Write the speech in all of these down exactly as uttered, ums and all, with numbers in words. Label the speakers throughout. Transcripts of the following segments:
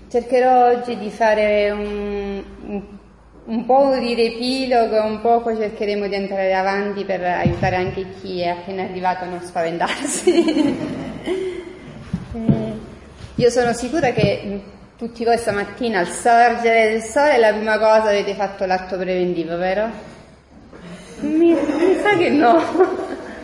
Speaker 1: cercherò oggi di fare un, un, un po' di riepilogo, un poco cercheremo di entrare avanti per aiutare anche chi è appena arrivato a non spaventarsi. eh, io sono sicura che tutti voi stamattina al sorgere del sole la prima cosa avete fatto l'atto preventivo, vero? Mi, mi sa che no.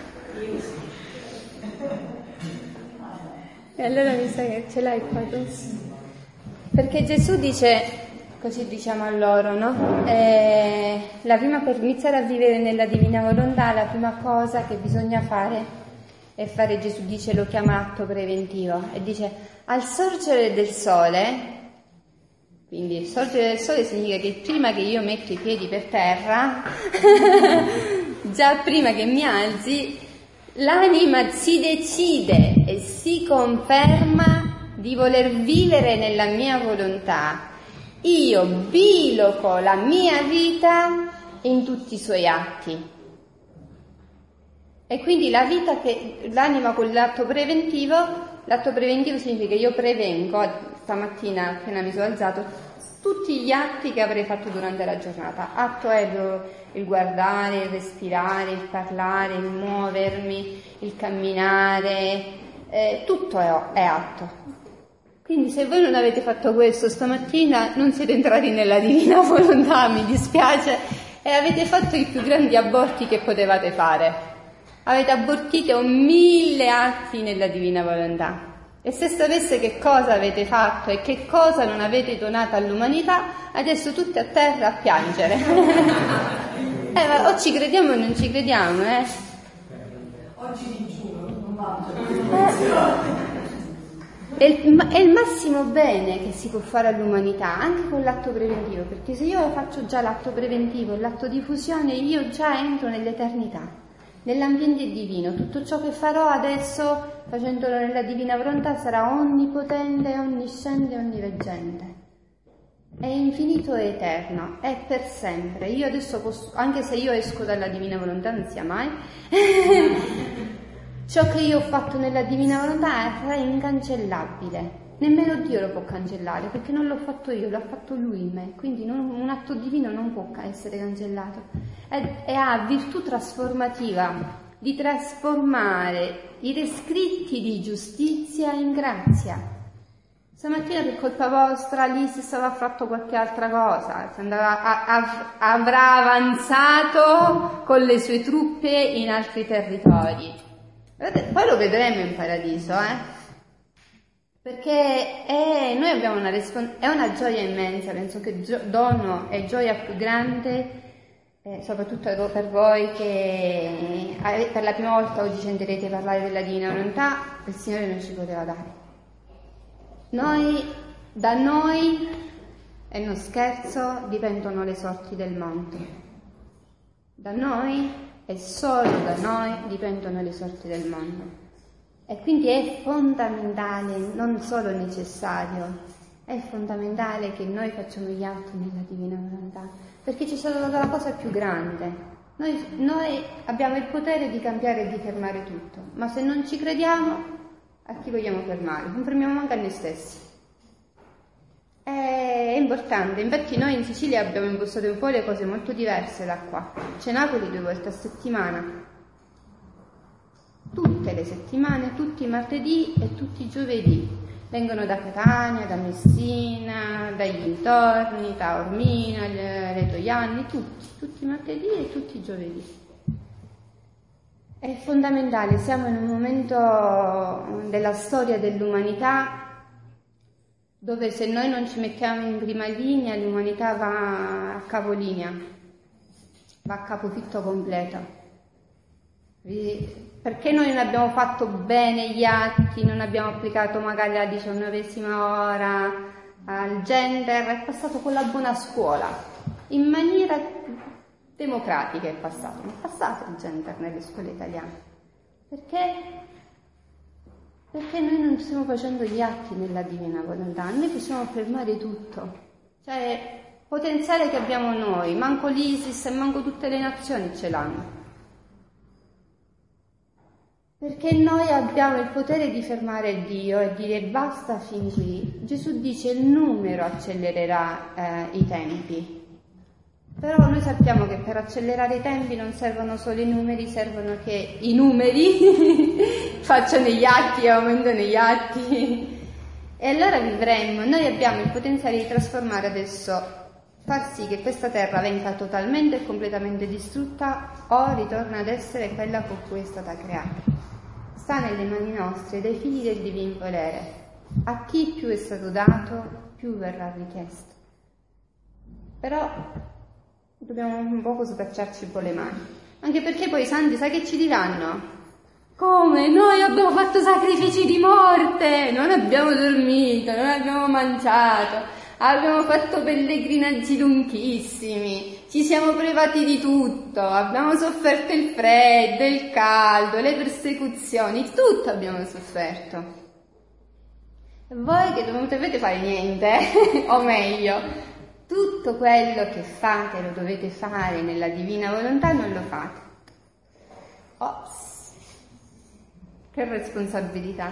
Speaker 1: E allora mi sa che ce l'hai qua tu. Perché Gesù dice, così diciamo a loro, no? Eh, la prima, per iniziare a vivere nella divina volontà, la prima cosa che bisogna fare è fare, Gesù dice, lo chiama atto preventivo, e dice, al sorgere del sole, quindi il sorgere del sole significa che prima che io metto i piedi per terra, già prima che mi alzi, l'anima si decide e si conferma di voler vivere nella mia volontà. Io biloco la mia vita in tutti i suoi atti. E quindi la vita che l'anima con l'atto preventivo, l'atto preventivo significa che io prevengo, stamattina appena mi sono alzato, tutti gli atti che avrei fatto durante la giornata. Atto è il guardare, il respirare, il parlare, il muovermi, il camminare, eh, tutto è, è atto. Quindi se voi non avete fatto questo stamattina non siete entrati nella divina volontà, mi dispiace, e avete fatto i più grandi aborti che potevate fare. Avete abortito mille atti nella divina volontà. E se sapesse che cosa avete fatto e che cosa non avete donato all'umanità, adesso tutti a terra a piangere. eh, ma o ci crediamo o non ci crediamo, eh?
Speaker 2: Oggi ti giuro, non mangio.
Speaker 1: È il, è il massimo bene che si può fare all'umanità, anche con l'atto preventivo, perché se io faccio già l'atto preventivo e l'atto di fusione, io già entro nell'eternità. Nell'ambiente divino, tutto ciò che farò adesso, facendolo nella divina volontà, sarà onnipotente, onnisciente e onniveggente. È infinito e eterno, è per sempre. Io adesso posso, anche se io esco dalla divina volontà, non sia mai, ciò che io ho fatto nella divina volontà è incancellabile. Nemmeno Dio lo può cancellare, perché non l'ho fatto io, l'ha fatto Lui in me. Quindi non, un atto divino non può essere cancellato. E, e ha virtù trasformativa di trasformare i rescritti di giustizia in grazia. Stamattina per colpa vostra l'ISIS aveva fatto qualche altra cosa, andava, a, a, avrà avanzato con le sue truppe in altri territori. Poi lo vedremo in paradiso, eh? Perché è, noi abbiamo una respons- è una gioia immensa, penso che gio- dono e gioia più grande, eh, soprattutto per voi che eh, per la prima volta oggi sentirete parlare della divina volontà, il Signore non ci poteva dare. Noi, da noi, e non scherzo, dipendono le sorti del mondo. Da noi, e solo da noi, dipendono le sorti del mondo. E quindi è fondamentale, non solo necessario, è fondamentale che noi facciamo gli atti nella divina volontà, perché ci sarà la cosa più grande. Noi, noi abbiamo il potere di cambiare e di fermare tutto, ma se non ci crediamo, a chi vogliamo fermare? Non fermiamo anche a noi stessi. È importante, infatti noi in Sicilia abbiamo impostato un po' le cose molto diverse da qua. Cenacoli due volte a settimana. Tutte le settimane, tutti i martedì e tutti i giovedì. Vengono da Catania, da Messina, dai dintorni, da Ormina, Reto Ianni, tutti, tutti i martedì e tutti i giovedì. È fondamentale, siamo in un momento della storia dell'umanità dove se noi non ci mettiamo in prima linea l'umanità va a capolinea, va a capofitto completo. Perché noi non abbiamo fatto bene gli atti, non abbiamo applicato magari la diciannovesima ora al gender, è passato con la buona scuola, in maniera democratica è passato, ma è passato il gender nelle scuole italiane. Perché? Perché noi non stiamo facendo gli atti nella divina volontà, noi possiamo fermare tutto. Cioè, potenziale che abbiamo noi, manco l'ISIS e manco tutte le nazioni ce l'hanno. Perché noi abbiamo il potere di fermare Dio e dire basta fin qui. Gesù dice il numero accelererà eh, i tempi. Però noi sappiamo che per accelerare i tempi non servono solo i numeri, servono che i numeri facciano gli atti e aumentano gli atti. E allora vivremmo. Noi abbiamo il potenziale di trasformare adesso, far sì che questa terra venga totalmente e completamente distrutta o ritorna ad essere quella con cui è stata creata. Sta nelle mani nostre, dei figli del divin volere. A chi più è stato dato, più verrà richiesto. Però dobbiamo un poco sbracciarci un po' le mani. Anche perché poi i santi, sai che ci diranno? Come? Noi abbiamo fatto sacrifici di morte, non abbiamo dormito, non abbiamo mangiato, abbiamo fatto pellegrinaggi lunghissimi, ci siamo privati di tutto, abbiamo sofferto il freddo, il caldo, le persecuzioni, tutto abbiamo sofferto. E voi che non dovete fare niente, o meglio, tutto quello che fate lo dovete fare nella divina volontà, non lo fate. Ops, che responsabilità.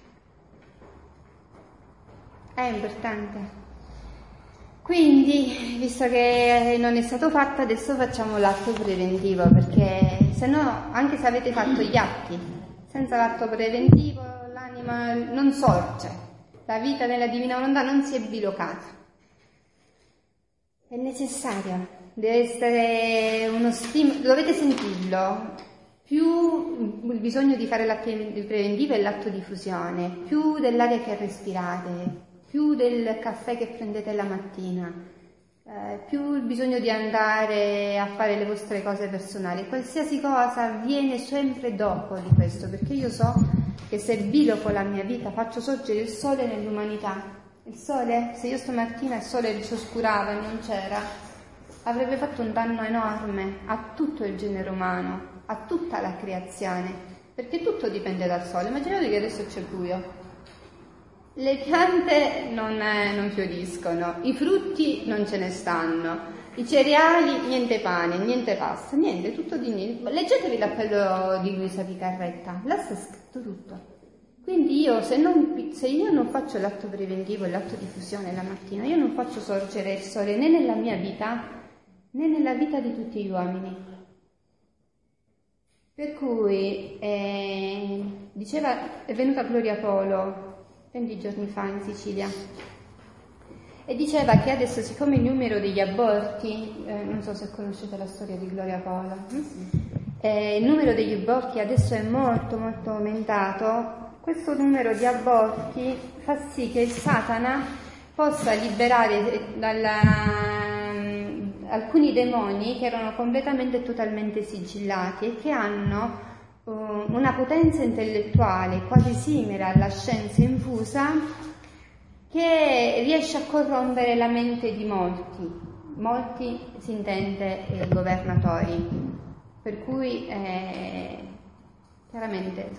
Speaker 1: È importante. Quindi, visto che non è stato fatto, adesso facciamo l'atto preventivo, perché se no, anche se avete fatto gli atti, senza l'atto preventivo l'anima non sorge, la vita nella divina volontà non si è bilocata. È necessario, deve essere uno stimolo, dovete sentirlo, più il bisogno di fare l'atto preventivo è l'atto di fusione, più dell'aria che respirate, più del caffè che prendete la mattina, eh, più il bisogno di andare a fare le vostre cose personali. Qualsiasi cosa avviene sempre dopo di questo, perché io so che se biloco la mia vita, faccio sorgere il sole nell'umanità. Il sole, se io stamattina il sole si oscurava e non c'era, avrebbe fatto un danno enorme a tutto il genere umano, a tutta la creazione, perché tutto dipende dal sole. Immaginate che adesso c'è buio. Le piante non, eh, non fioriscono, i frutti non ce ne stanno, i cereali niente pane, niente pasta, niente, tutto di niente. Leggetevi l'appello di Luisa Picarretta, là sta scritto tutto. Quindi io se, non, se io non faccio l'atto preventivo e l'atto di fusione la mattina, io non faccio sorgere il sole né nella mia vita né nella vita di tutti gli uomini. Per cui eh, diceva, è venuta Gloria Polo venti giorni fa in Sicilia e diceva che adesso, siccome il numero degli aborti, eh, non so se conoscete la storia di Gloria Polo, eh, il numero degli aborti adesso è molto molto aumentato. Questo numero di aborti fa sì che il Satana possa liberare dalla, um, alcuni demoni che erano completamente e totalmente sigillati e che hanno una potenza intellettuale quasi simile alla scienza infusa, che riesce a corrompere la mente di molti, molti si intende eh, governatori, per cui eh, chiaramente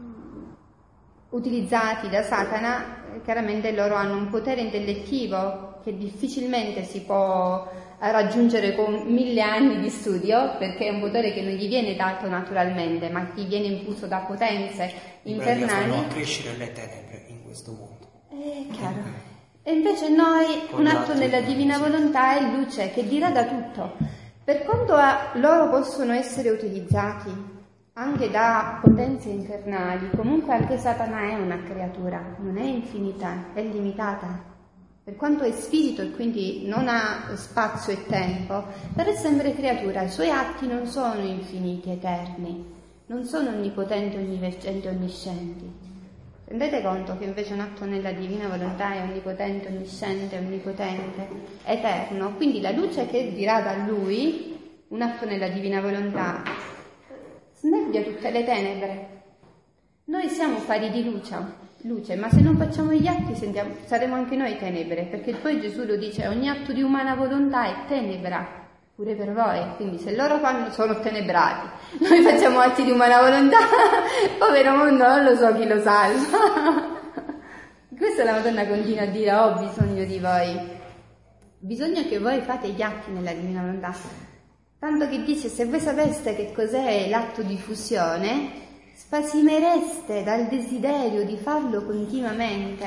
Speaker 1: utilizzati da Satana, chiaramente loro hanno un potere intellettivo che difficilmente si può raggiungere con mille anni di studio, perché è un potere che non gli viene dato naturalmente, ma gli viene infuso da potenze infernali.
Speaker 3: Fanno crescere le tenebre in questo mondo.
Speaker 1: È chiaro. E invece noi, un atto nella divina volontà è luce che dirada tutto. Per quanto a, loro possono essere utilizzati anche da potenze infernali, comunque anche Satana è una creatura, non è infinita, è limitata. Per quanto è spirito e quindi non ha spazio e tempo, però è sempre creatura, i suoi atti non sono infiniti, eterni, non sono onnipotenti, onniveggenti, onniscienti. Rendete conto che invece un atto nella divina volontà è onnipotente, onnisciente, onnipotente, eterno, quindi la luce che dirada a lui, un atto nella divina volontà, snebbia tutte le tenebre. Noi siamo fari di luce. luce, ma se non facciamo gli atti sentiamo, saremo anche noi tenebre, perché poi Gesù lo dice, ogni atto di umana volontà è tenebra, pure per voi, quindi se loro fanno sono tenebrati, noi facciamo atti di umana volontà, povero mondo, non lo so chi lo salva. Questa la Madonna continua a dire, ho bisogno di voi, bisogna che voi fate gli atti nella divina volontà, tanto che dice, se voi sapeste che cos'è l'atto di fusione, spasimereste dal desiderio di farlo continuamente,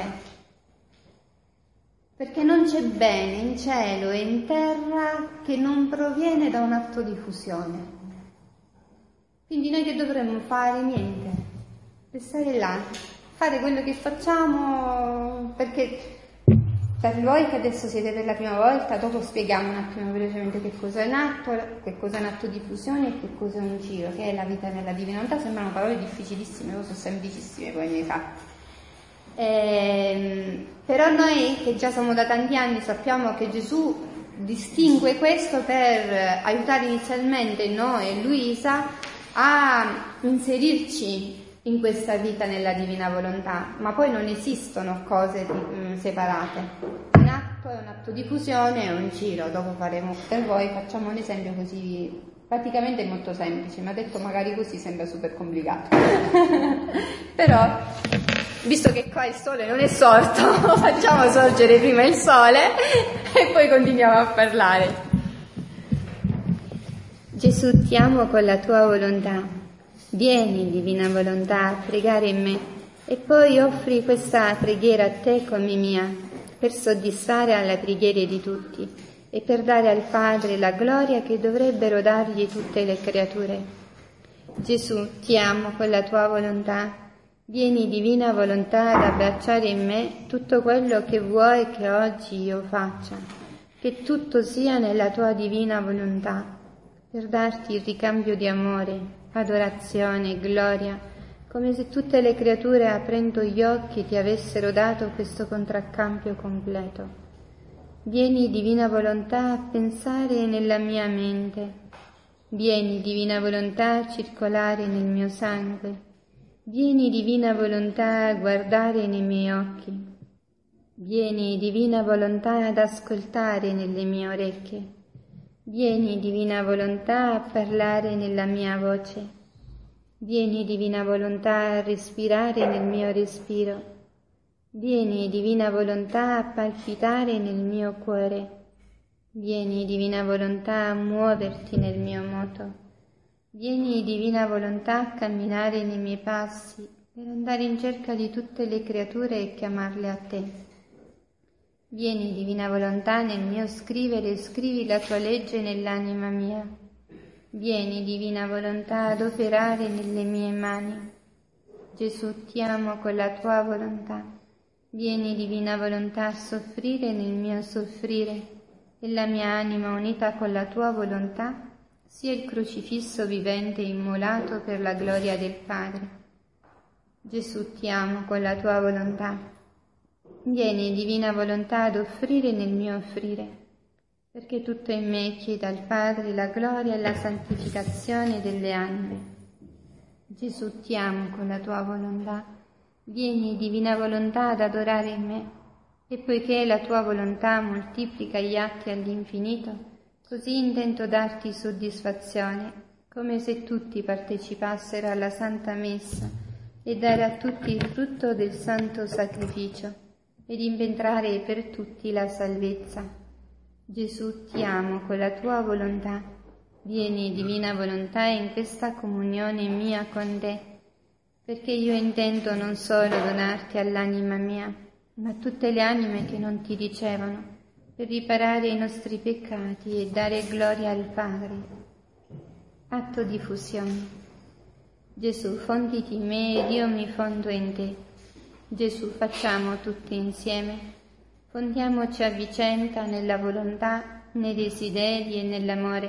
Speaker 1: perché non c'è bene in cielo e in terra che non proviene da un atto di fusione. Quindi noi che dovremmo fare? Niente, restare là, fare quello che facciamo, perché per voi che adesso siete per la prima volta, dopo spieghiamo un attimo velocemente che cosa è un atto, che cosa è un atto di fusione e che cosa è un giro, che è la vita nella divinità. Sembrano parole difficilissime, ma sono semplicissime poi nei fatti. Ehm, però noi che già siamo da tanti anni sappiamo che Gesù distingue questo per aiutare inizialmente noi e Luisa a inserirci in questa vita nella divina volontà, ma poi non esistono cose mh, separate. Un atto è un atto di fusione, è un giro. Dopo faremo per voi, facciamo un esempio così, praticamente è molto semplice, ma detto magari così sembra super complicato. Però, visto che qua il sole non è sorto, facciamo sorgere prima il sole e poi continuiamo a parlare. Gesù, ti amo con la tua volontà. Vieni, divina volontà, a pregare in me e poi offri questa preghiera a te come mia, per soddisfare alle preghiere di tutti e per dare al Padre la gloria che dovrebbero dargli tutte le creature. Gesù, ti amo con la tua volontà. Vieni, divina volontà, ad abbracciare in me tutto quello che vuoi che oggi io faccia, che tutto sia nella tua divina volontà, per darti il ricambio di amore, adorazione e gloria, come se tutte le creature aprendo gli occhi ti avessero dato questo contraccambio completo. Vieni, divina volontà, a pensare nella mia mente. Vieni, divina volontà, a circolare nel mio sangue. Vieni, divina volontà, a guardare nei miei occhi. Vieni, divina volontà, ad ascoltare nelle mie orecchie. Vieni, divina volontà, a parlare nella mia voce. Vieni, divina volontà, a respirare nel mio respiro. Vieni, divina volontà, a palpitare nel mio cuore. Vieni, divina volontà, a muoverti nel mio moto. Vieni, divina volontà, a camminare nei miei passi, per andare in cerca di tutte le creature e chiamarle a te. Vieni, divina volontà, nel mio scrivere e scrivi la tua legge nell'anima mia. Vieni, divina volontà, ad operare nelle mie mani. Gesù, ti amo con la tua volontà. Vieni, divina volontà, a soffrire nel mio soffrire, e la mia anima unita con la tua volontà sia il crocifisso vivente immolato per la gloria del Padre. Gesù, ti amo con la tua volontà. Vieni, divina volontà, ad offrire nel mio offrire, perché tutto in me chieda al Padre la gloria e la santificazione delle anime. Gesù, ti amo con la tua volontà. Vieni, divina volontà, ad adorare in me, e poiché la tua volontà moltiplica gli atti all'infinito, così intento darti soddisfazione, come se tutti partecipassero alla Santa Messa, e dare a tutti il frutto del santo sacrificio, ed inventare per tutti la salvezza. Gesù, ti amo con la tua volontà. Vieni, divina volontà, in questa comunione mia con te, perché io intendo non solo donarti all'anima mia, ma a tutte le anime che non ti ricevono, per riparare i nostri peccati e dare gloria al Padre. Atto di fusione. Gesù, fonditi in me ed io mi fondo in te. Gesù, facciamo tutti insieme, fondiamoci a vicenda nella volontà, nei desideri e nell'amore,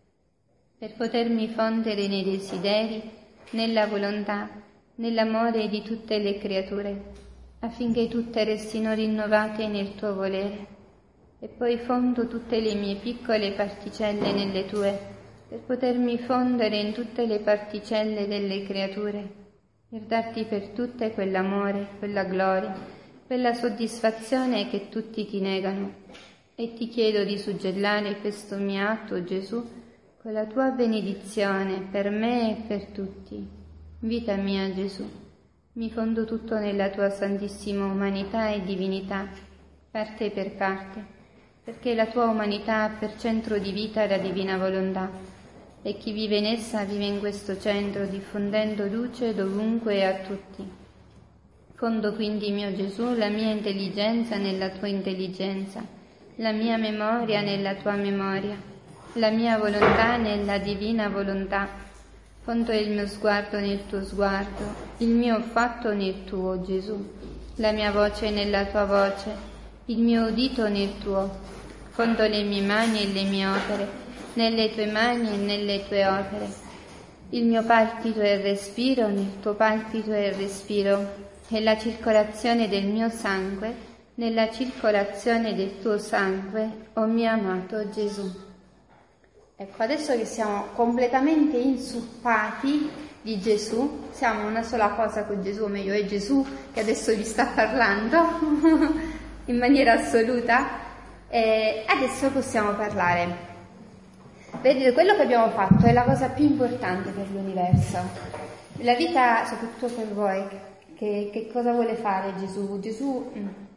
Speaker 1: per potermi fondere nei desideri, nella volontà, nell'amore di tutte le creature, affinché tutte restino rinnovate nel tuo volere. E poi fondo tutte le mie piccole particelle nelle tue, per potermi fondere in tutte le particelle delle creature, per darti per tutte quell'amore, quella gloria, quella soddisfazione che tutti ti negano. E ti chiedo di suggellare questo mio atto, Gesù, con la tua benedizione per me e per tutti. Vita mia, Gesù, mi fondo tutto nella tua santissima umanità e divinità, parte per parte, perché la tua umanità ha per centro di vita la divina volontà. e chi vive in essa vive in questo centro, diffondendo luce dovunque e a tutti. Fondo quindi, mio Gesù, la mia intelligenza nella tua intelligenza, la mia memoria nella tua memoria, la mia volontà nella divina volontà. Fondo il mio sguardo nel tuo sguardo, il mio fatto nel tuo, Gesù, la mia voce nella tua voce, il mio udito nel tuo. Fondo le mie mani e le mie opere, nelle tue mani e nelle tue opere. Il mio palpito e il respiro nel tuo palpito e il respiro, e la circolazione del mio sangue nella circolazione del tuo sangue, o mio amato Gesù. Ecco, adesso che siamo completamente insuppati di Gesù, siamo una sola cosa con Gesù, o meglio è Gesù che adesso vi sta parlando in maniera assoluta, e adesso possiamo parlare. Vedete, quello che abbiamo fatto è la cosa più importante per l'universo. La vita, soprattutto per voi, che, che cosa vuole fare Gesù? Gesù,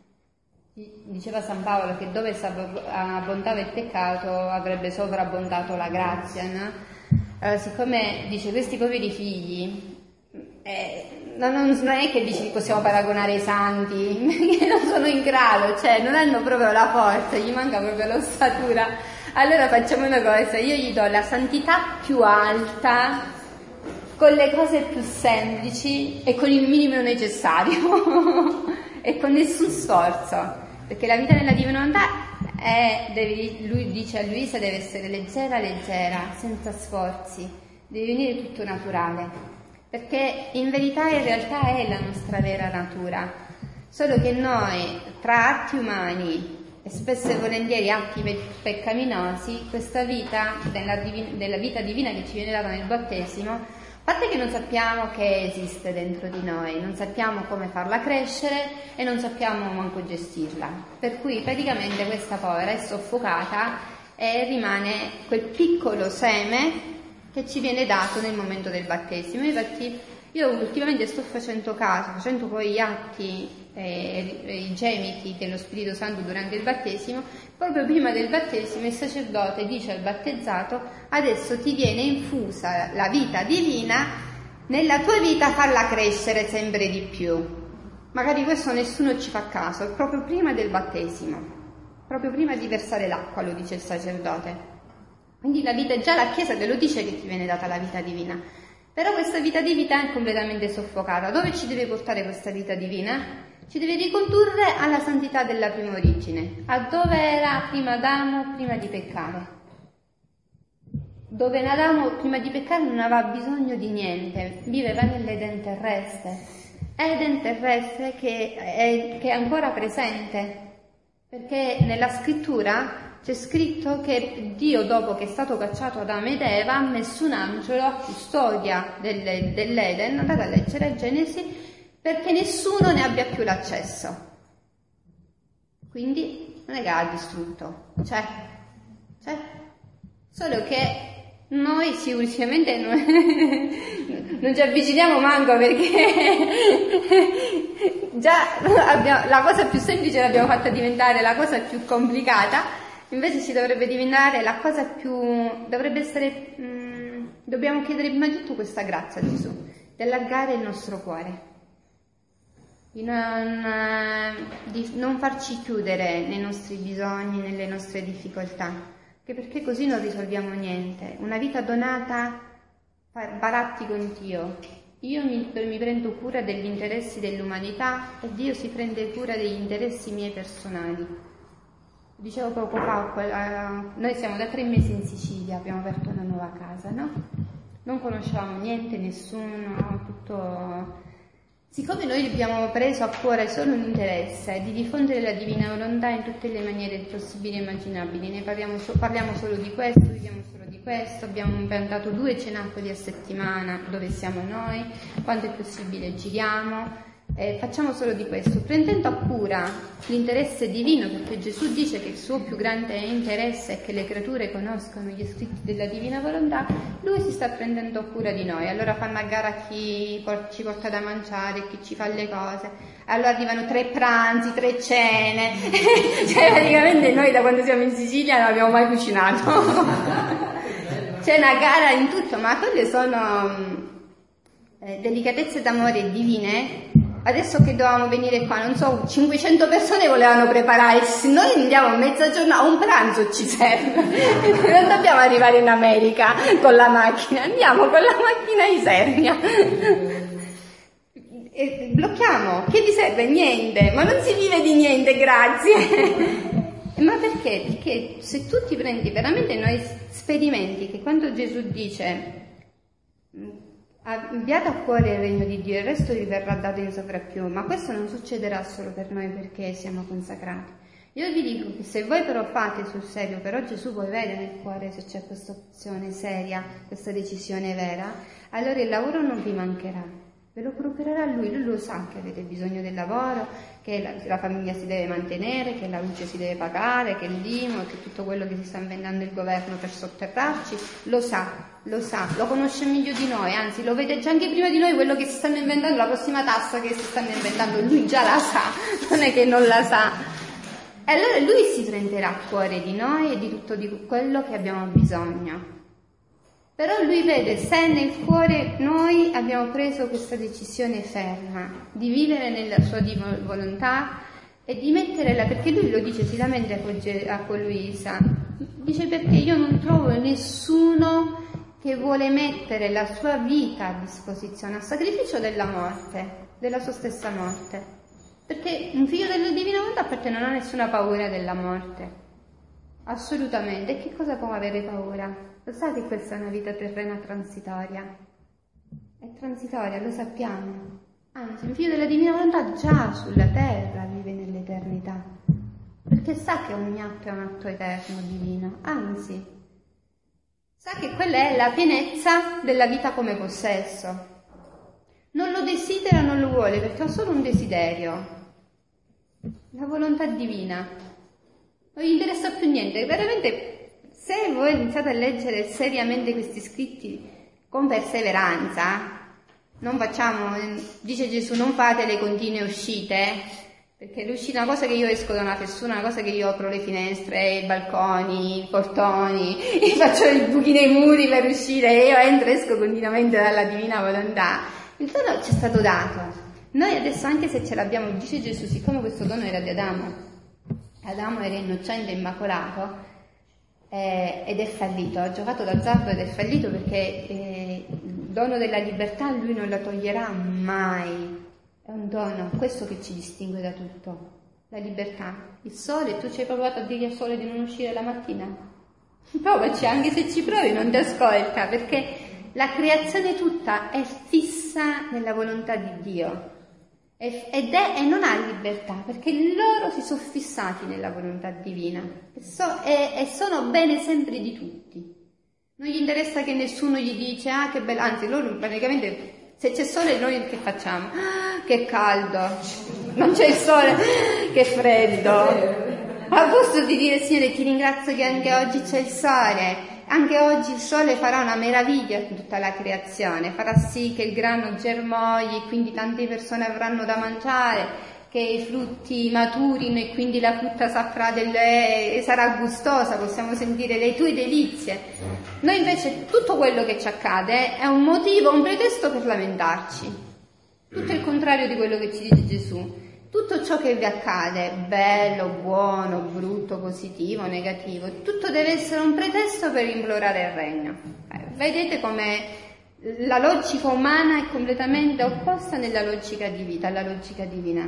Speaker 1: diceva San Paolo, che dove abbondava il peccato avrebbe sovrabbondato la grazia, no? Allora, siccome dice questi poveri figli, eh, non, non è che dice che possiamo paragonare ai santi, che non sono in grado, cioè non hanno proprio la forza, gli manca proprio l'ossatura. Allora facciamo una cosa, io gli do la santità più alta, con le cose più semplici e con il minimo necessario e con nessun sforzo, perché la vita nella divina volontà è, deve, lui dice a Luisa, deve essere leggera leggera, senza sforzi, deve venire tutto naturale, perché in verità in realtà è la nostra vera natura, solo che noi tra atti umani e spesso e volentieri atti peccaminosi, questa vita della, divina, della vita divina che ci viene data nel battesimo, a parte che non sappiamo che esiste dentro di noi, non sappiamo come farla crescere e non sappiamo manco gestirla, per cui praticamente questa povera è soffocata e rimane quel piccolo seme che ci viene dato nel momento del battesimo. Infatti io ultimamente sto facendo caso, facendo poi gli atti e eh, i gemiti dello Spirito Santo durante il battesimo, proprio prima del battesimo il sacerdote dice al battezzato: adesso ti viene infusa la vita divina, nella tua vita farla crescere sempre di più. Magari questo nessuno ci fa caso, è proprio prima del battesimo, proprio prima di versare l'acqua, lo dice il sacerdote. Quindi la vita, già la Chiesa te lo dice che ti viene data la vita divina, però questa vita divina è completamente soffocata. Dove ci deve portare questa vita divina? Ci deve ricondurre alla santità della prima origine, a dove era prima Adamo, prima di peccare. Dove Adamo, prima di peccare, non aveva bisogno di niente, viveva nell'Eden terrestre. Eden terrestre che è, che è ancora presente, perché nella scrittura c'è scritto che Dio, dopo che è stato cacciato Adamo ed Eva, ha messo un angelo a custodia del, dell'Eden, andate a leggere Genesi, perché nessuno ne abbia più l'accesso. Quindi non è che ha distrutto, c'è, c'è, solo che noi sicuramente non, non ci avviciniamo manco, perché già abbiamo, la cosa più semplice l'abbiamo fatta diventare la cosa più complicata, invece ci dovrebbe diventare la cosa più, dovrebbe essere, mh, dobbiamo chiedere prima di tutto questa grazia a Gesù, di allargare il nostro cuore. Di non, di non farci chiudere nei nostri bisogni, nelle nostre difficoltà, anche perché così non risolviamo niente. Una vita donata, baratti con Dio. Io mi, mi prendo cura degli interessi dell'umanità e Dio si prende cura degli interessi miei personali. Dicevo poco fa, noi siamo da tre mesi in Sicilia, abbiamo aperto una nuova casa, no? Non conoscevamo niente, nessuno, tutto... Siccome noi abbiamo preso a cuore solo un interesse di diffondere la divina volontà in tutte le maniere possibili e immaginabili, ne parliamo, so, parliamo solo di questo, viviamo solo di questo, abbiamo impiantato due cenacoli a settimana dove siamo noi, quanto è possibile giriamo, eh, facciamo solo di questo, prendendo a cura l'interesse divino, perché Gesù dice che il suo più grande interesse è che le creature conoscano gli scritti della divina volontà. Lui si sta prendendo cura di noi, allora fanno a gara chi ci porta da mangiare, chi ci fa le cose, allora arrivano tre pranzi, tre cene, cioè praticamente noi da quando siamo in Sicilia non abbiamo mai cucinato. c'è una gara in tutto, ma quelle sono eh, delicatezze d'amore divine. Adesso che dovevamo venire qua, non so, cinquecento persone volevano prepararsi, noi andiamo a mezzogiorno, a un pranzo ci serve, non dobbiamo arrivare in America con la macchina, andiamo con la macchina in Isernia. E blocchiamo, che vi serve? Niente, ma non si vive di niente, grazie. Ma perché? Perché se tu ti prendi veramente, noi sperimenti che quando Gesù dice abbiate a cuore il regno di Dio, il resto vi verrà dato in sovrappiù, ma questo non succederà solo per noi perché siamo consacrati. Io vi dico che se voi però fate sul serio, però Gesù poi vede nel cuore se c'è questa opzione seria, questa decisione vera, allora il lavoro non vi mancherà. Ve lo procurerà lui, lui lo sa che avete bisogno del lavoro, che la, la famiglia si deve mantenere, che la luce si deve pagare, che l'I M U, che tutto quello che si sta inventando il governo per sotterrarci, lo sa, lo sa, lo conosce meglio di noi, anzi lo vede già anche prima di noi quello che si stanno inventando, la prossima tassa che si stanno inventando, lui già la sa, non è che non la sa. E allora lui si prenderà a cuore di noi e di tutto di quello che abbiamo bisogno. Però lui vede se nel cuore noi abbiamo preso questa decisione ferma di vivere nella sua volontà e di metterla, perché lui lo dice, si lamenta con Luisa, dice perché io non trovo nessuno che vuole mettere la sua vita a disposizione, a sacrificio della morte, della sua stessa morte, perché un figlio della divina volontà per te non ha nessuna paura della morte, assolutamente. E che cosa può avere paura? Lo sa che questa è una vita terrena transitoria? È transitoria, lo sappiamo. Anzi, il figlio della divina volontà già sulla terra vive nell'eternità, perché sa che ogni atto è un atto eterno, divino. Anzi, sa che quella è la pienezza della vita come possesso. Non lo desidera, non lo vuole, perché ha solo un desiderio, la volontà divina. Non gli interessa più niente, veramente. Se voi iniziate a leggere seriamente questi scritti con perseveranza, non facciamo, dice Gesù, non fate le continue uscite, perché l'uscita è una cosa che io esco da una fessura, una cosa che io apro le finestre, i balconi, i portoni, e faccio i buchi nei muri per uscire, e io entro e esco continuamente dalla divina volontà. Il dono ci è stato dato. Noi adesso, anche se ce l'abbiamo, dice Gesù, siccome questo dono era di Adamo, Adamo era innocente e immacolato, Eh, ed è fallito, ha giocato d'azzardo ed è fallito perché eh, il dono della libertà lui non la toglierà mai, è un dono, questo che ci distingue da tutto, la libertà. Il sole, tu ci hai provato a dirgli al sole di non uscire la mattina? Provaci, anche se ci provi non ti ascolta, perché la creazione tutta è fissa nella volontà di Dio ed è, e non ha libertà, perché loro si sono fissati nella volontà divina e, so, e, e sono bene sempre di tutti. Non gli interessa che nessuno gli dice ah che bello, anzi loro praticamente se c'è sole noi che facciamo? Ah, che caldo, non c'è il sole, che freddo. A posto di dire Signore ti ringrazio che anche oggi c'è il sole. Anche oggi il sole farà una meraviglia in tutta la creazione, farà sì che il grano germogli e quindi tante persone avranno da mangiare, che i frutti maturino e quindi la frutta saprà delle, e sarà gustosa, possiamo sentire le tue delizie. Noi invece tutto quello che ci accade è un motivo, un pretesto per lamentarci. Tutto il contrario di quello che ci dice Gesù. Tutto ciò che vi accade, bello, buono, brutto, positivo, negativo, tutto deve essere un pretesto per implorare il regno. Eh, vedete come la logica umana è completamente opposta nella logica di vita, alla logica divina.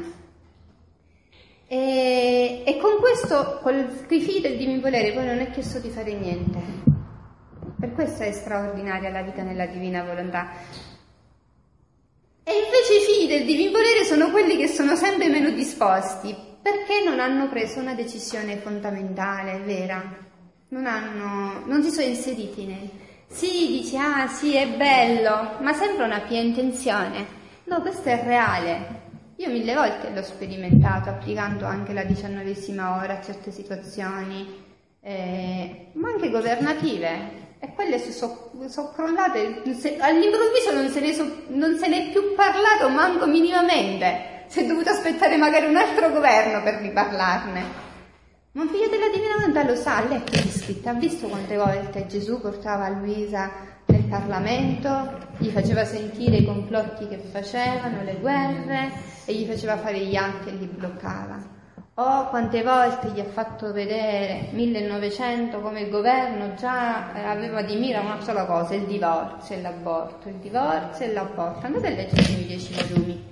Speaker 1: E, e con questo, col figlio del divino volere, poi non è chiesto di fare niente. Per questo è straordinaria la vita nella divina volontà. E invece i figli del divino volere sono quelli che sono sempre meno disposti, perché non hanno preso una decisione fondamentale, vera. Non hanno, non si sono inseriti nel... Sì, dici, ah sì, è bello, ma sembra una pia intenzione. No, questo è reale. Io mille volte l'ho sperimentato, applicando anche la diciannovesima ora a certe situazioni, eh, ma anche governative. E quelle sono so crollate, se, all'improvviso non se, ne so, non se ne è più parlato manco minimamente, si è dovuto aspettare magari un altro governo per riparlarne. Ma un figlio della divina volontà lo sa, ha letto gli scritti, ha visto quante volte Gesù portava Luisa nel Parlamento, gli faceva sentire i complotti che facevano, le guerre, e gli faceva fare gli atti e li bloccava. O quante volte gli ha fatto vedere millenovecento come il governo già aveva di mira una sola cosa, il divorzio e l'aborto, il divorzio e l'aborto. Andate a leggere i dieci volumi.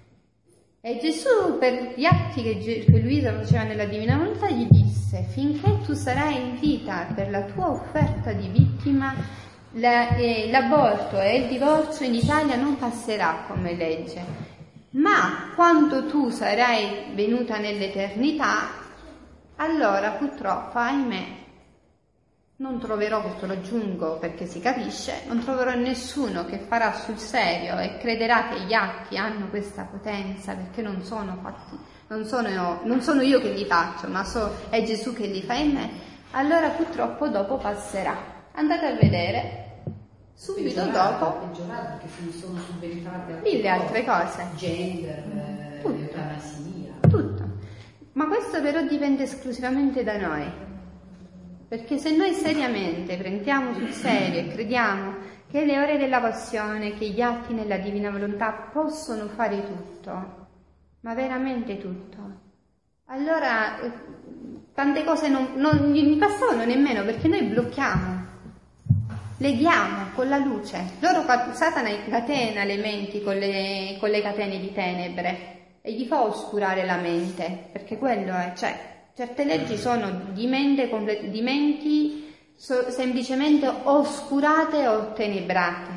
Speaker 1: E Gesù, per gli atti che, che Luisa faceva nella Divina Volontà, gli disse: finché tu sarai in vita per la tua offerta di vittima, la, eh, l'aborto e il divorzio in Italia non passerà come legge. Ma quando tu sarai venuta nell'eternità, allora purtroppo, ahimè, non troverò, questo lo aggiungo perché si capisce, non troverò nessuno che farà sul serio e crederà che gli atti hanno questa potenza, perché non sono fatti, non sono io, non sono io che li faccio, ma so, è Gesù che li fa in me. Allora purtroppo dopo passerà. Andate a vedere. Subito
Speaker 2: peggiorata,
Speaker 1: dopo
Speaker 2: peggiorata, perché ci sono subentrate
Speaker 1: mille altre cose,
Speaker 2: gender, eh, eutanasia,
Speaker 1: tutto. Ma questo però dipende esclusivamente da noi, perché se noi seriamente prendiamo sul serio e crediamo che le ore della passione, che gli atti nella Divina Volontà possono fare tutto, ma veramente tutto, allora tante cose non, non mi passavano nemmeno, perché noi blocchiamo, leghiamo con la luce. Loro, Satana catena le menti con le, con le catene di tenebre e gli fa oscurare la mente, perché quello è, cioè certe leggi sono di, mente, di menti so, semplicemente oscurate o tenebrate.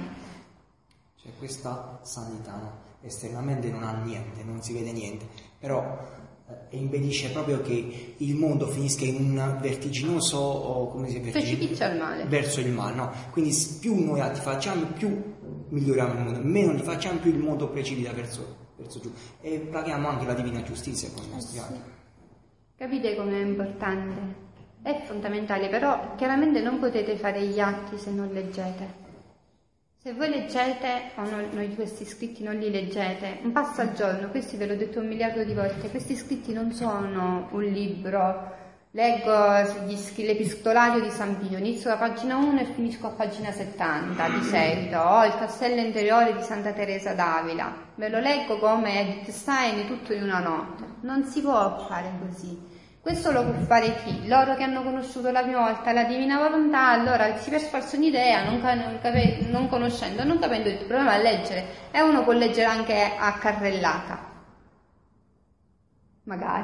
Speaker 3: Cioè questa sanità, no? Esternamente non ha niente, non si vede niente, però e impedisce proprio che il mondo finisca in un vertiginoso, o come si dice,
Speaker 1: precipizio al male,
Speaker 3: verso il male, no? Quindi più noi atti facciamo, più miglioriamo il mondo, meno li facciamo, più il mondo precipita verso, verso giù, e paghiamo anche la divina giustizia con i nostri
Speaker 1: eh sì.
Speaker 3: atti.
Speaker 1: Capite com'è importante? È fondamentale, però chiaramente non potete fare gli atti se non leggete. Se voi leggete, o no, noi questi scritti non li leggete, un passo al giorno, questi ve l'ho detto un miliardo di volte, questi scritti non sono un libro, leggo l'epistolario di San Pio, inizio da pagina uno e finisco a pagina settanta di seguito, o il castello interiore di Santa Teresa d'Avila, ve lo leggo come Edith Stein tutto in una notte. Non si può fare così. Questo lo può fare chi? Loro che hanno conosciuto la prima volta la Divina Volontà, allora si per farsi un'idea, non, non, non conoscendo, non capendo, il problema è leggere, e uno può leggere anche a carrellata. Magari.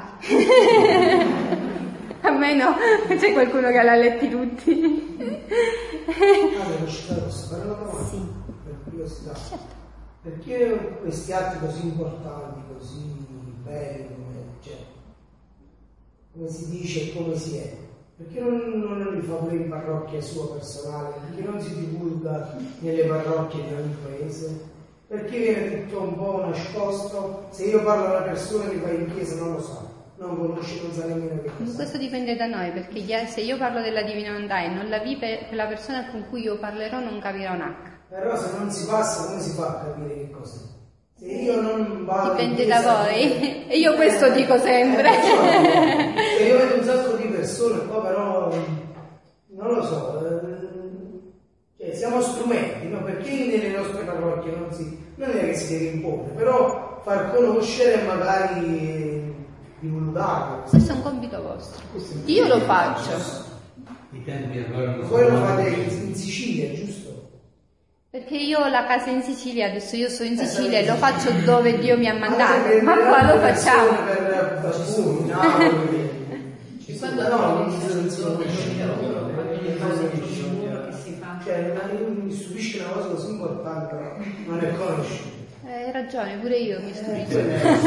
Speaker 1: A me no, c'è qualcuno che l'ha letti tutti.
Speaker 4: Ah, devo citare questo, però la
Speaker 1: Sì.
Speaker 4: per curiosità.
Speaker 1: Certo.
Speaker 4: Perché questi atti così importanti, così belli, cioè, come si dice e come si è? Perché non, non li fa pure in parrocchia sua personale? Perché non si divulga nelle parrocchie di ogni paese? Perché viene tutto un po' nascosto? Se io parlo a una persona che va in chiesa non lo sa, non conosce, non sa nemmeno che cosa.
Speaker 1: Questo dipende da noi, perché se io parlo della Divina Volontà e non la vive, la persona con cui io parlerò non capirà un H.
Speaker 4: Però se non si passa, come si fa a capire che cos'è? Se io non vado
Speaker 1: dipende
Speaker 4: in chiesa,
Speaker 1: da voi, e io questo dico sempre.
Speaker 4: E io vedo un sacco di persone qua, però non lo so, cioè, siamo strumenti, no? Perché nelle nostre parrocchie non si, non è che si deve imporre, però far conoscere e magari divulgare.
Speaker 1: Questo è un compito vostro. Io lo faccio.
Speaker 4: Voi lo fate in Sicilia, giusto?
Speaker 1: Perché io ho la casa in Sicilia, adesso io sono in Sicilia e lo faccio dove Dio mi ha mandato, ma qua lo facciamo.
Speaker 4: Per Basuni, Napoli, no, non si cioè, mi stupisce una cosa così importante, non è conosciuta.
Speaker 1: Hai ragione, pure io mi stupisco.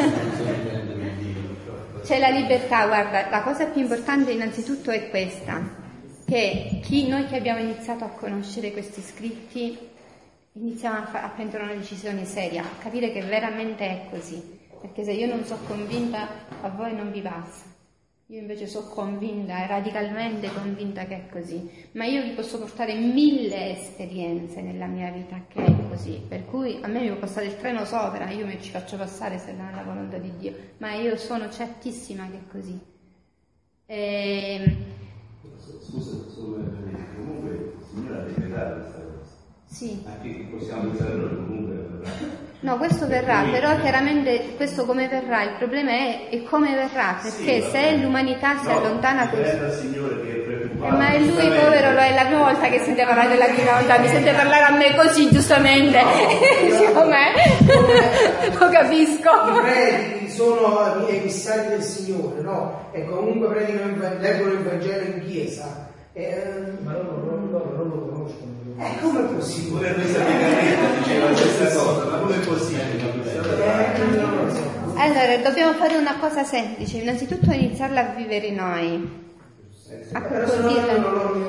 Speaker 1: C'è la libertà, guarda, la cosa più importante innanzitutto è questa, che chi, noi che abbiamo iniziato a conoscere questi scritti, iniziamo a, fa- a prendere una decisione seria, a capire che veramente è così, perché se io non sono convinta, a voi non vi passa. Io invece sono convinta, radicalmente convinta che è così, ma io vi posso portare mille esperienze nella mia vita che è così, per cui a me mi può passare il treno sopra, io mi ci faccio passare se non è la volontà di Dio, ma io sono certissima che è così. E Sì.
Speaker 5: Possiamo pensare noi comunque.
Speaker 1: No, questo verrà, però chiaramente questo come verrà, il problema è, è come verrà, perché sì, se l'umanità si no, allontana così.
Speaker 5: È il Signore che è preoccupato.
Speaker 1: Eh, ma è lui povero, lo è la prima volta che sente parlare della divina volontà, mi sente parlare a me così giustamente. No, com'è? Lo capisco.
Speaker 4: I preti sono emissari del Signore, no? E comunque predicano, leggono il Vangelo in chiesa. Eh, ma loro non, non, non lo conoscono. Eh, come è possibile?
Speaker 5: Pure noi sapete diceva la stessa cosa, ma come è possibile?
Speaker 1: Allora, dobbiamo fare una cosa semplice, innanzitutto iniziarla a vivere noi. Approfondirla.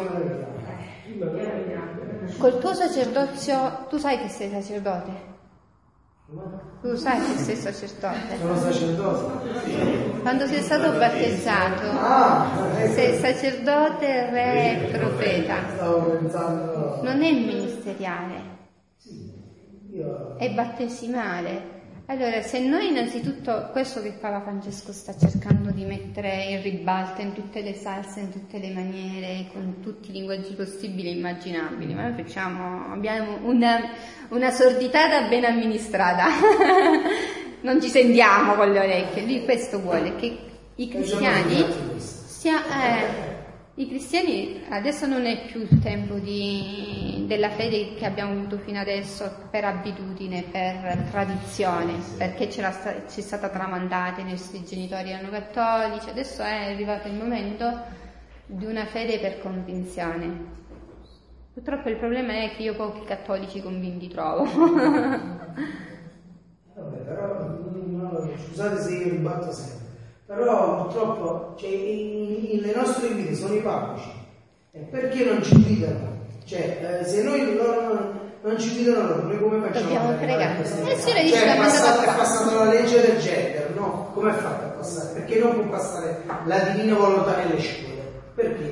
Speaker 1: Col tuo sacerdozio, tu sai che sei sacerdote? Tu sai che sei sacerdote?
Speaker 4: Sono sacerdote.
Speaker 1: Quando sei stato battezzato, sei sacerdote, re, profeta. Non è ministeriale, è battesimale. Allora, se noi innanzitutto, questo che Papa Francesco sta cercando di mettere in ribalta in tutte le salse, in tutte le maniere, con tutti i linguaggi possibili e immaginabili, ma noi facciamo, abbiamo una, una sordità ben amministrata, non ci sentiamo con le orecchie. Lui questo vuole, che i cristiani, sia, eh, i cristiani adesso non è più il tempo di, della fede che abbiamo avuto fino adesso per abitudine, per tradizione, perché c'era sta, c'è stata tramandata, i nostri genitori erano cattolici, adesso è arrivato il momento di una fede per convinzione. Purtroppo il problema è che io pochi cattolici convinti trovo.
Speaker 4: Vabbè, però, no, scusate se io ribatto sempre. Però purtroppo cioè, in, in, le nostre vite sono i parroci, e perché non ci guidano? Cioè, eh, se noi loro non, non ci guidano loro, noi come facciamo?
Speaker 1: Dobbiamo pregare.
Speaker 4: Eh, cioè, è, passato, è passata la legge del gender, no? Come è fatta a passare? Perché non può passare la divina volontà nelle scuole? Perché?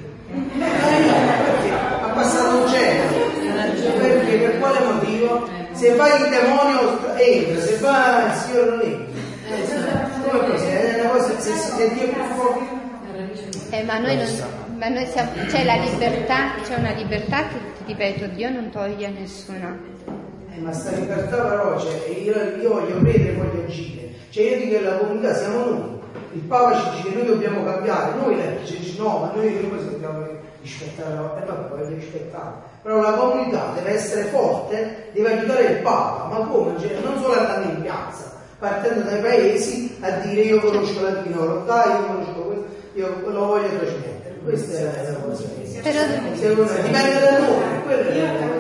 Speaker 4: Perché? Ha passato un genere. Perché? Per quale motivo? Se va il demonio entra, se va il Signore non entra. Come così? È una cosa, se si Dio più fuori.
Speaker 1: Eh, ma noi non, ma noi siamo, c'è la libertà, c'è una libertà che, ti ripeto, Dio non toglie a nessuno.
Speaker 4: Eh, ma sta libertà però, cioè, io, io voglio credere, voglio agire. Cioè io dico che la comunità siamo noi. Il Papa ci dice che noi dobbiamo cambiare, noi lei ci dice no, ma noi come dobbiamo rispettare la volontà, no, voglio rispettare. Però la comunità deve essere forte, deve aiutare il Papa, ma come? Cioè, non solo andando in piazza, partendo dai paesi a dire io conosco la divina volontà, io conosco questo, io lo voglio trasmettere. Questa è la cosa che
Speaker 1: però
Speaker 4: secondo me dipende da noi, quello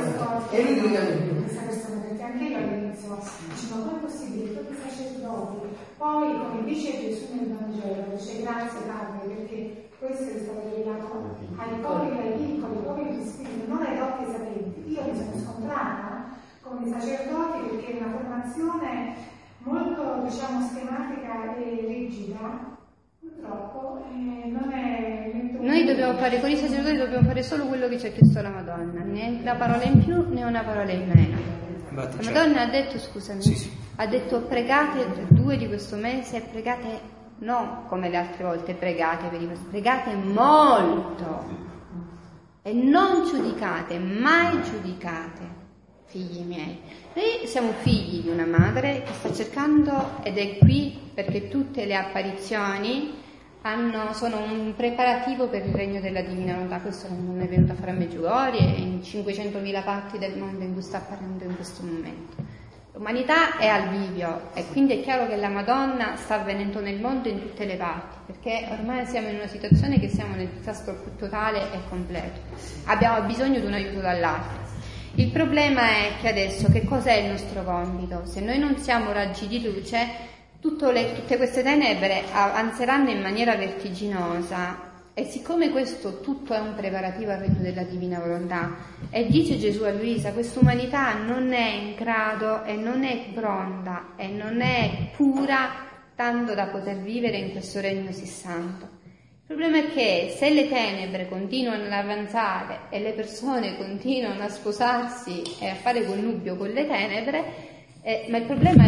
Speaker 4: è inutile che
Speaker 6: perché anche io all'inizio dicevo come è possibile tutti i sacerdoti, poi come dice Gesù nel Vangelo dice grazie Padre perché questo è stato rivelato ai poveri, ai piccoli, ai poveri di spirito, non ai dotti e sapenti. Io mi sono scontrata con i sacerdoti perché è una formazione molto diciamo schematica e rigida. Purtroppo eh, non è.
Speaker 1: Noi dobbiamo fare con i sacerdoti, dobbiamo fare solo quello che ci ha chiesto la Madonna, né una parola in più né una parola in meno. La Madonna ha detto, scusami,
Speaker 3: sì, sì.
Speaker 1: ha detto pregate per due di questo mese, pregate non come le altre volte, pregate per i vostri, pregate molto e non giudicate, mai giudicate, figli miei. Noi siamo figli di una madre che sta cercando ed è qui perché tutte le apparizioni hanno, sono un preparativo per il regno della divina volontà. Questo non è venuto a fare a Medjugorje e in cinquecentomila parti del mondo in cui sta apparendo in questo momento. L'umanità è al bivio e quindi è chiaro che la Madonna sta avvenendo nel mondo in tutte le parti, perché ormai siamo in una situazione che siamo nel disastro totale e completo. Abbiamo bisogno di un aiuto dall'alto. Il problema è che adesso che cos'è il nostro compito? Se noi non siamo raggi di luce, le, tutte queste tenebre avanzeranno in maniera vertiginosa e siccome questo tutto è un preparativo al regno della divina volontà e dice Gesù a Luisa, questa umanità non è in grado e non è pronta e non è pura tanto da poter vivere in questo regno sì santo. Il problema è che se le tenebre continuano ad avanzare e le persone continuano a sposarsi e a fare connubio con le tenebre, eh, ma il problema è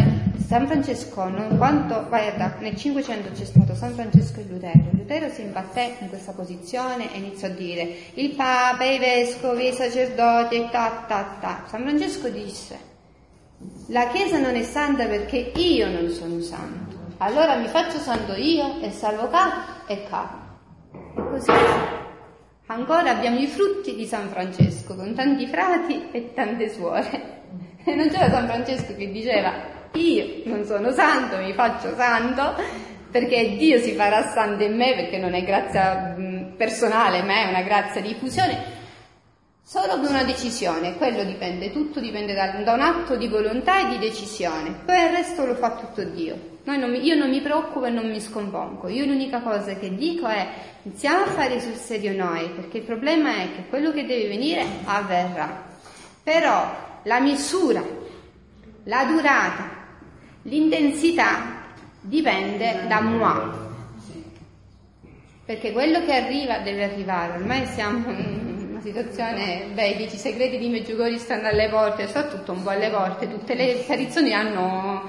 Speaker 1: San Francesco, non quanto, guarda, nel Cinquecento c'è stato San Francesco e Lutero. Lutero si imbatté in questa posizione e iniziò a dire il Papa, i vescovi, i sacerdoti, ta ta ta. San Francesco disse: la Chiesa non è santa perché io non sono santo. Allora mi faccio santo io e salvo capo e capo. E così ancora abbiamo i frutti di San Francesco, con tanti frati e tante suore. E non c'era San Francesco che diceva io non sono santo, mi faccio santo perché Dio si farà santo in me, perché non è grazia personale ma è una grazia di fusione, solo con una decisione. Quello dipende, tutto dipende da, da un atto di volontà e di decisione, poi il resto lo fa tutto Dio. Noi non mi, io non mi preoccupo e non mi scompongo, io l'unica cosa che dico è iniziamo a fare sul serio noi, perché il problema è che quello che deve venire avverrà, però la misura, la durata, l'intensità dipende da moi, perché quello che arriva deve arrivare. Ormai siamo in una situazione, beh, i dieci segreti di Medjugorje stanno alle porte, sta tutto un po' alle porte, tutte le apparizioni hanno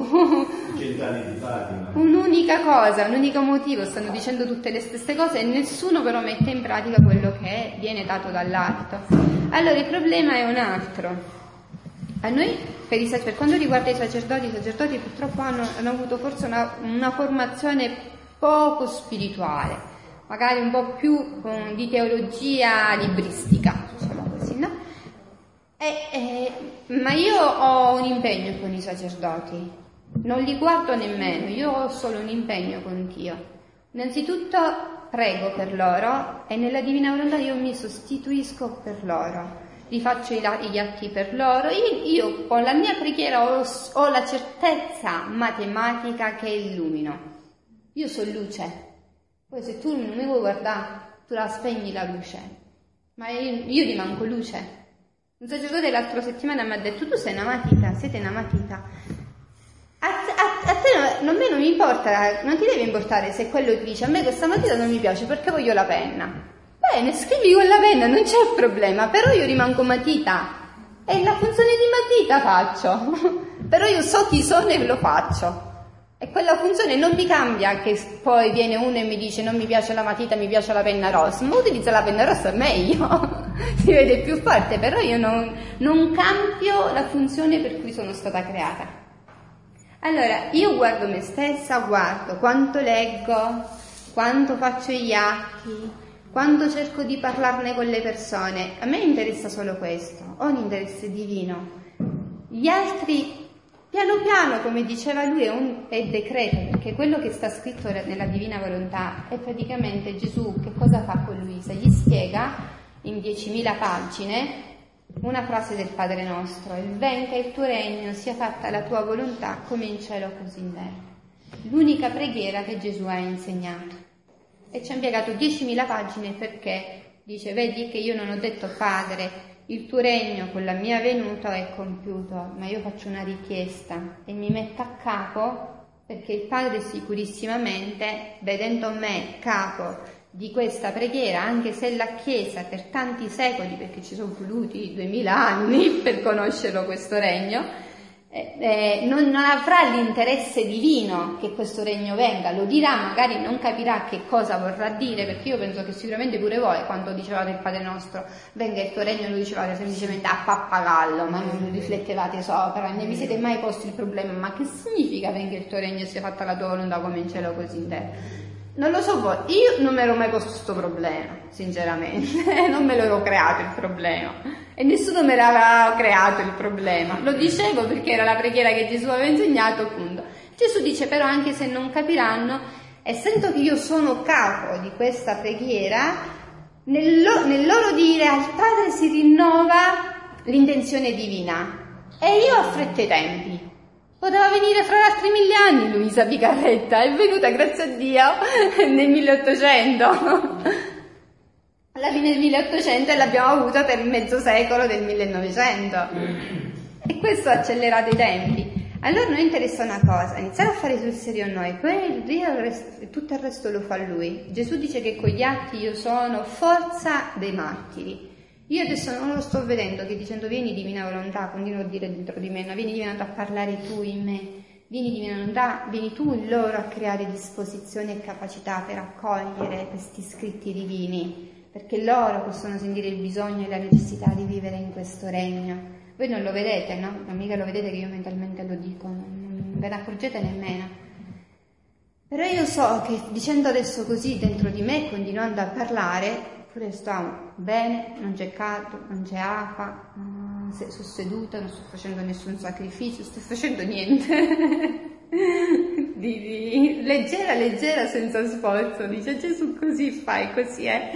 Speaker 1: un'unica cosa, un unico motivo, stanno dicendo tutte le stesse cose e nessuno però mette in pratica quello che viene dato dall'alto. Allora il problema è un altro. A noi, per, i, per quanto riguarda i sacerdoti, i sacerdoti purtroppo hanno, hanno avuto forse una, una formazione poco spirituale, magari un po' più um, di teologia libristica, diciamo così, no? E, e, ma io ho un impegno con i sacerdoti, non li guardo nemmeno, io ho solo un impegno con Dio. Innanzitutto prego per loro e nella Divina Volontà io mi sostituisco per loro. Rifaccio gli atti per loro, io, io con la mia preghiera ho, ho la certezza matematica che illumino. Io sono luce, poi se tu non mi vuoi guardare, tu la spegni la luce, ma io, io rimango luce. Un sacerdote l'altra settimana mi ha detto: tu sei una matita, siete una matita. A, a, a te non, me non mi importa, non ti deve importare se quello ti dice a me questa matita non mi piace perché voglio la penna. Bene, scrivi con la penna, non c'è il problema, però io rimango matita e la funzione di matita faccio, però io so chi sono e lo faccio e quella funzione non mi cambia che poi viene uno e mi dice non mi piace la matita, mi piace la penna rossa, ma utilizza la penna rossa meglio, si vede più forte, però io non, non cambio la funzione per cui sono stata creata. Allora, io guardo me stessa, guardo quanto leggo, quanto faccio gli atti, quando cerco di parlarne con le persone. A me interessa solo questo, ho un interesse divino. Gli altri, piano piano, come diceva lui, è, un, è decreto, perché quello che sta scritto nella Divina Volontà è praticamente Gesù che cosa fa con Luisa? Gli spiega in diecimila pagine una frase del Padre nostro: il venga il tuo regno, sia fatta la tua volontà come in cielo così in terra. L'unica preghiera che Gesù ha insegnato. E ci ha impiegato diecimila pagine perché dice: vedi che io non ho detto Padre, il tuo regno con la mia venuta è compiuto, ma io faccio una richiesta e mi metto a capo, perché il Padre sicurissimamente, vedendo me capo di questa preghiera, anche se la Chiesa per tanti secoli, perché ci sono voluti duemila anni per conoscerlo questo regno, Eh, eh, non, non avrà l'interesse divino che questo regno venga, lo dirà, magari non capirà che cosa vorrà dire, perché io penso che sicuramente pure voi quando dicevate il Padre nostro venga il tuo regno lo dicevate semplicemente a pappagallo, ma non riflettevate sopra, ne vi siete mai posti il problema: ma che significa venga il tuo regno e sia fatta la tua volontà come in cielo così in terra? Non lo so voi, io non me l'ho mai posto questo problema, sinceramente, non me l'ero creato il problema e nessuno me l'aveva creato il problema, lo dicevo perché era la preghiera che Gesù aveva insegnato, appunto. Gesù dice però anche se non capiranno, essendo che io sono capo di questa preghiera, nel, lo, nel loro dire al Padre si rinnova l'intenzione divina e io affretto i tempi. Poteva venire fra altri mille anni Luisa Picarretta, è venuta grazie a Dio nel milleottocento, alla fine del milleottocento, e l'abbiamo avuta per mezzo secolo del millenovecento e questo ha accelerato i tempi. Allora noi interessa una cosa, iniziare a fare sul serio noi, poi il resto, tutto il resto lo fa lui. Gesù dice che con gli atti io sono forza dei martiri. Io adesso non lo sto vedendo che dicendo vieni divina volontà, continuo a dire dentro di me, no, vieni divina volontà a parlare tu in me, vieni divina volontà, vieni tu loro a creare disposizioni e capacità per accogliere questi scritti divini, perché loro possono sentire il bisogno e la necessità di vivere in questo regno. Voi non lo vedete, no? Non mica lo vedete che io mentalmente lo dico, non ve ne accorgete nemmeno. Però io so che dicendo adesso così dentro di me, continuando a parlare, pure sto bene, non c'è caldo, non c'è afa, sono seduta, non sto facendo nessun sacrificio, sto facendo niente. di, di, leggera, leggera, senza sforzo, dice Gesù, così fai, così è.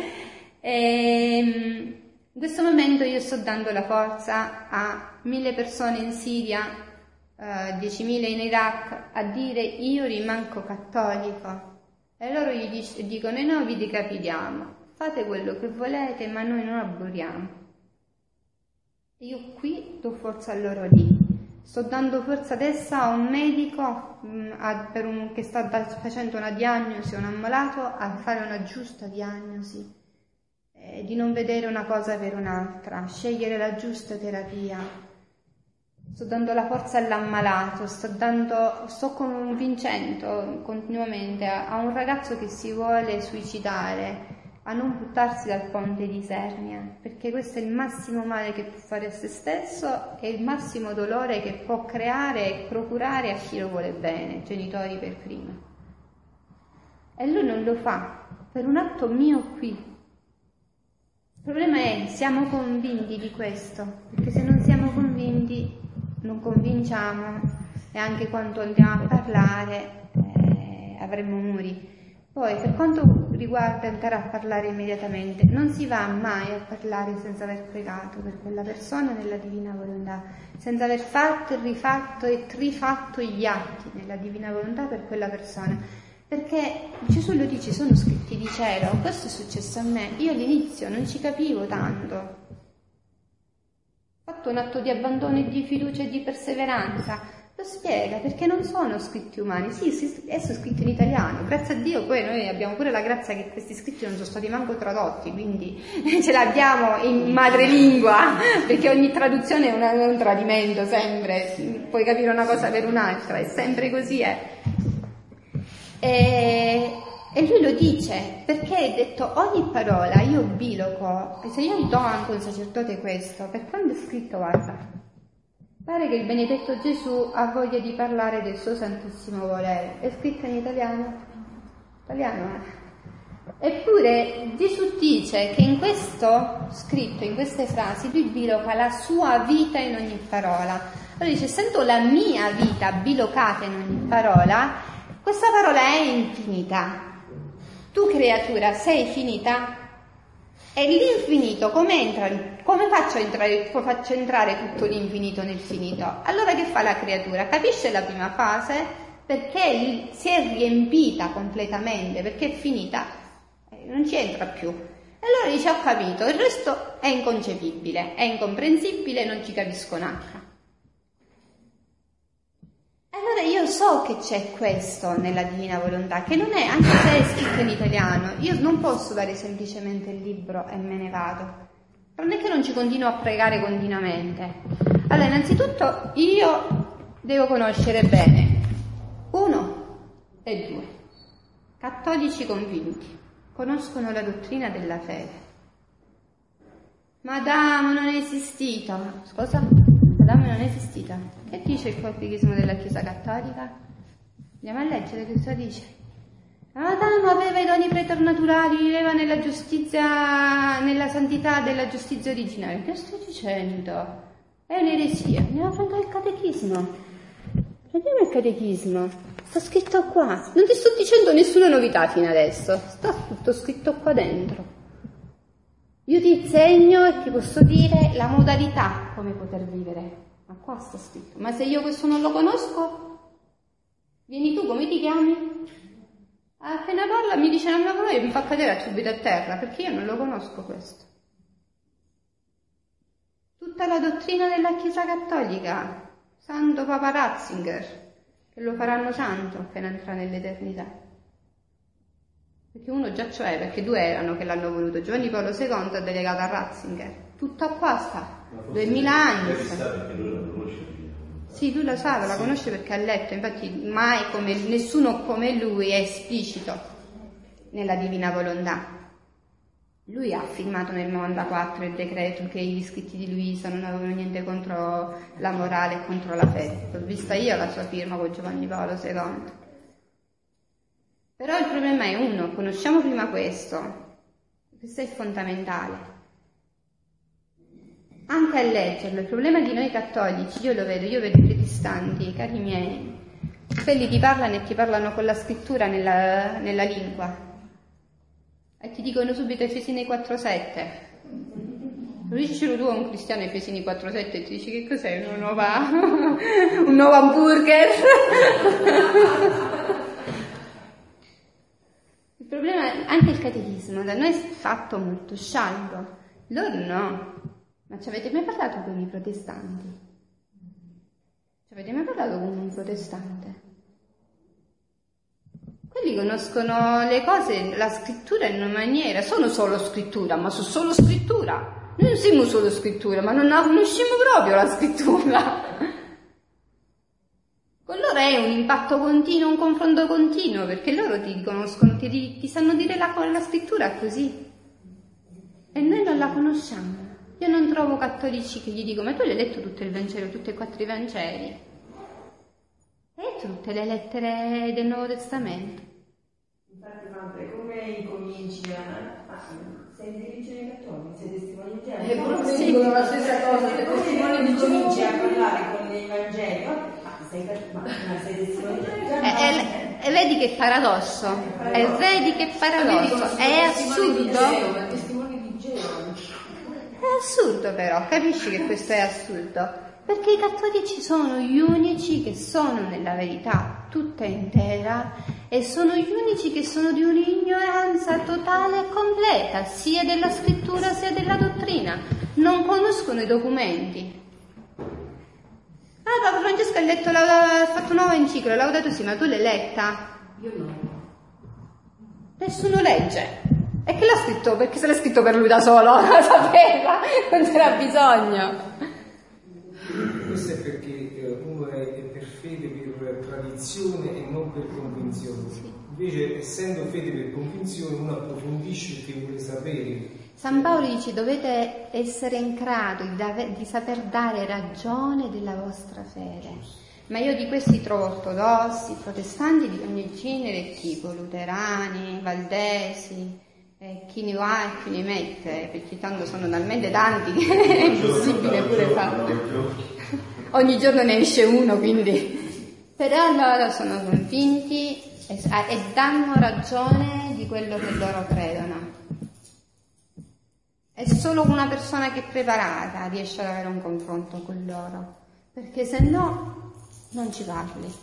Speaker 1: E, in questo momento io sto dando la forza a mille persone in Siria, uh, diecimila in Iraq, a dire io rimango cattolico. E loro gli dic- dicono e noi vi decapiamo, fate quello che volete ma noi non abboriamo. E io qui do forza a loro lì. Sto dando forza adesso a un medico mh, a, per un, che sta da, facendo una diagnosi a un ammalato a fare una giusta diagnosi. Di non vedere una cosa per un'altra, scegliere la giusta terapia. Sto dando la forza all'ammalato, sto, dando, sto convincendo continuamente a, a un ragazzo che si vuole suicidare a non buttarsi dal ponte di Isernia, perché questo è il massimo male che può fare a se stesso e il massimo dolore che può creare e procurare a chi lo vuole bene, genitori per prima. E lui non lo fa per un atto mio qui. Il problema è, siamo convinti di questo, perché se non siamo convinti, non convinciamo e anche quando andiamo a parlare eh, avremo muri. Poi, per quanto riguarda andare a parlare immediatamente, non si va mai a parlare senza aver pregato per quella persona nella divina volontà, senza aver fatto e rifatto e rifatto gli atti nella divina volontà per quella persona. Perché Gesù lo dice, sono scritti di cielo, questo è successo a me, io all'inizio non ci capivo tanto, ho fatto un atto di abbandono e di fiducia e di perseveranza, lo spiega, perché non sono scritti umani, sì, sono scritti in italiano, grazie a Dio poi noi abbiamo pure la grazia che questi scritti non sono stati manco tradotti, quindi ce l'abbiamo in madrelingua, perché ogni traduzione è, una, è un tradimento sempre, puoi capire una cosa per un'altra, è sempre così, è. E, e lui lo dice perché ha detto ogni parola io biloco, e se io do anche a un sacerdote questo, per quando è scritto, guarda, pare che il benedetto Gesù ha voglia di parlare del suo santissimo volere, è scritto in italiano? Italiano, eh? Eppure Gesù dice che in questo scritto, in queste frasi, lui biloca la sua vita in ogni parola. Allora dice, essendo la mia vita bilocata in ogni parola, questa parola è infinita. Tu creatura sei finita? E l'infinito come entra? Come faccio a entrare, faccio entrare tutto l'infinito nel finito? Allora che fa la creatura? Capisce la prima fase perché si è riempita completamente, perché è finita, non ci entra più. E allora dice ho capito, il resto è inconcepibile, è incomprensibile, non ci capisco un'altra. Allora io so che c'è questo nella divina volontà, che non è, anche se è scritto in italiano, io non posso dare semplicemente il libro e me ne vado. Non è che non ci continuo a pregare continuamente. Allora, innanzitutto io devo conoscere bene uno e due. Cattolici convinti, conoscono la dottrina della fede. Madame non è esistita. Scusa? Madame non è esistita. Che dice il catechismo della Chiesa Cattolica? Andiamo a leggere che cosa dice. Adamo aveva i doni preternaturali, viveva nella giustizia, nella santità della giustizia originale. Che stai dicendo? È un'eresia. Andiamo a prendere il catechismo. Prendiamo il catechismo. Sta scritto qua. Non ti sto dicendo nessuna novità fino adesso. Sta tutto scritto qua dentro. Io ti insegno e ti posso dire la modalità come poter vivere. Ma qua sta scritto. Ma se io questo non lo conosco, vieni tu, come ti chiami? Appena parla mi dice la mia parola e mi fa cadere subito a terra, perché io non lo conosco questo. Tutta la dottrina della Chiesa Cattolica, Santo Papa Ratzinger, che lo faranno santo appena entra nell'eternità. Perché uno già c'è, perché due erano che l'hanno voluto. Giovanni Paolo secondo è delegato a Ratzinger. Tutto qua sta, duemila anni. Sta. Sì, lui lo sa, la conosce perché ha letto, infatti mai come, nessuno come lui è esplicito nella divina volontà. Lui ha firmato nel novantaquattro il decreto che gli scritti di Luisa non avevano niente contro la morale e contro la fede. L'ho vista io la sua firma con Giovanni Paolo secondo. Però il problema è uno, conosciamo prima questo, questo è fondamentale. Anche a leggerlo, il problema di noi cattolici, io lo vedo, io vedo i protestanti, cari miei, quelli ti parlano e ti parlano con la scrittura nella, nella lingua. E ti dicono subito Efesini quattro sette. Lo dici tu a un cristiano Efesini quattro sette e ti dici che cos'è? Una nuova, un nuovo hamburger? Il problema è anche il catechismo, da noi è fatto molto scialbo, loro no. Ma ci avete mai parlato con i protestanti? Ci avete mai parlato con un protestante? Quelli conoscono le cose, la scrittura in una maniera, sono solo scrittura, ma sono solo scrittura. Noi non siamo solo scrittura, ma non la conosciamo proprio la scrittura. Con loro è un impatto continuo, un confronto continuo, perché loro ti conoscono, ti, ti sanno dire la, la scrittura così. E noi non la conosciamo. Io non trovo cattolici che gli dico, ma tu hai letto tutto il Vangelo, tutti e quattro i Vangeli? Hai letto tutte le lettere del Nuovo Testamento?
Speaker 7: Infatti, madre, come incominci a... Ah, sei dirigente cattolico, sei testimone di Gesù? E proprio
Speaker 1: sì.
Speaker 7: Dicono la stessa cosa, se testimone di cominci a parlare con i Vangeli, ah, sei, ma, sei testimone di Gesù?
Speaker 1: E, e, e vedi che paradosso, e vedi che paradosso, è assurdo. È assurdo però, capisci che questo è assurdo? Perché i cattolici sono gli unici che sono nella verità tutta intera e sono gli unici che sono di un'ignoranza totale e completa, sia della scrittura sia della dottrina. Non conoscono i documenti. Ah, Papa Francesco ha letto, la, ha fatto una nuova enciclica, Laudato Si, ma tu l'hai letta?
Speaker 2: Io no.
Speaker 1: Nessuno legge. E che l'ha scritto? Perché se l'ha scritto per lui da solo, lo sapeva, non c'era bisogno.
Speaker 8: Questo è perché uno è per fede, per tradizione e non per convinzione. Invece, essendo fede per convinzione, uno approfondisce il che vuole sapere.
Speaker 1: San Paolo dice: dovete essere in grado di, di saper dare ragione della vostra fede. Ma io di questi trovo ortodossi, protestanti di ogni genere e tipo, luterani, valdesi, eh, chi ne va e chi ne mette, perché tanto sono talmente tanti che è impossibile pure farlo. Ogni giorno ne esce uno, quindi. Però loro sono convinti e, e danno ragione di quello che loro credono. È solo una persona che è preparata riesce ad avere un confronto con loro, perché se no non ci parli.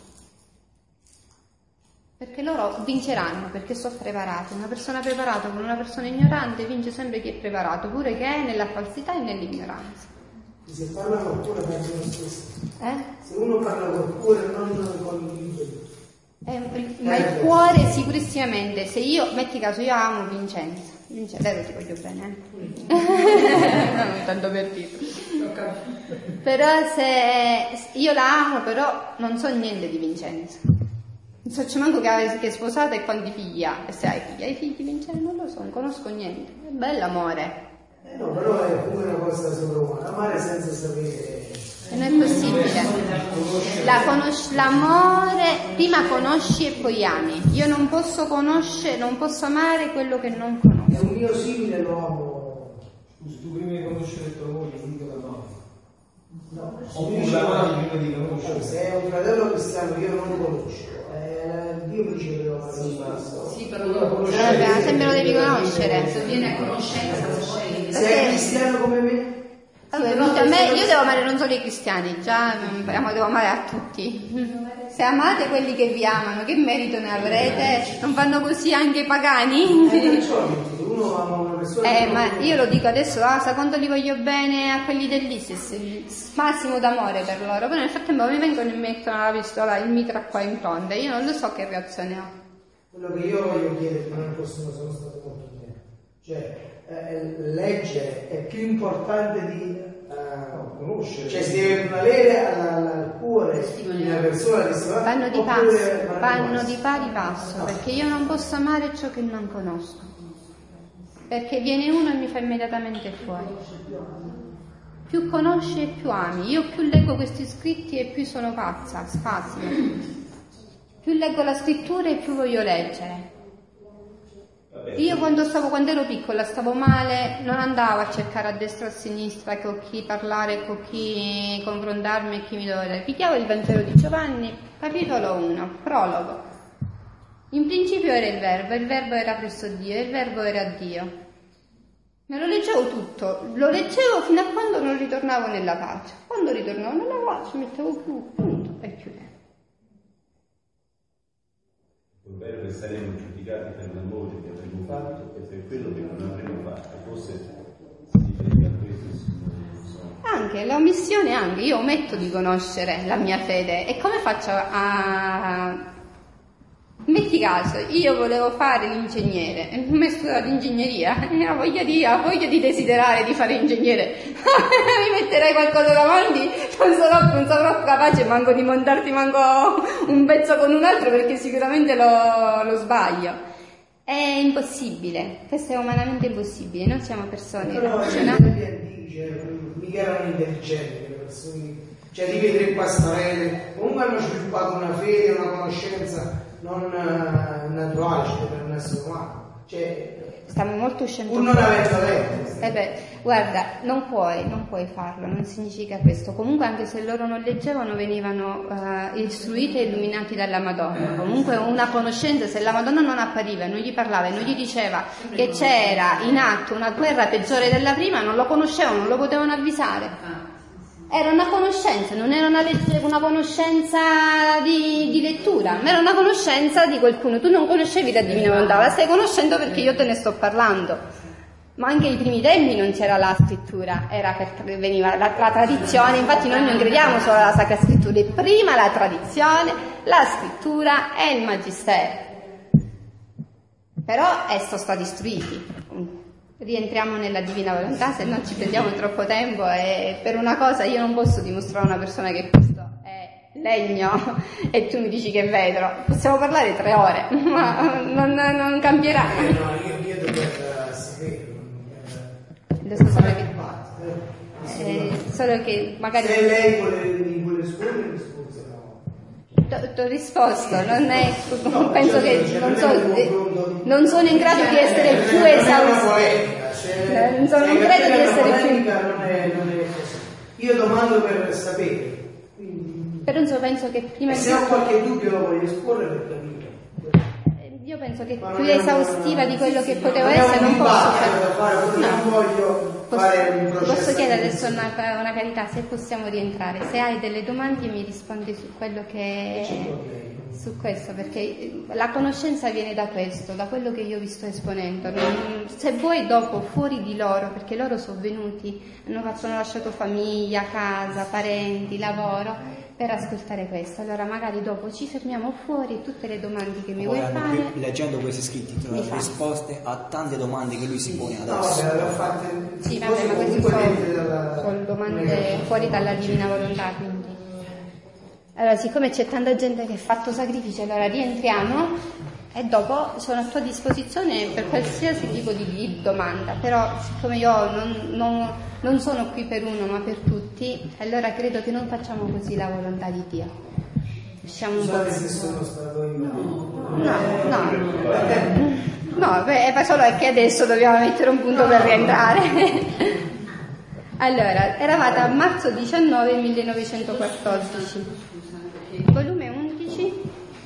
Speaker 1: Perché loro vinceranno, perché sono preparati. Una persona preparata con una persona ignorante vince sempre chi è preparato, pure che è nella falsità e nell'ignoranza.
Speaker 4: Se parla col cuore pensa lo stesso.
Speaker 1: Eh?
Speaker 4: Se uno parla col cuore non con il libro.
Speaker 1: Eh, ma il cuore sicuramente, se io, metti caso, io amo Vincenzo. Vincenzo, dai, ti voglio bene, eh? Non tanto per dire. Però se io la amo, però non so niente di Vincenzo. Non so manco che è sposata e quanti figli ha. E se hai figli, hai figli Vincenzo? Non lo so, non conosco niente. È bello amore.
Speaker 4: Eh no, però è come una cosa sovrumana, amare senza sapere.
Speaker 1: E non è possibile. La conosci- l'amore, prima conosci e poi ami. Io non posso conoscere, non posso amare quello che non conosco.
Speaker 4: È un mio simile, lo amo.
Speaker 8: Scusi, tu prima di conoscere tua moglie, dico la no.
Speaker 4: No,
Speaker 8: Oppure la mano prima di conoscere.
Speaker 4: se è un fratello cristiano io non lo conosco. Dio mi dice che devo fare un passo.
Speaker 2: Sì, però lo
Speaker 1: Vabbè, sempre lo devi conoscere.
Speaker 2: Se viene a conoscenza, poi...
Speaker 4: Se è cristiano come me?
Speaker 1: Vabbè, a me, io devo amare non solo i cristiani, già devo amare a tutti. Se amate quelli che vi amano, che merito ne avrete? Non fanno così anche i pagani?
Speaker 4: Uno ama una persona.
Speaker 1: Eh, ma io lo dico adesso, ah, sa quanto li voglio bene a quelli dell'ISIS, il massimo d'amore per loro. Poi nel frattempo mi vengono e mettono la pistola, il mitra qua in fronte, io non lo so che reazione ho.
Speaker 4: Quello che io voglio chiedere, ma nel prossimo sono stato molto chiaro. Cioè, eh, leggere è più importante di eh, uh,
Speaker 8: conoscere.
Speaker 4: Cioè si deve valere al, al cuore di una persona che si va.
Speaker 1: Vanno di passo, vanno di pari passo, perché io non posso amare ciò che non conosco. Perché viene uno e mi fa immediatamente fuori. Più conosci e più ami. Io più leggo questi scritti e più sono pazza, spasimo. Più leggo la scrittura e più voglio leggere. Io quando stavo, quando ero piccola, stavo male, non andavo a cercare a destra e a sinistra con chi parlare, con chi confrontarmi e chi mi doveva. Pigliavo il Vangelo di Giovanni, capitolo uno, prologo. In principio era il Verbo, il Verbo era presso Dio, e il Verbo era Dio. Me lo leggevo tutto, lo leggevo fino a quando non ritornavo nella pace. Quando ritornavo nella pace mettevo più, punto, e chiudevo.
Speaker 5: È vero che saremo giudicati per l'amore che avremo fatto e per quello che non avremo fatto. Forse si riferisce a questo.
Speaker 1: Anche l'omissione, anche io ometto di conoscere la mia fede. E come faccio a... Metti caso, io volevo fare l'ingegnere, mi ho studiato ingegneria, e ho voglia di, ho voglia di desiderare di fare ingegnere. Mi metterai qualcosa davanti, non sarò, non sarò capace manco di montarti manco un pezzo con un altro, perché sicuramente lo, lo sbaglio. È impossibile, questo è umanamente impossibile, noi siamo persone razionali.
Speaker 4: Mica erano intelligenti le persone, cioè di vedere qua starelle, comunque hanno sviluppato una fede, una conoscenza non uh, naturale, cioè per un essere umano, cioè
Speaker 1: stiamo molto scendendo.
Speaker 4: Pur non avendo letto.
Speaker 1: Eh beh, guarda, non puoi, non puoi farlo, non significa questo. Comunque anche se loro non leggevano venivano uh, istruiti e illuminati dalla Madonna. Comunque una conoscenza, se la Madonna non appariva, non gli parlava e non gli diceva che c'era in atto una guerra peggiore della prima, non lo conoscevano, non lo potevano avvisare. Era una conoscenza, non era una, legge, una conoscenza di, di lettura, ma era una conoscenza di qualcuno. Tu non conoscevi la Divina Volontà, la stai conoscendo perché io te ne sto parlando. Ma anche ai primi tempi non c'era la scrittura, era perché veniva la, la tradizione. Infatti noi non crediamo solo alla Sacra Scrittura, è prima la tradizione, la scrittura e il magistero. Però sono stati istruiti. Rientriamo nella Divina Volontà, se no ci prendiamo troppo tempo, e per una cosa io non posso dimostrare a una persona che questo è legno e tu mi dici che è vetro. Possiamo parlare tre ore, ma non, non cambierà.
Speaker 4: Eh, no, io chiedo per sapere.
Speaker 1: Lo so solo che, eh, solo che magari...
Speaker 4: Se lei vuole, vuole rispondere, risposta no.
Speaker 1: Ti ho risposto, non è, no, penso che non, so, non sono in grado di essere più esaustivo. Non sono in grado di essere più.
Speaker 4: Non è, non è così. Io domando per sapere. Quindi...
Speaker 1: Però insomma, penso che prima
Speaker 4: di... Se ho qualche dubbio lo voglio esporre per capire.
Speaker 1: Io penso che più esaustiva di quello che potevo essere non posso fare.
Speaker 4: Non voglio fare un processo.
Speaker 1: Posso chiedere adesso una, una carità, se possiamo rientrare, se hai delle domande mi rispondi su quello che su questo, perché la conoscenza viene da questo, da quello che io vi sto esponendo. Non, se vuoi dopo fuori di loro, perché loro sono venuti, hanno, fatto, hanno lasciato famiglia, casa, parenti, lavoro per ascoltare questo, allora magari dopo ci fermiamo fuori e tutte le domande che mi vuoi fare,
Speaker 3: leggendo questi scritti trovi risposte a tante domande che lui si pone adesso.
Speaker 4: No, l'ho fatte.
Speaker 1: Sì, vabbè, ma queste sono, dalla... sono domande fuori dalla Divina Volontà, quindi. Allora, siccome c'è tanta gente che ha fatto sacrifici, allora rientriamo e dopo sono a tua disposizione per qualsiasi tipo di, di domanda, però siccome io non, non, non sono qui per uno ma per tutti, allora credo che non facciamo così la volontà di Dio. Usciamo un po'.
Speaker 4: Se sono stato in...
Speaker 1: No, no, no, beh, è solo che adesso dobbiamo mettere un punto per rientrare. Allora, eravate a marzo diciannove millenovecentoquattordici, volume undici.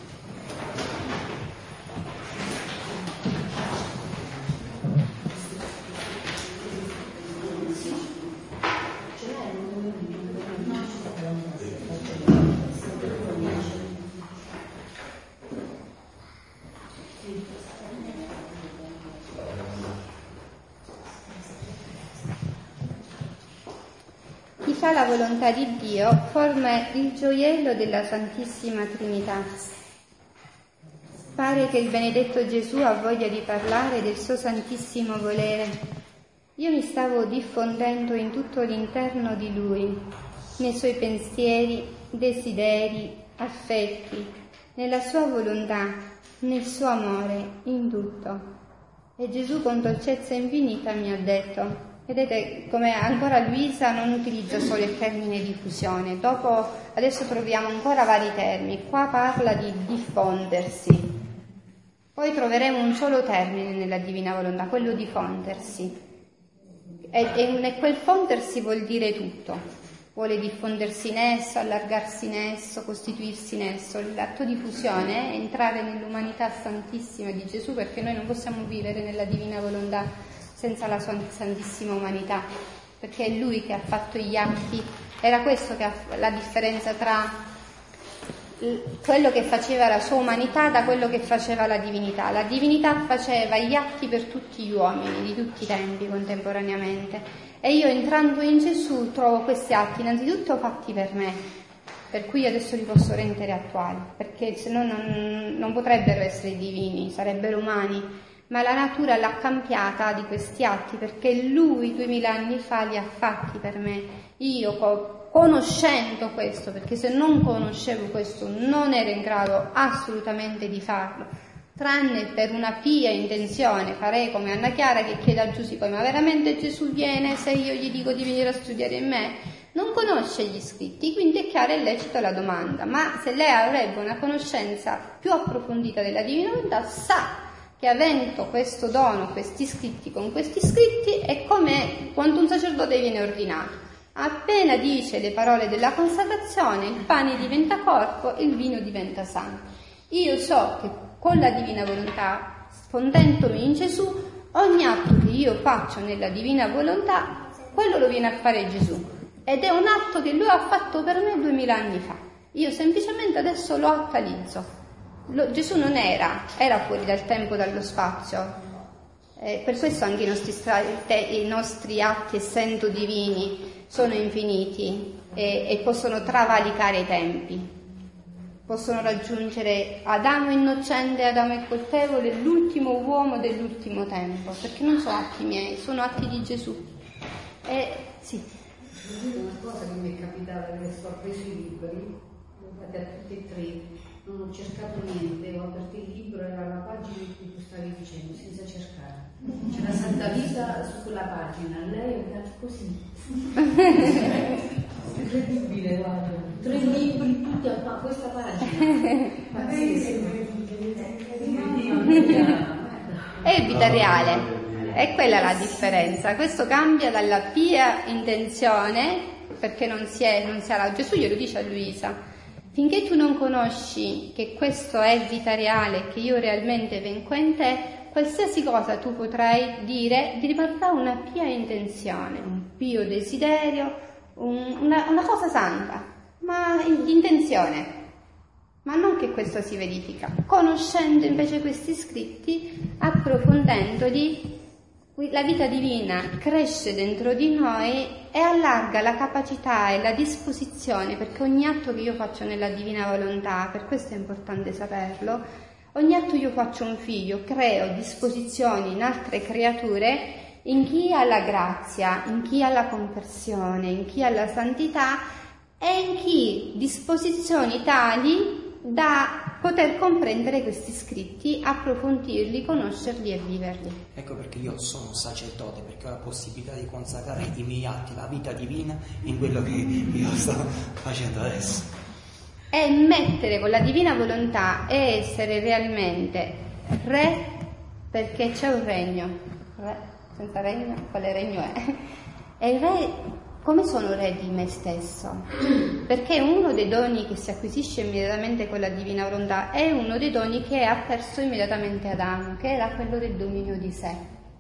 Speaker 1: Chi fa la volontà di Dio forma il gioiello della Santissima Trinità. Pare che il benedetto Gesù ha voglia di parlare del suo santissimo volere Io mi stavo diffondendo in tutto l'interno di lui, nei suoi pensieri, desideri, affetti, nella sua volontà, nel suo amore, in tutto. E Gesù con dolcezza infinita mi ha detto, vedete come ancora Luisa non utilizza solo il termine diffusione, dopo adesso troviamo ancora vari termini, qua parla di diffondersi, poi troveremo un solo termine nella Divina Volontà, quello di fondersi, e, e quel fondersi vuol dire tutto, vuole diffondersi in esso, allargarsi in esso, costituirsi in esso. L'atto di fusione è entrare nell'umanità santissima di Gesù, perché noi non possiamo vivere nella Divina Volontà senza la sua santissima umanità, perché è Lui che ha fatto gli atti. Era questo che ha la differenza tra quello che faceva la sua umanità da quello che faceva la divinità. La divinità faceva gli atti per tutti gli uomini di tutti i tempi contemporaneamente, e io entrando in Gesù trovo questi atti innanzitutto fatti per me, per cui io adesso li posso rendere attuali, perché se no non, non potrebbero essere divini, sarebbero umani, ma la natura l'ha cambiata di questi atti, perché Lui duemila anni fa li ha fatti per me. Io conoscendo questo, perché se non conoscevo questo non ero in grado assolutamente di farlo, tranne per una pia intenzione, farei come Anna Chiara che chiede a Giusy poi, ma veramente Gesù viene se io gli dico di venire a studiare in me? Non conosce gli scritti, quindi è chiara e lecita la domanda, ma se lei avrebbe una conoscenza più approfondita della Divina Volontà, sa che avendo questo dono, questi scritti con questi scritti, è come quando un sacerdote viene ordinato. Appena dice le parole della consacrazione, il pane diventa corpo, il vino diventa sangue. Io so che con la Divina Volontà, fondendomi in Gesù, ogni atto che io faccio nella Divina Volontà, quello lo viene a fare Gesù. Ed è un atto che Lui ha fatto per me duemila anni fa. Io semplicemente adesso lo attualizzo. Lo, Gesù non era, era fuori dal tempo, dallo spazio. Eh, per questo anche i nostri, i nostri atti, essendo divini, sono infiniti e, e possono travalicare i tempi, possono raggiungere Adamo innocente, Adamo incolpevole, l'ultimo uomo dell'ultimo tempo, perché non sono atti miei, sono atti di Gesù. E, sì.
Speaker 2: Una cosa che mi è capitata, che sto preso i libri, da tutti e tre, non ho cercato niente, ho aperto il libro, era la pagina in cui tu stavi dicendo, senza cercare. C'è la Santa Vita su quella pagina, lei è andata così. Incredibile, guarda. Tre libri tutti a questa pagina.
Speaker 1: È vita reale, è quella la differenza. Questo cambia dalla pia intenzione, perché non si è, non si ha. Gesù glielo dice a Luisa. Finché tu non conosci che questo è vita reale, che io realmente vengo in te, qualsiasi cosa tu potrai dire di riportare una pia intenzione, un pio desiderio, un, una, una cosa santa, ma di intenzione. Ma non che questo si verifica. Conoscendo invece questi scritti, approfondendoli, la vita divina cresce dentro di noi e allarga la capacità e la disposizione, perché ogni atto che io faccio nella Divina Volontà, per questo è importante saperlo, ogni atto io faccio un figlio, creo disposizioni in altre creature, in chi ha la grazia, in chi ha la conversione, in chi ha la santità e in chi disposizioni tali da poter comprendere questi scritti, approfondirli, conoscerli e viverli.
Speaker 3: Ecco perché io sono sacerdote, perché ho la possibilità di consacrare i miei atti, la vita divina, in quello che io sto facendo adesso.
Speaker 1: E mettere con la Divina Volontà e essere realmente re, perché c'è un regno. Re, senza regno, quale regno è? E il re, come sono re di me stesso? Perché uno dei doni che si acquisisce immediatamente con la Divina Volontà è uno dei doni che ha perso immediatamente Adamo, che era quello del dominio di sé.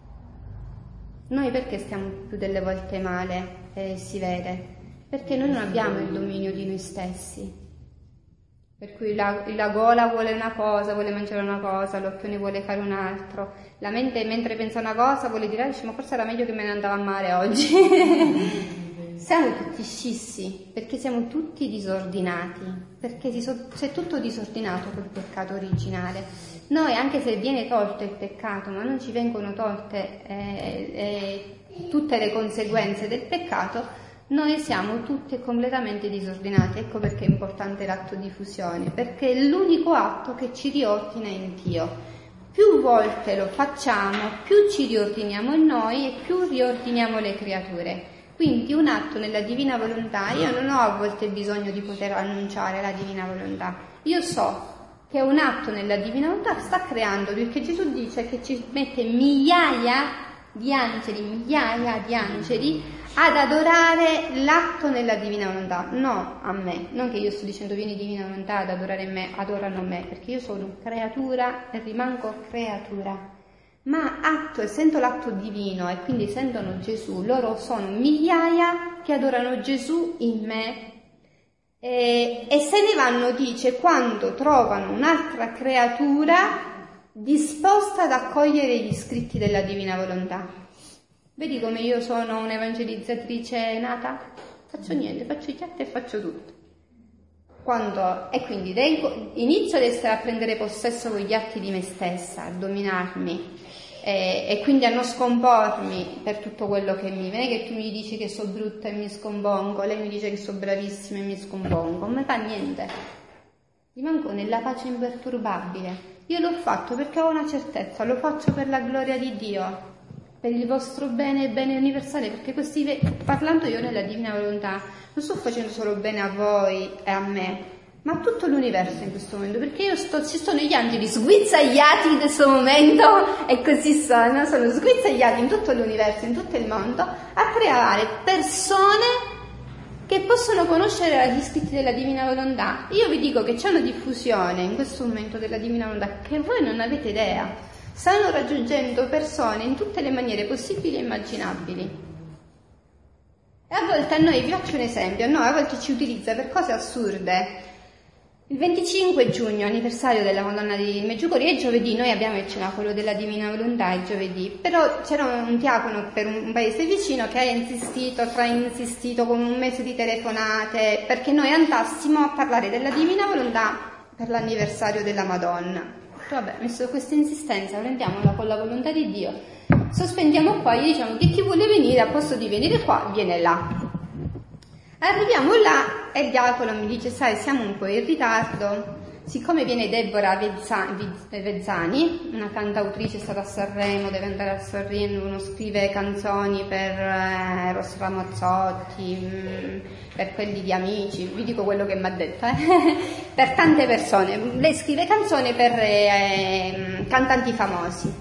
Speaker 1: Noi perché stiamo più delle volte male, eh, si vede? Perché noi non abbiamo il dominio di noi stessi. Per cui la, la gola vuole una cosa, vuole mangiare una cosa, l'occhio ne vuole fare un altro, la mente mentre pensa una cosa vuole dire, dice, ma forse era meglio che me ne andavo a mare oggi. Siamo tutti scissi, perché siamo tutti disordinati, perché c'è tutto disordinato col peccato originale. Noi, anche se viene tolto il peccato, ma non ci vengono tolte eh, eh, tutte le conseguenze del peccato, noi siamo tutti completamente disordinati. Ecco perché è importante l'atto di fusione, perché è l'unico atto che ci riordina in Dio. Più volte lo facciamo, più ci riordiniamo in noi e più riordiniamo le creature. Quindi un atto nella divina volontà, io non ho a volte bisogno di poter annunciare la divina volontà, io so che un atto nella divina volontà sta creando, perché Gesù dice che ci mette migliaia di angeli, migliaia di angeli ad adorare l'atto nella divina volontà, no a me, non che io sto dicendo vieni divina volontà ad adorare me, adorano me, perché io sono creatura e rimango creatura, ma atto, essendo l'atto divino e quindi essendo Gesù, loro sono migliaia che adorano Gesù in me. E, e se ne vanno, dice, quando trovano un'altra creatura disposta ad accogliere gli scritti della divina volontà. Vedi come io sono un'evangelizzatrice nata? Faccio niente, faccio i chiatti e faccio tutto. Quando, e quindi inizio ad essere a prendere possesso con gli atti di me stessa, a dominarmi e, e quindi a non scompormi per tutto quello che mi viene, che tu mi dici che sono brutta e mi scombongo, lei mi dice che sono bravissima e mi scombongo, non mi fa niente, rimango nella pace imperturbabile. Io l'ho fatto perché ho una certezza, lo faccio per la gloria di Dio, per il vostro bene e bene universale, perché questi, parlando io nella divina volontà, non sto facendo solo bene a voi e a me, ma a tutto l'universo in questo momento, perché io sto, ci sono gli angeli sguizzagliati in questo momento, e così sono, sono sguizzagliati in tutto l'universo, in tutto il mondo, a creare persone che possono conoscere gli scritti della divina volontà. Io vi dico che c'è una diffusione in questo momento della divina volontà che voi non avete idea. Stanno raggiungendo persone in tutte le maniere possibili e immaginabili. E a volte a noi, vi faccio un esempio, a noi a volte ci utilizza per cose assurde. Il venticinque giugno, anniversario della Madonna di Meggiugorje, è giovedì, noi abbiamo il cenacolo della Divina Volontà il giovedì, però c'era un diacono per un paese vicino che ha insistito, tra insistito con un mese di telefonate, perché noi andassimo a parlare della Divina Volontà per l'anniversario della Madonna. Vabbè, messo questa insistenza, prendiamola con la volontà di Dio, sospendiamo qua, gli diciamo che chi vuole venire, a posto di venire qua, viene là. Arriviamo là e il diacono mi dice, sai, siamo un po' in ritardo, siccome viene Deborah Vezzani, una cantautrice, è stata a Sanremo, deve andare a Sanremo, uno scrive canzoni per eh, Eros Ramazzotti, mh, per quelli di Amici, vi dico quello che mi ha detto, eh? Per tante persone, lei scrive canzoni per eh, cantanti famosi.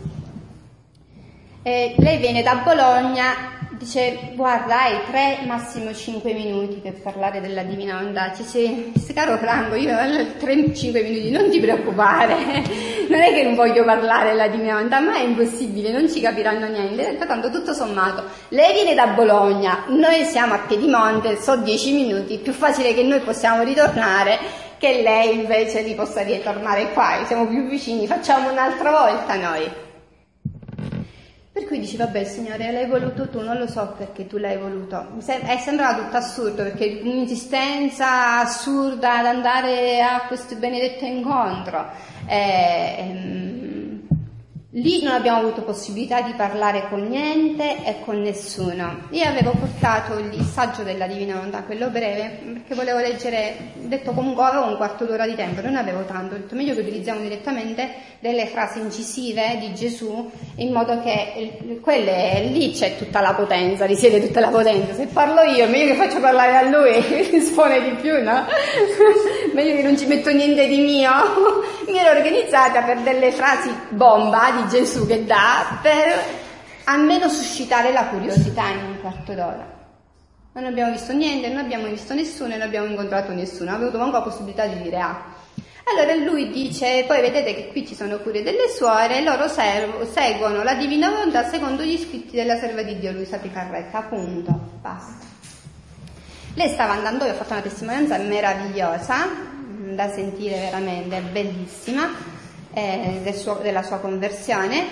Speaker 1: E lei viene da Bologna, dice, guarda, hai tre, massimo cinque minuti per parlare della Divina Volontà. Dice, caro Franco, io ho tre cinque minuti, non ti preoccupare, non è che non voglio parlare della Divina Volontà, ma è impossibile, non ci capiranno niente. Tanto tutto sommato, lei viene da Bologna, noi siamo a Piedimonte, so dieci minuti, più facile che noi possiamo ritornare che lei invece li possa ritornare qua, siamo più vicini, facciamo un'altra volta noi. Per cui dici, vabbè Signore, l'hai voluto tu, non lo so perché tu l'hai voluto. Mi sem- è sembrato tutto assurdo, perché un'insistenza assurda ad andare a questo benedetto incontro. Eh, ehm, lì non abbiamo avuto possibilità di parlare con niente e con nessuno. Io avevo portato il saggio della Divina Volontà, quello breve, perché volevo leggere, detto comunque avevo un quarto d'ora di tempo, non avevo tanto, ho detto meglio che utilizziamo direttamente delle frasi incisive di Gesù, in modo che quelle, lì c'è tutta la potenza, risiede tutta la potenza. Se parlo io, meglio che faccio parlare a lui, rispone di più, no? Meglio che non ci metto niente di mio. Mi ero organizzata per delle frasi bomba di Gesù che dà, per almeno suscitare la curiosità in un quarto d'ora. Non abbiamo visto niente, non abbiamo visto nessuno, non abbiamo incontrato nessuno, avevo manco la possibilità di dire ah. Allora lui dice, poi vedete che qui ci sono pure delle suore, e loro servo, seguono la Divina Volontà secondo gli scritti della serva di Dio Luisa Picarretta, punto, basta. Lei stava andando, io ho fatto una testimonianza meravigliosa, da sentire veramente, bellissima, eh, del suo, della sua conversione,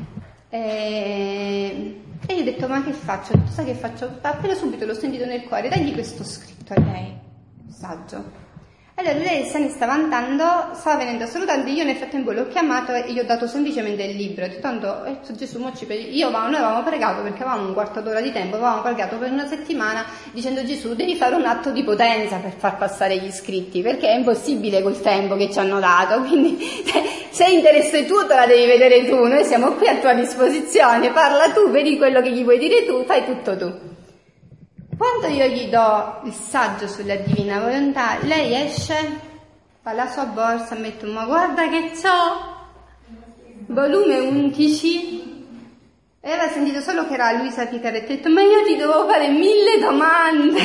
Speaker 1: eh, e io ho detto, ma che faccio? Tu sai che faccio? Appena subito l'ho sentito nel cuore, dagli questo scritto a lei, saggio. Allora lei se ne stava andando, stava venendo a salutare, io nel frattempo l'ho chiamato e gli ho dato semplicemente il libro, ho detto tanto eh, Gesù mo ci preghi. Io noi avevamo pregato perché avevamo un quarto d'ora di tempo, avevamo pregato per una settimana dicendo Gesù devi fare un atto di potenza per far passare gli iscritti, perché è impossibile col tempo che ci hanno dato, quindi se interesse tu te la devi vedere tu, noi siamo qui a tua disposizione, parla tu, vedi quello che gli vuoi dire tu, fai tutto tu. Quando io gli do il saggio sulla divina volontà, lei esce, fa la sua borsa, mette ma guarda che c'ho, volume undici, e aveva sentito solo che era Luisa Picaretti, ha detto ma io ti devo fare mille domande.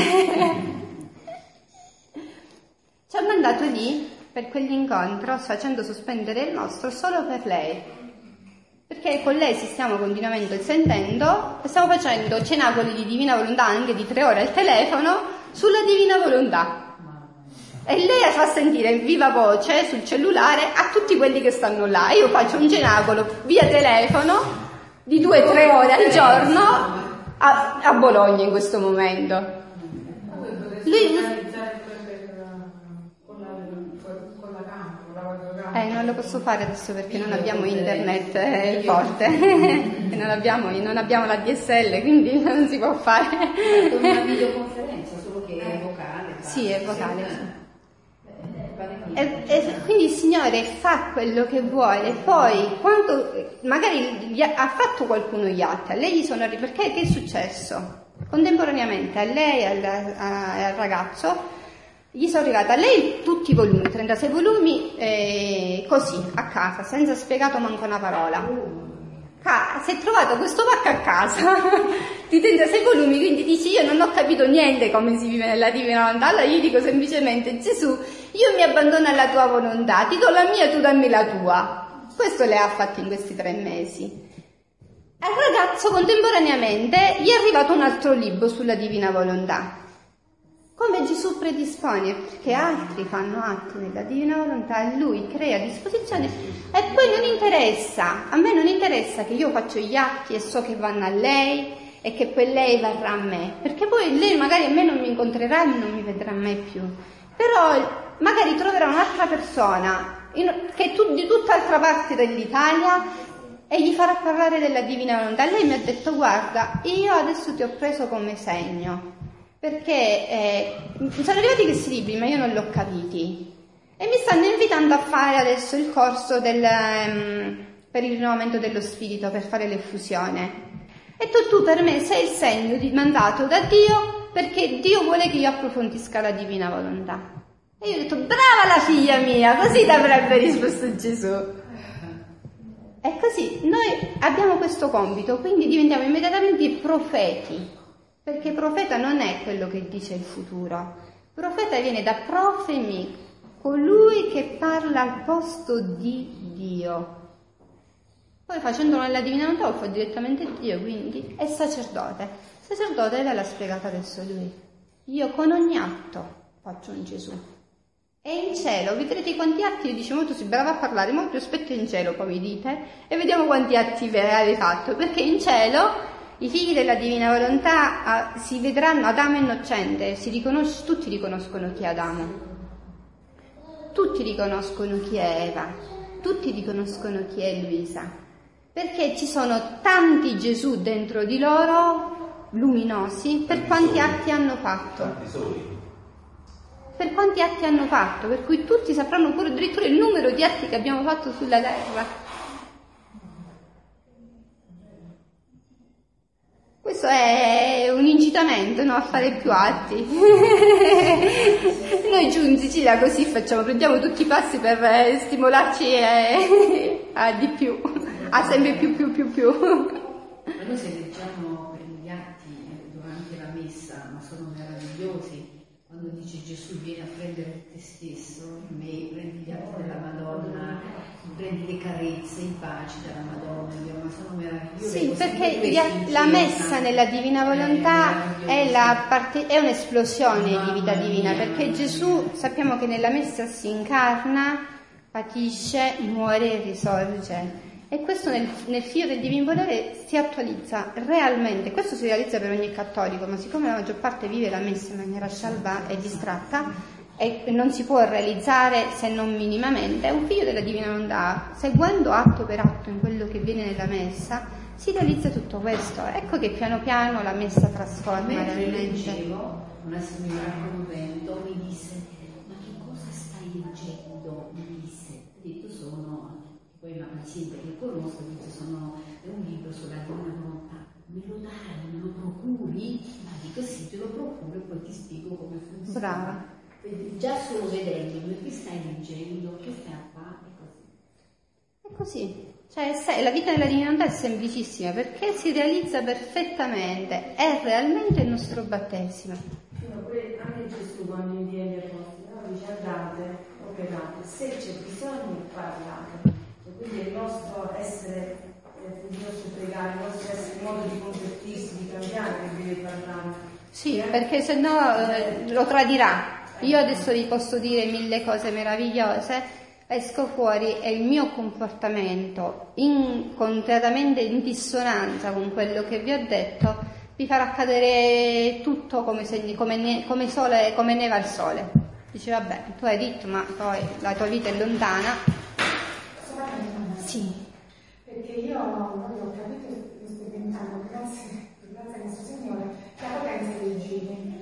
Speaker 1: Ci ha mandato lì per quell'incontro, facendo sospendere il nostro solo per lei. Perché con lei ci stiamo continuamente sentendo e stiamo facendo cenacoli di divina volontà anche di tre ore al telefono sulla divina volontà. E lei fa sentire in viva voce sul cellulare a tutti quelli che stanno là. Io faccio un cenacolo via telefono di due o tre ore al giorno a, a Bologna in questo momento. Lui... Eh, non lo posso fare adesso perché non abbiamo internet eh, forte, e non abbiamo, non abbiamo la D S L, quindi non si può fare.
Speaker 2: È una videoconferenza, solo che è vocale.
Speaker 1: Sì, è vocale, sì. E, e quindi il Signore fa quello che vuole, poi quando magari gli ha, ha fatto qualcuno gli atti, a lei gli sono arrivati, perché che è successo? Contemporaneamente a lei e al, a, al ragazzo gli sono arrivati a lei tutti i volumi, trentasei volumi, eh, così, a casa, senza spiegato manco una parola. Ca- si è trovato questo pacco a casa di trentasei volumi, quindi dici io non ho capito niente come si vive nella divina volontà, allora io dico semplicemente Gesù, io mi abbandono alla tua volontà, ti do la mia, tu dammi la tua. Questo lei ha fatto in questi tre mesi. Al ragazzo contemporaneamente gli è arrivato un altro libro sulla divina volontà. Come Gesù predispone, perché altri fanno atti nella divina volontà, lui crea disposizione e poi non interessa, a me non interessa che io faccio gli atti e so che vanno a lei e che poi lei verrà a me, perché poi lei magari a me non mi incontrerà e non mi vedrà mai più, però magari troverà un'altra persona in, che è tu, di tutt'altra parte dell'Italia e gli farà parlare della divina volontà. Lei mi ha detto guarda, io adesso ti ho preso come segno, perché eh, mi sono arrivati questi libri ma io non li ho capiti e mi stanno invitando a fare adesso il corso del, um, per il rinnovamento dello spirito, per fare l'effusione, e tu, tu per me sei il segno di, mandato da Dio perché Dio vuole che io approfondisca la divina volontà. E io ho detto brava la figlia mia, così ti avrebbe risposto Gesù. E così noi abbiamo questo compito, quindi diventiamo immediatamente profeti. Perché profeta non è quello che dice il futuro, profeta viene da profemi, colui che parla al posto di Dio. Poi facendolo nella divina volontà fa direttamente Dio, quindi è sacerdote. Sacerdote ve l'ha spiegata adesso lui. Io con ogni atto faccio un Gesù. E in cielo vedrete quanti atti, io dice molto si brava a parlare, molto aspetto in cielo poi mi dite, e vediamo quanti atti avete fatto, perché in cielo i figli della divina volontà uh, si vedranno Adamo innocente, si riconosce, tutti riconoscono chi è Adamo, tutti riconoscono chi è Eva, tutti riconoscono chi è Luisa, perché ci sono tanti Gesù dentro di loro, luminosi, per quanti atti hanno fatto. Per quanti atti hanno fatto, per cui tutti sapranno pure addirittura il numero di atti che abbiamo fatto sulla terra. Questo è un incitamento, no, a fare più atti. Noi giungici da così facciamo, prendiamo tutti i passi per eh, stimolarci eh, a di più, a sempre più più più più.
Speaker 2: Ma noi se leggiamo gli atti durante la messa, ma sono meravigliosi, quando dice Gesù vieni a prendere te stesso, in me, prendi gli atti della Madonna, prendi le carezze, i baci della Madonna, ma sono meravigliosi.
Speaker 1: Sì, perché la messa nella divina volontà è, la parte, è un'esplosione di vita divina, perché Gesù sappiamo che nella messa si incarna, patisce, muore e risorge. E questo nel, nel figlio del divino volere si attualizza realmente. Questo si realizza per ogni cattolico, ma siccome la maggior parte vive la messa in maniera scialba e distratta, e non si può realizzare se non minimamente, è un figlio della divina volontà, seguendo atto per atto in quello che viene nella messa, si realizza tutto questo. Ecco che piano piano la messa trasforma realmente.
Speaker 2: Una signora al convento mi disse: ma che cosa stai leggendo? Mi disse, ho detto sono, poi una paziente che conosco, mi dice sono, è un libro sulla divina volontà. Me lo dai, me lo procuri? Ma dico sì, te lo procuro e poi ti spiego come funziona.
Speaker 1: Brava.
Speaker 2: Quindi già solo vedendo che stai leggendo, che stai a fare, è così.
Speaker 1: È così. Cioè, la vita della divina volontà è semplicissima perché si realizza perfettamente, è realmente il nostro battesimo.
Speaker 7: Anche Gesù quando invia gli apostoli, no? Dice andate, operate, se c'è bisogno parlate. E quindi il nostro essere, il nostro pregare, il nostro essere, il modo di convertirsi, di cambiare, che deve parlare.
Speaker 1: Sì, eh? Perché se no eh, lo tradirà. Io adesso vi posso dire mille cose meravigliose, esco fuori e il mio comportamento in, completamente in dissonanza con quello che vi ho detto vi farà cadere tutto come, se, come, ne, come, sole, come neva il sole. Dice vabbè, tu hai detto ma poi la tua vita è lontana. Sì.
Speaker 6: Perché io ho capito e sperimentavo grazie, grazie a questo Signore la potenza dei giri.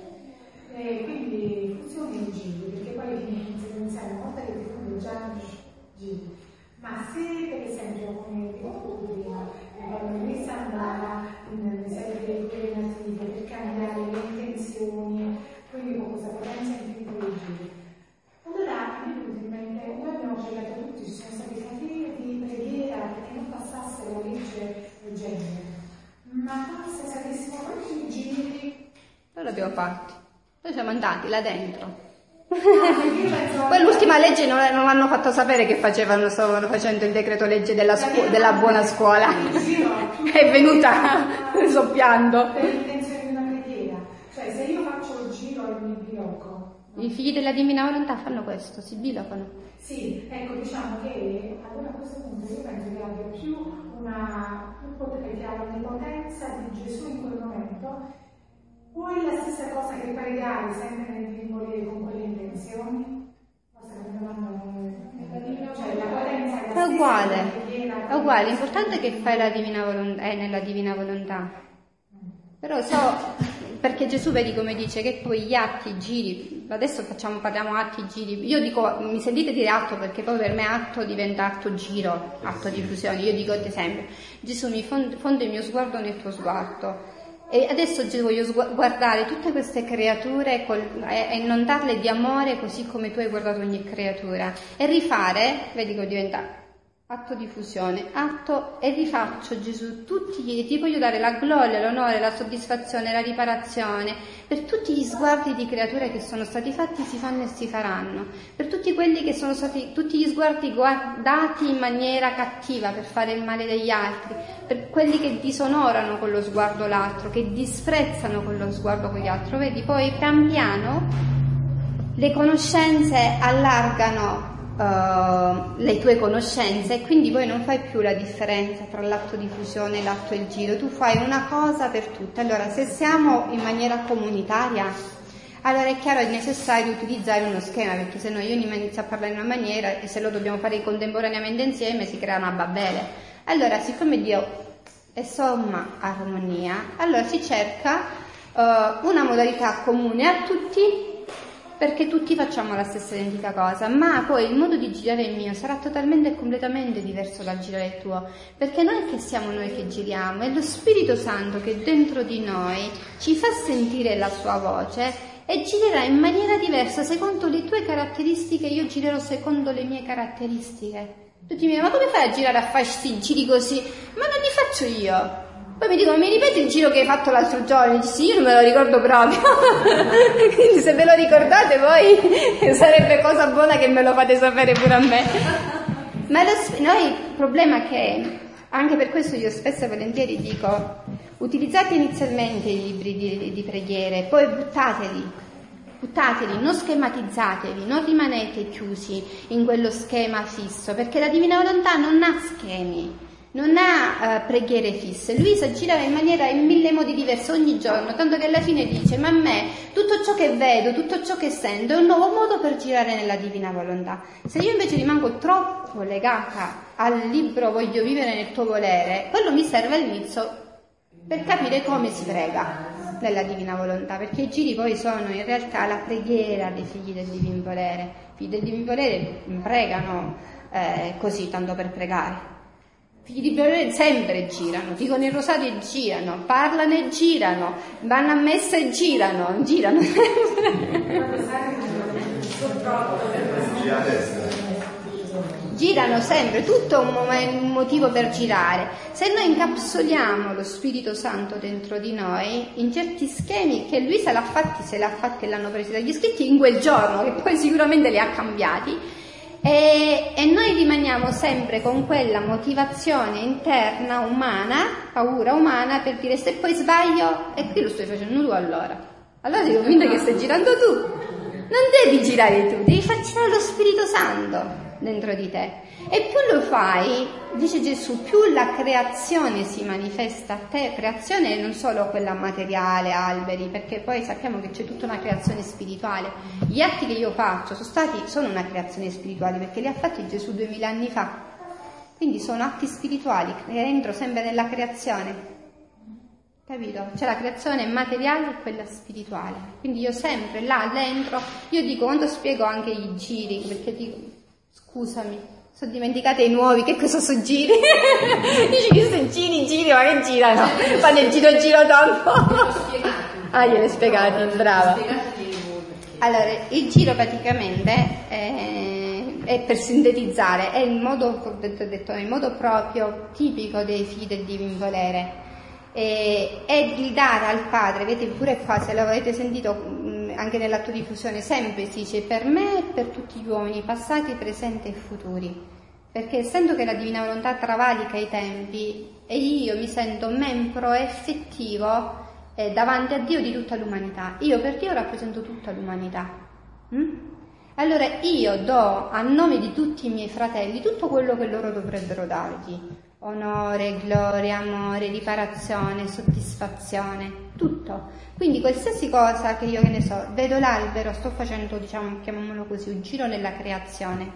Speaker 6: E quindi funziona i giri, perché poi inizia una volta che ti fanno già giri. Ma se per esempio, come dico prima, quando mi andava in serie relative per cambiare le intenzioni, quindi con questa potenza infinita dei giri, allora mi è venuto in mente, noi abbiamo pregato tutti, ci sono stati fratelli di preghiera perché non passasse la legge del genere, ma se sapessimo quanti giri
Speaker 1: Noi l'abbiamo fatti, noi siamo andati là dentro.
Speaker 6: No, penso...
Speaker 1: Poi l'ultima legge non, non hanno fatto sapere che facevano, stavano facendo il decreto legge della, scu- della buona scuola. È venuta soppiando.
Speaker 6: Per l'intenzione di una preghiera, cioè se io faccio il giro e mi blocco.
Speaker 1: I figli della divina volontà fanno questo, si bilocano.
Speaker 6: Sì, ecco, diciamo che allora a questo punto io penso che abbia più una più potere, che ha l'onnipotenza di Gesù in quel momento. Poi la stessa cosa che pregare sempre nel volere con quelle intenzioni? Cosa che non hanno, cioè la potenza è
Speaker 1: È uguale, è uguale, l'importante è che fai la divina volontà, è nella divina volontà. Però so, perché Gesù vedi come dice che poi gli atti, i giri, adesso facciamo, parliamo atti, giri, io dico, mi sentite dire atto perché poi per me atto diventa atto giro, atto di fusione, io dico ad esempio, Gesù mi fonde il mio sguardo nel tuo sguardo. E adesso voglio guardare tutte queste creature col, e, e non darle di amore così come tu hai guardato ogni creatura e rifare, vedi come diventa atto di fusione, atto e rifaccio Gesù tutti gli, ti voglio dare la gloria, l'onore, la soddisfazione, la riparazione per tutti gli sguardi di creature che sono stati fatti, si fanno e si faranno, per tutti quelli che sono stati, tutti gli sguardi guardati in maniera cattiva per fare il male degli altri, per quelli che disonorano con lo sguardo l'altro, che disprezzano con lo sguardo quegli altri, vedi, poi pian piano le conoscenze allargano Uh, le tue conoscenze e quindi poi non fai più la differenza tra l'atto di fusione e l'atto e il giro, tu fai una cosa per tutte. Allora se siamo in maniera comunitaria, allora è chiaro, è necessario utilizzare uno schema, perché se no io inizio a parlare in una maniera e se lo dobbiamo fare contemporaneamente insieme si crea una babele. Allora siccome Dio è somma armonia, allora si cerca uh, una modalità comune a tutti, perché tutti facciamo la stessa identica cosa, ma poi il modo di girare il mio sarà totalmente e completamente diverso dal girare il tuo, perché non è che siamo noi che giriamo, è lo Spirito Santo che dentro di noi ci fa sentire la sua voce e girerà in maniera diversa secondo le tue caratteristiche, io girerò secondo le mie caratteristiche. Tutti mi dicono, ma come fai a girare a fare questi giri così? Ma non li faccio io. Poi mi dicono, mi ripeti il giro che hai fatto l'altro giorno? Dici, sì, io non me lo ricordo proprio. Quindi se ve lo ricordate voi sarebbe cosa buona che me lo fate sapere pure a me. Ma lo, noi il problema è che, anche per questo io spesso e volentieri dico, utilizzate inizialmente i libri di, di preghiere, poi buttateli, buttateli, non schematizzatevi, non rimanete chiusi in quello schema fisso, perché la Divina Volontà non ha schemi. non ha uh, preghiere fisse. Luisa girava in maniera in mille modi diversi ogni giorno, tanto che alla fine dice: ma a me tutto ciò che vedo, tutto ciò che sento è un nuovo modo per girare nella divina volontà. Se io invece rimango troppo legata al libro Voglio vivere nel tuo volere, quello mi serve all'inizio per capire come si prega nella divina volontà, perché i giri poi sono in realtà la preghiera dei figli del divin volere. I figli del divin volere pregano eh, così, tanto per pregare. I figli di volere sempre girano, dicono il rosario e girano, parlano e girano, vanno a messa e girano, girano girano sempre, tutto un, mom- un motivo per girare. Se noi incapsuliamo lo Spirito Santo dentro di noi in certi schemi che lui se l'ha fatti, se l'ha fatti e l'hanno presi dagli scritti in quel giorno, che poi sicuramente li ha cambiati, E, e noi rimaniamo sempre con quella motivazione interna umana, paura umana, per dire: se poi sbaglio, e qui lo stai facendo tu, allora allora sei convinta che stai girando tu, non devi girare tu, devi far girare lo Spirito Santo dentro di te. E più lo fai, dice Gesù, più la creazione si manifesta a te. Creazione non solo quella materiale, alberi, perché poi sappiamo che c'è tutta una creazione spirituale. Gli atti che io faccio sono stati, sono una creazione spirituale, perché li ha fatti Gesù duemila anni fa. Quindi sono atti spirituali, che entro sempre nella creazione. Capito? C'è la creazione materiale e quella spirituale. Quindi io sempre là dentro, io dico, quando spiego anche i giri, perché dico, scusami, sono dimenticate i nuovi, che cosa sono giri? Dici che sono giri, giri, ma che girano? Fanno il giro giro dopo. Ah, gliel'hai spiegati, brava. Allora, il giro praticamente è, è per sintetizzare, è il modo, ho detto, detto, il modo proprio tipico dei figli del divin volere. E, è il dare al Padre, vedete pure qua, se l'avete sentito mh, anche nell'atto di fusione, sempre si dice per me e per tutti gli uomini, passati, presenti e futuri, perché essendo che la divina volontà travalica i tempi e io mi sento membro effettivo eh, davanti a Dio di tutta l'umanità, io per Dio rappresento tutta l'umanità. Mm? Allora io do a nome di tutti i miei fratelli tutto quello che loro dovrebbero dargli: onore, gloria, amore, riparazione, soddisfazione, tutto. Quindi qualsiasi cosa che io, che ne so, vedo l'albero, sto facendo, diciamo, chiamiamolo così, un giro nella creazione.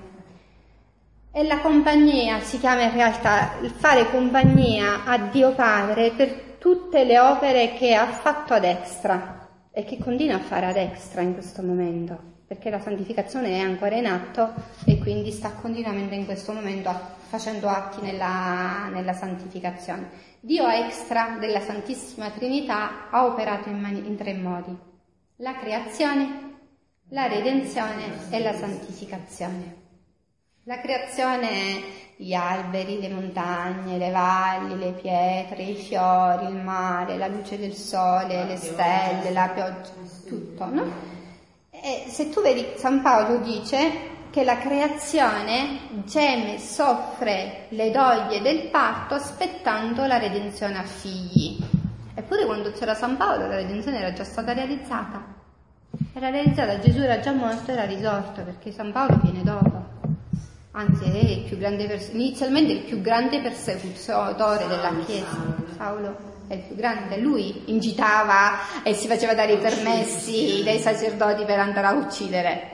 Speaker 1: E la compagnia si chiama in realtà il fare compagnia a Dio Padre per tutte le opere che ha fatto ad extra e che continua a fare ad extra in questo momento, perché la santificazione è ancora in atto e quindi sta continuamente in questo momento facendo atti nella, nella santificazione. Dio extra della Santissima Trinità ha operato in, mani, in tre modi: la creazione, la redenzione e la santificazione. La creazione, gli alberi, le montagne, le valli, le pietre, i fiori, il mare, la luce del sole, le stelle, la pioggia, tutto, no? E se tu vedi, San Paolo dice che la creazione geme, soffre le doglie del parto aspettando la redenzione a figli. Eppure quando c'era San Paolo la redenzione era già stata realizzata. Era realizzata, Gesù era già morto, era risorto, perché San Paolo viene dopo. Anzi, è il più grande perse- inizialmente il più grande persecutore della Chiesa. Paolo è il più grande, lui incitava e si faceva dare i permessi dai sacerdoti per andare a uccidere.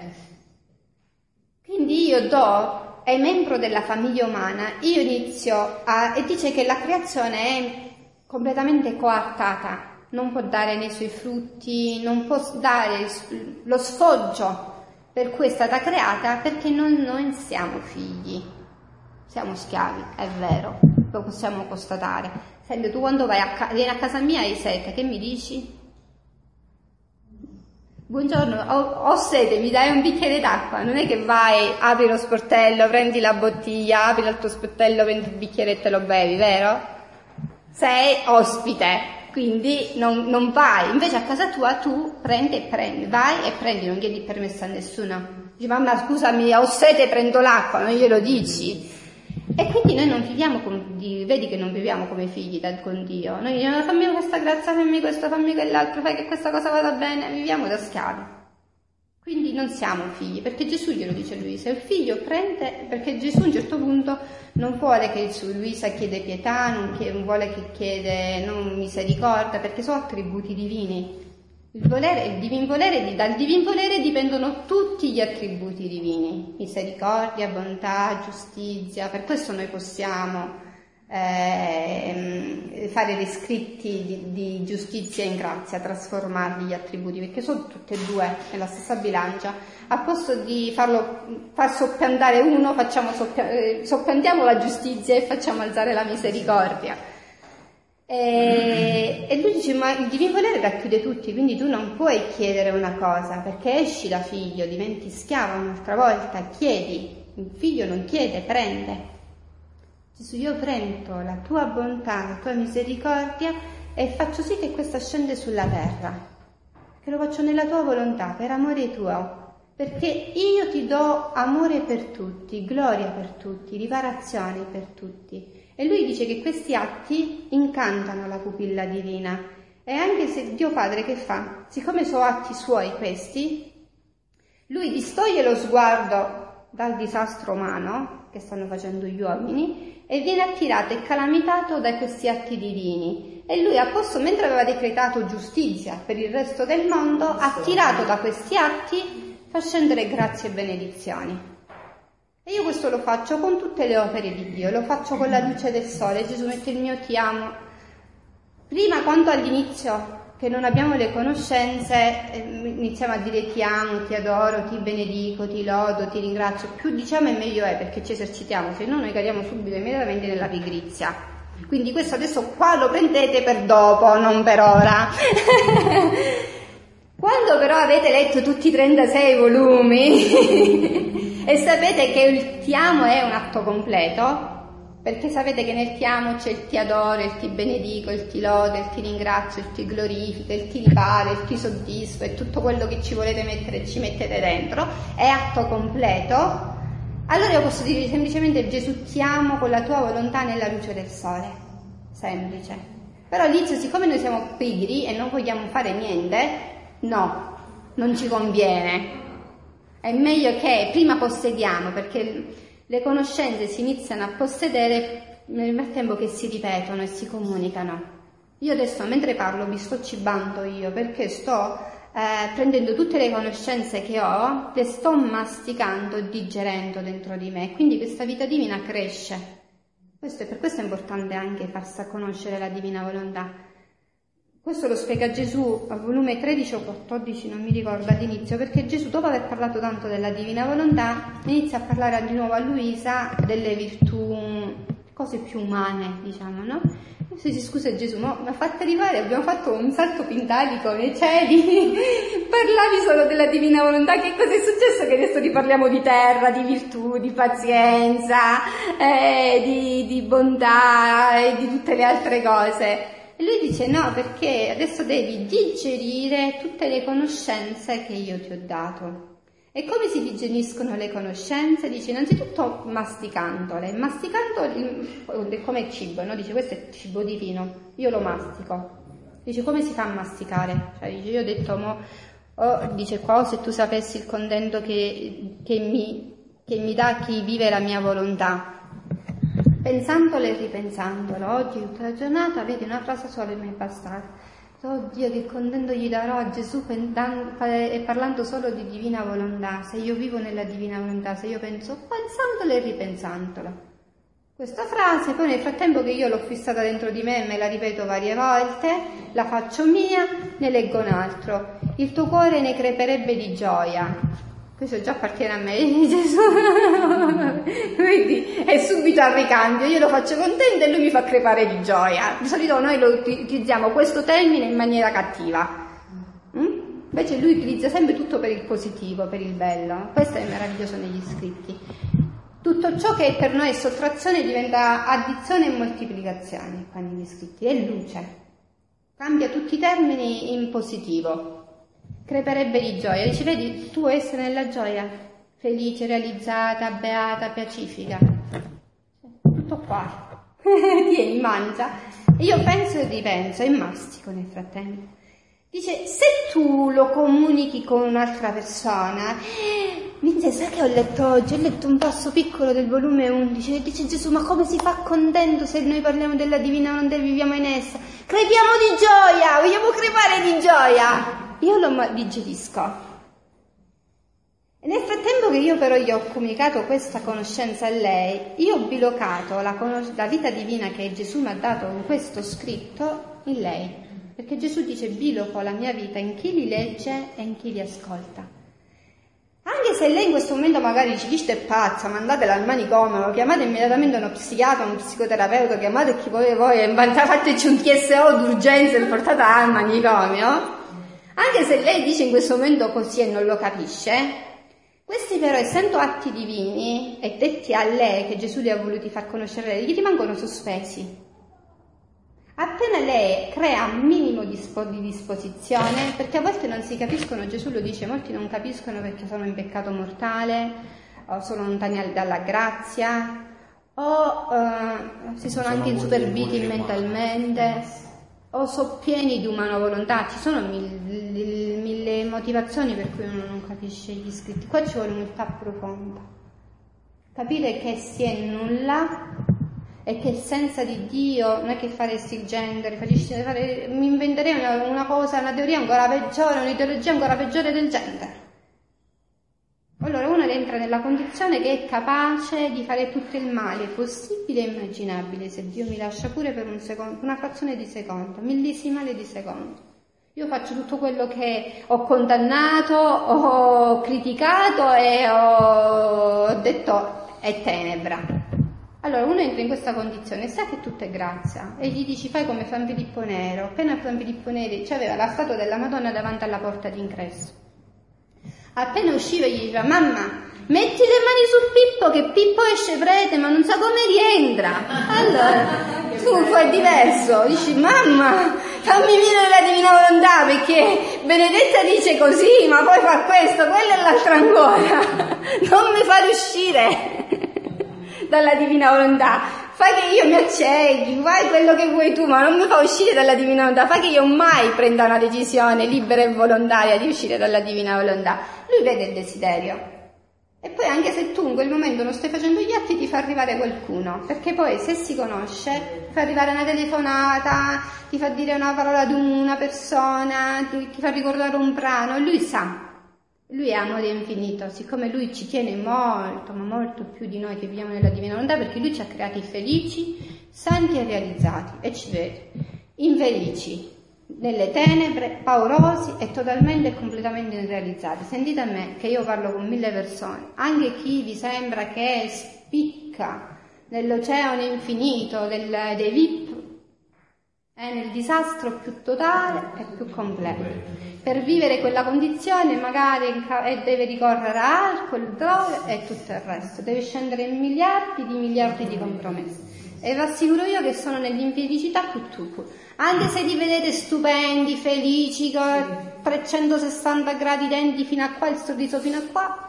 Speaker 1: Quindi io do, è membro della famiglia umana, io inizio a, e dice che la creazione è completamente coartata, non può dare nei suoi frutti, non può dare lo sfoggio per cui è stata creata, perché non noi siamo figli, siamo schiavi, è vero, lo possiamo constatare. Senti, tu quando vai a ca- vieni a casa mia hai sete, che mi dici? Buongiorno, ho, ho sete, mi dai un bicchiere d'acqua? Non è che vai, apri lo sportello, prendi la bottiglia, apri il tuo sportello, prendi il bicchiere e te lo bevi, vero? Sei ospite. Quindi non, non vai, invece a casa tua tu prendi e prendi, vai e prendi, non chiedi permesso a nessuno. Dici, mamma scusami, ho sete, prendo l'acqua, non glielo dici. E quindi noi non viviamo come, vedi che non viviamo come figli da, con Dio. Noi diciamo, fammi questa grazia, fammi questo, fammi quell'altro, fai che questa cosa vada bene, viviamo da schiavi. Quindi non siamo figli, perché Gesù glielo dice a Luisa, il figlio prende, perché Gesù a un certo punto non vuole che Luisa chiede pietà, non, chiede, non vuole che chiede non misericordia, perché sono attributi divini. Il volere, il divin volere, dal divin volere dipendono tutti gli attributi divini, misericordia, bontà, giustizia, per questo noi possiamo Eh, fare dei scritti di, di giustizia in grazia, trasformarli gli attributi, perché sono tutti e due nella stessa bilancia. A posto di farlo far soppiantare uno, facciamo soppia, eh, soppiantiamo la giustizia e facciamo alzare la misericordia. E, e lui dice: ma il divin volere racchiude tutti, quindi tu non puoi chiedere una cosa, perché esci da figlio, diventi schiavo un'altra volta, chiedi. Il figlio non chiede, prende. Gesù, io prendo la tua bontà, la tua misericordia e faccio sì che questa scende sulla terra, che lo faccio nella tua volontà, per amore tuo, perché io ti do amore per tutti, gloria per tutti, riparazione per tutti. E lui dice che questi atti incantano la pupilla divina, e anche se Dio Padre che fa? Siccome sono atti suoi questi, lui distoglie lo sguardo dal disastro umano che stanno facendo gli uomini e viene attirato e calamitato da questi atti divini. E lui, a posto, mentre aveva decretato giustizia per il resto del mondo, attirato da questi atti, fa scendere grazie e benedizioni. E io questo lo faccio con tutte le opere di Dio, lo faccio con la luce del sole. Gesù mette il mio ti amo. Prima, quando all'inizio, che non abbiamo le conoscenze, eh, iniziamo a dire ti amo, ti adoro, ti benedico, ti lodo, ti ringrazio. Più diciamo e meglio è, perché ci esercitiamo, se no noi cadiamo subito immediatamente nella pigrizia. Quindi questo adesso qua lo prendete per dopo, non per ora. Quando però avete letto tutti i trentasei volumi e sapete che il ti amo è un atto completo, perché sapete che nel ti amo c'è il ti adoro, il ti benedico, il ti lodo, il ti ringrazio, il ti glorifico, il ti riparo, il ti soddisfo e tutto quello che ci volete mettere ci mettete dentro, è atto completo. Allora io posso dire semplicemente: Gesù, ti amo con la tua volontà nella luce del sole. Semplice. Però all'inizio, siccome noi siamo pigri e non vogliamo fare niente, no, non ci conviene. È meglio che prima possediamo, perché le conoscenze si iniziano a possedere nel tempo che si ripetono e si comunicano. Io adesso, mentre parlo, vi sto cibando io, perché sto eh, prendendo tutte le conoscenze che ho, le sto masticando e digerendo dentro di me, quindi questa vita divina cresce. Questo è, per questo è importante anche farsi conoscere la divina volontà. Questo lo spiega Gesù al volume tredici o quattordici, non mi ricordo all'inizio, perché Gesù, dopo aver parlato tanto della divina volontà, inizia a parlare di nuovo a Luisa delle virtù, cose più umane, diciamo, no? E si dice: scusa Gesù, ma mi ha fatto arrivare, abbiamo fatto un salto pintalico nei cieli, parlavi solo della divina volontà, che cosa è successo che adesso riparliamo di terra, di virtù, di pazienza, eh, di, di bontà e di tutte le altre cose? E lui dice: no, perché adesso devi digerire tutte le conoscenze che io ti ho dato. E come si digeriscono le conoscenze? Dice: innanzitutto masticandole. Masticando come cibo, no? Dice: questo è cibo divino, io lo mastico. Dice: come si fa a masticare? Cioè, dice, io ho detto, mo, oh, dice qua, oh, se tu sapessi il contento che, che, mi, che mi dà chi vive la mia volontà. Pensandolo e ripensandolo, oggi tutta la giornata, vedi, una frase sola mi è bastata. Oh Dio, che contento gli darò a Gesù e parlando solo di divina volontà, se io vivo nella divina volontà, se io penso, pensandolo e ripensandolo. Questa frase, poi nel frattempo che io l'ho fissata dentro di me e me la ripeto varie volte, la faccio mia, ne leggo un altro. Il tuo cuore ne creperebbe di gioia. Questo già appartiene a me, Gesù, quindi è subito al ricambio, io lo faccio contento e lui mi fa crepare di gioia. Di solito noi lo utilizziamo questo termine in maniera cattiva, mm? Invece lui utilizza sempre tutto per il positivo, per il bello. Questo è meraviglioso negli scritti. Tutto ciò che per noi è sottrazione diventa addizione e moltiplicazione qua negli scritti, è luce. Cambia tutti i termini in positivo. Creperebbe di gioia. Dice: vedi, tu vuoi essere nella gioia, felice, realizzata, beata, pacifica. Tutto qua. Tieni, mangia. E io penso e ripenso e mastico nel frattempo. Dice, se tu lo comunichi con un'altra persona, Vince, sai che ho letto oggi? Ho letto un passo piccolo del volume undici e dice Gesù, ma come si fa contento se noi parliamo della divina volontà e viviamo in essa? Crepiamo di gioia, vogliamo crepare di gioia. Io lo digerisco. E nel frattempo che io però gli ho comunicato questa conoscenza a lei, io ho bilocato la, conos- la vita divina che Gesù mi ha dato in questo scritto in lei. Perché Gesù dice, biloco la mia vita in chi li legge e in chi li ascolta. Anche se lei in questo momento magari dice, chi sta è pazza, mandatela al manicomio, chiamate immediatamente uno psichiatra, uno psicoterapeuta, chiamate chi volete voi e fateci un T S O d'urgenza e portata al manicomio. Anche se lei dice in questo momento così e non lo capisce, questi però, essendo atti divini e detti a lei che Gesù li ha voluti far conoscere, gli rimangono sospesi. Appena lei crea un minimo di, dispo- di disposizione, perché a volte non si capiscono, Gesù lo dice, molti non capiscono perché sono in peccato mortale, o sono lontani dalla grazia, o uh, si sono, sono anche insuperbiti mentalmente, o sono pieni di umana volontà. Ci sono mille, mille motivazioni per cui uno non capisce gli scritti. Qua ci vuole umiltà profonda. Capire che si è nulla e che senza di Dio non è che faresti il genere, faresti, fare, mi inventerei una, una cosa, una teoria ancora peggiore, un'ideologia ancora peggiore del genere. Allora uno entra nella condizione che è capace di fare tutto il male possibile e immaginabile, se Dio mi lascia pure per un secondo, una frazione di secondo, millesimale di secondo. Io faccio tutto quello che ho condannato, ho criticato e ho detto è tenebra. Allora uno entra in questa condizione, sa che tutto è grazia e gli dici fai come San Filippo Nero. Appena San Filippo Neri c'aveva la statua della Madonna davanti alla porta d'ingresso, appena usciva gli diceva mamma metti le mani sul Pippo che Pippo esce prete ma non sa come rientra. Allora tu fai diverso, dici mamma fammi vivere la divina volontà perché Benedetta dice così ma poi fa questo, quello e l'altro ancora, non mi fa uscire dalla divina volontà, fai che io mi accetti, fai quello che vuoi tu, ma non mi fa uscire dalla divina volontà, fai che io mai prenda una decisione libera e volontaria di uscire dalla divina volontà. Lui vede il desiderio. E poi anche se tu in quel momento non stai facendo gli atti ti fa arrivare qualcuno, perché poi se si conosce ti fa arrivare una telefonata, ti fa dire una parola ad una persona, ti, ti fa ricordare un brano, e lui sa. Lui è amore infinito, siccome lui ci tiene molto, ma molto più di noi che viviamo nella divina volontà, perché lui ci ha creati felici, santi e realizzati, e ci vede infelici, nelle tenebre, paurosi e totalmente e completamente irrealizzati. Sentite a me che io parlo con mille persone, anche chi vi sembra che spicca nell'oceano infinito del, dei V I P, è nel disastro più totale e più completo. Per vivere quella condizione magari deve ricorrere a alcol, droghe e tutto il resto. Deve scendere in miliardi di miliardi di compromessi. E vi assicuro io che sono nell'infelicità più tupu. Anche se li vedete stupendi, felici, con trecentosessanta gradi denti fino a qua, il sorriso fino a qua,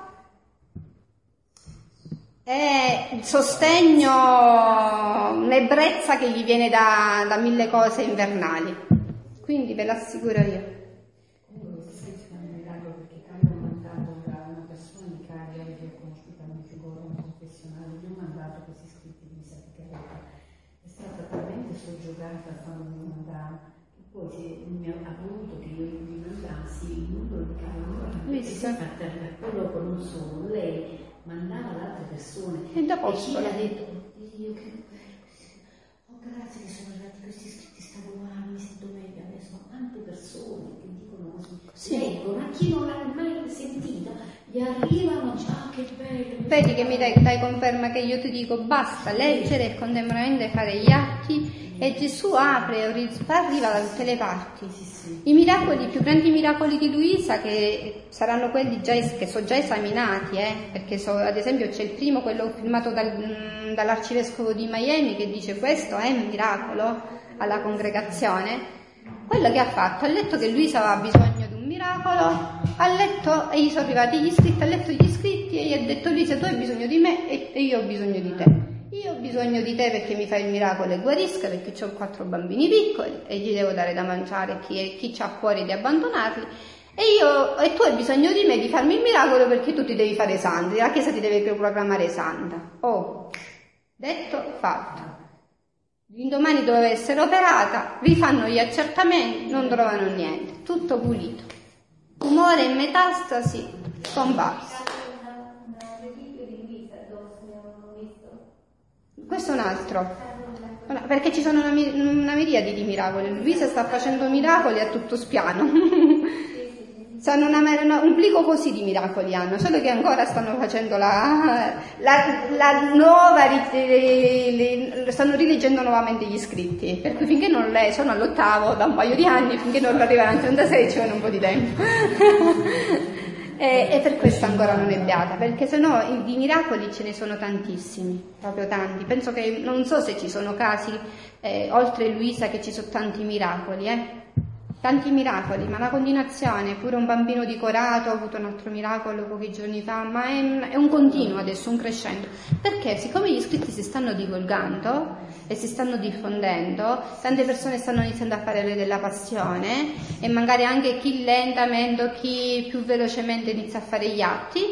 Speaker 1: è il sostegno, un'ebbrezza che gli viene da, da mille cose invernali. Quindi ve l'assicuro io.
Speaker 2: Soggiogata quando mi mandava, e poi se mi ha voluto che io gli mandassi il numero di calore e si è fatta quello con non solo, lei mandava ad altre persone
Speaker 1: e da
Speaker 2: e chi ha detto oddio che oh grazie che sono arrivati questi iscritti, stavo là, mi sento meglio adesso, ma quante persone che dicono così, sì. Leggono, a chi non l'ha mai sentita gli arrivano già, che bello.
Speaker 1: Vedi che mi dai, dai conferma che io ti dico basta leggere e contemporaneamente fare gli atti e Gesù apre, arriva da tutte le parti.
Speaker 2: Sì, sì.
Speaker 1: I miracoli, i più grandi miracoli di Luisa, che saranno quelli già, che sono già esaminati, eh, perché so, ad esempio c'è il primo, quello firmato dal, dall'arcivescovo di Miami, che dice questo è un miracolo alla congregazione. Quello che ha fatto, ha letto che Luisa aveva bisogno di un miracolo, ha letto e gli sono arrivati gli iscritti, ha letto gli iscritti e gli ha detto Luisa tu hai bisogno di me e io ho bisogno di te. Io bisogno di te perché mi fai il miracolo e guarisca, perché ho quattro bambini piccoli e gli devo dare da mangiare a chi, chi ha cuore di abbandonarli, e io e tu hai bisogno di me di farmi il miracolo perché tu ti devi fare santa, la Chiesa ti deve proclamare santa. Oh, detto, fatto. L'indomani doveva essere operata, rifanno gli accertamenti, non trovano niente, tutto pulito. Tumore in metastasi, scomparso. Questo è un altro, perché ci sono una, una miriade di miracoli. Luisa sta facendo miracoli a tutto spiano. Sono una, una, un plico così di miracoli hanno, solo che ancora stanno facendo la, la, la nuova, li, li, stanno rileggendo nuovamente gli scritti, per cui finché non le sono all'ottavo da un paio di anni, finché non arrivano al trentasei ci vuole un po' di tempo. e, e per questo ancora non è beata, perché sennò di miracoli ce ne sono tantissimi, proprio tanti. Penso che, non so se ci sono casi, eh, oltre Luisa, che ci sono tanti miracoli, eh. Tanti miracoli, ma la continuazione, pure un bambino di Corato ha avuto un altro miracolo pochi giorni fa, ma è, è un continuo adesso, un crescendo, perché siccome gli scritti si stanno divulgando e si stanno diffondendo, tante persone stanno iniziando a parlare della passione, e magari anche chi lentamente, chi più velocemente inizia a fare gli atti,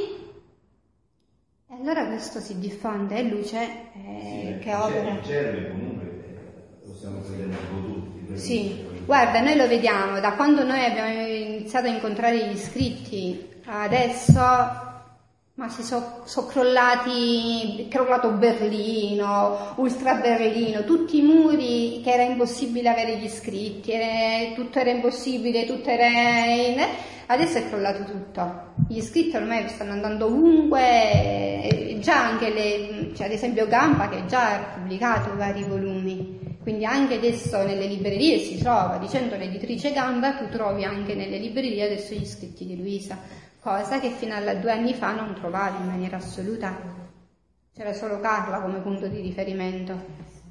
Speaker 1: e allora questo si diffonde, è luce eh,
Speaker 5: sì,
Speaker 1: che opera.
Speaker 5: Il germe comunque lo stiamo prendendo un po' tutti.
Speaker 1: Sì, guarda, noi lo vediamo, da quando noi abbiamo iniziato a incontrare gli iscritti, adesso, ma si sono so crollati, è crollato Berlino, Ultra Berlino, tutti i muri che era impossibile avere gli iscritti, era, tutto era impossibile, tutto era... In, adesso è crollato tutto. Gli iscritti ormai stanno andando ovunque, già anche le, cioè ad esempio Gampa che già ha pubblicato vari volumi. Quindi anche adesso nelle librerie si trova, dicendo l'editrice Gamba, tu trovi anche nelle librerie adesso gli scritti di Luisa, cosa che fino a due anni fa non trovavi in maniera assoluta. C'era solo Carla come punto di riferimento.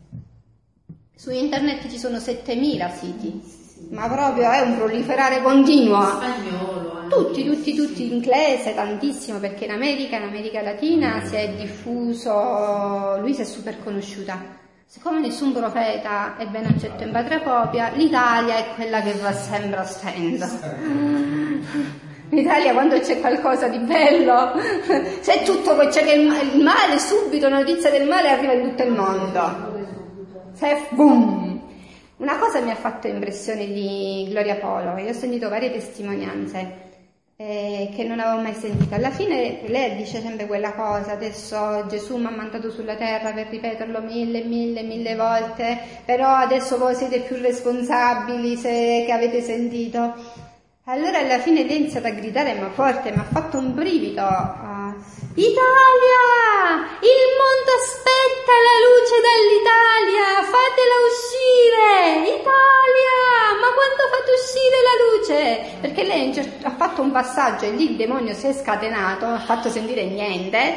Speaker 1: Su internet ci sono settemila siti, ma proprio è un proliferare continuo.
Speaker 7: Spagnolo,
Speaker 1: tutti, tutti, tutti, inglese, tantissimo, perché in America, in America Latina si è diffuso, Luisa è super conosciuta. Siccome nessun profeta è ben accetto in patria propria, l'Italia è quella che va sempre a stento. L'Italia, quando c'è qualcosa di bello, c'è tutto, c'è che il male, subito la notizia del male arriva in tutto il mondo. Se, boom! Una cosa mi ha fatto impressione di Gloria Polo, io ho sentito varie testimonianze Eh, che non avevo mai sentito. Alla fine lei dice sempre quella cosa: adesso Gesù mi ha mandato sulla terra per ripeterlo mille, mille, mille volte, però adesso voi siete più responsabili se che avete sentito. Allora alla fine lei ha iniziato a gridare ma forte, mi ha fatto un brivido. Uh, Italia! Il mondo aspetta la luce dall'Italia! Fatela uscire! Italia! Ma quando fate uscire la luce? Perché lei ha fatto un passaggio e lì il demonio si è scatenato, non ha fatto sentire niente,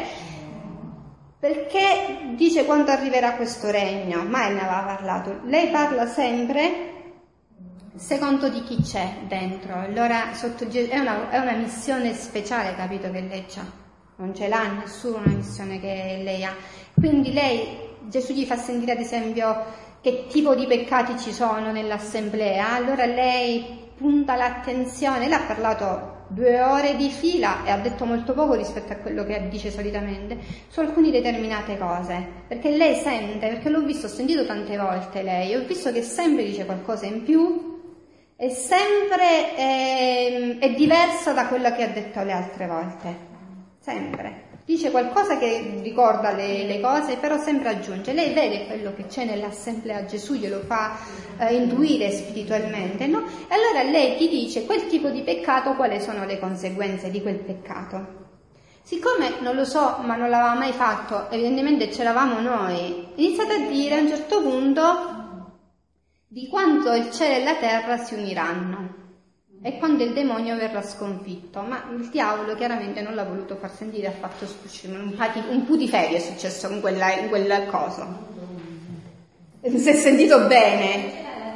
Speaker 1: perché dice quando arriverà questo regno, mai ne aveva parlato. Lei parla sempre secondo di chi c'è dentro, allora sotto è una, è una missione speciale, capito, che lei ha, non ce l'ha nessuno una missione che lei ha, quindi lei, Gesù gli fa sentire ad esempio che tipo di peccati ci sono nell'assemblea, allora lei punta l'attenzione, lei ha parlato due ore di fila e ha detto molto poco rispetto a quello che dice solitamente su alcune determinate cose, perché lei sente, perché l'ho visto, ho sentito tante volte lei, ho visto che sempre dice qualcosa in più e sempre è, è diversa da quello che ha detto le altre volte, sempre. Dice qualcosa che ricorda le, le cose, però sempre aggiunge. Lei vede quello che c'è nell'assemblea, Gesù glielo fa eh, intuire spiritualmente, no? E allora lei ti dice quel tipo di peccato, quali sono le conseguenze di quel peccato. Siccome non lo so, ma non l'aveva mai fatto, evidentemente c'eravamo noi, iniziate a dire a un certo punto di quanto il cielo e la terra si uniranno e quando il demonio verrà sconfitto, ma il diavolo chiaramente non l'ha voluto far sentire, ha fatto sfuggire un, un putiferio è successo in, quella, in quel coso. Si è sentito bene?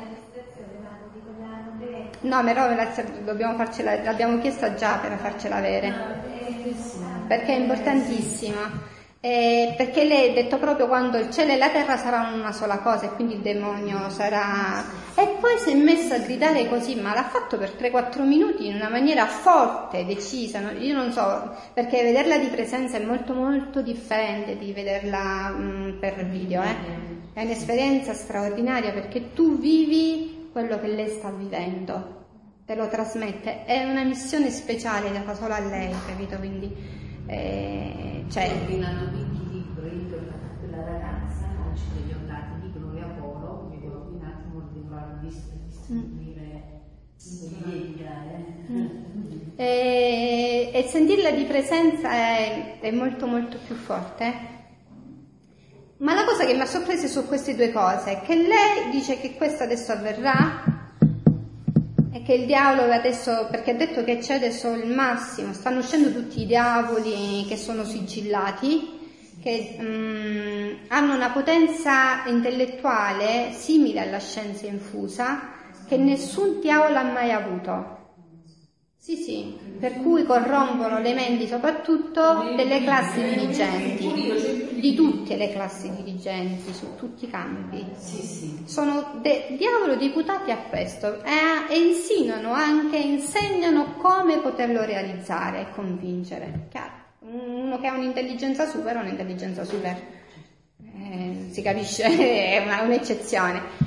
Speaker 1: No, però dobbiamo farcela, l'abbiamo chiesta già per farcela avere, perché è importantissima. Eh, perché lei ha detto proprio quando il cielo e la terra saranno una sola cosa e quindi il demonio sarà... E poi si è messa a gridare così, ma l'ha fatto per tre quattro minuti in una maniera forte, decisa. No? Io non so, perché vederla di presenza è molto molto differente di vederla mh, per video. Eh? È un'esperienza straordinaria perché tu vivi quello che lei sta vivendo, te lo trasmette. È una missione speciale data solo a lei, capito? Quindi... Eh, cioè,
Speaker 2: ho ordinato tutti i libri per quella ragazza, oggi li ho dati, libro e Apollo, li ho ordinati, non li ho distribuire,
Speaker 1: mm. e, e sentirla di presenza è, è molto molto più forte. Ma la cosa che mi ha sorpreso su queste due cose è che lei dice che questo adesso avverrà, che il diavolo adesso, perché ha detto che c'è adesso il massimo, stanno uscendo tutti i diavoli che sono sigillati, che um, hanno una potenza intellettuale simile alla scienza infusa, che nessun diavolo ha mai avuto. Sì, sì, per cui corrompono le menti soprattutto delle classi dirigenti, di tutte le classi dirigenti, su tutti i campi.
Speaker 2: Sì, sì.
Speaker 1: Sono de- diavolo deputati a questo e, e insinuano anche, insegnano come poterlo realizzare e convincere. Chiaro, uno che ha un'intelligenza super, un'intelligenza super, eh, si capisce, è una, un'eccezione.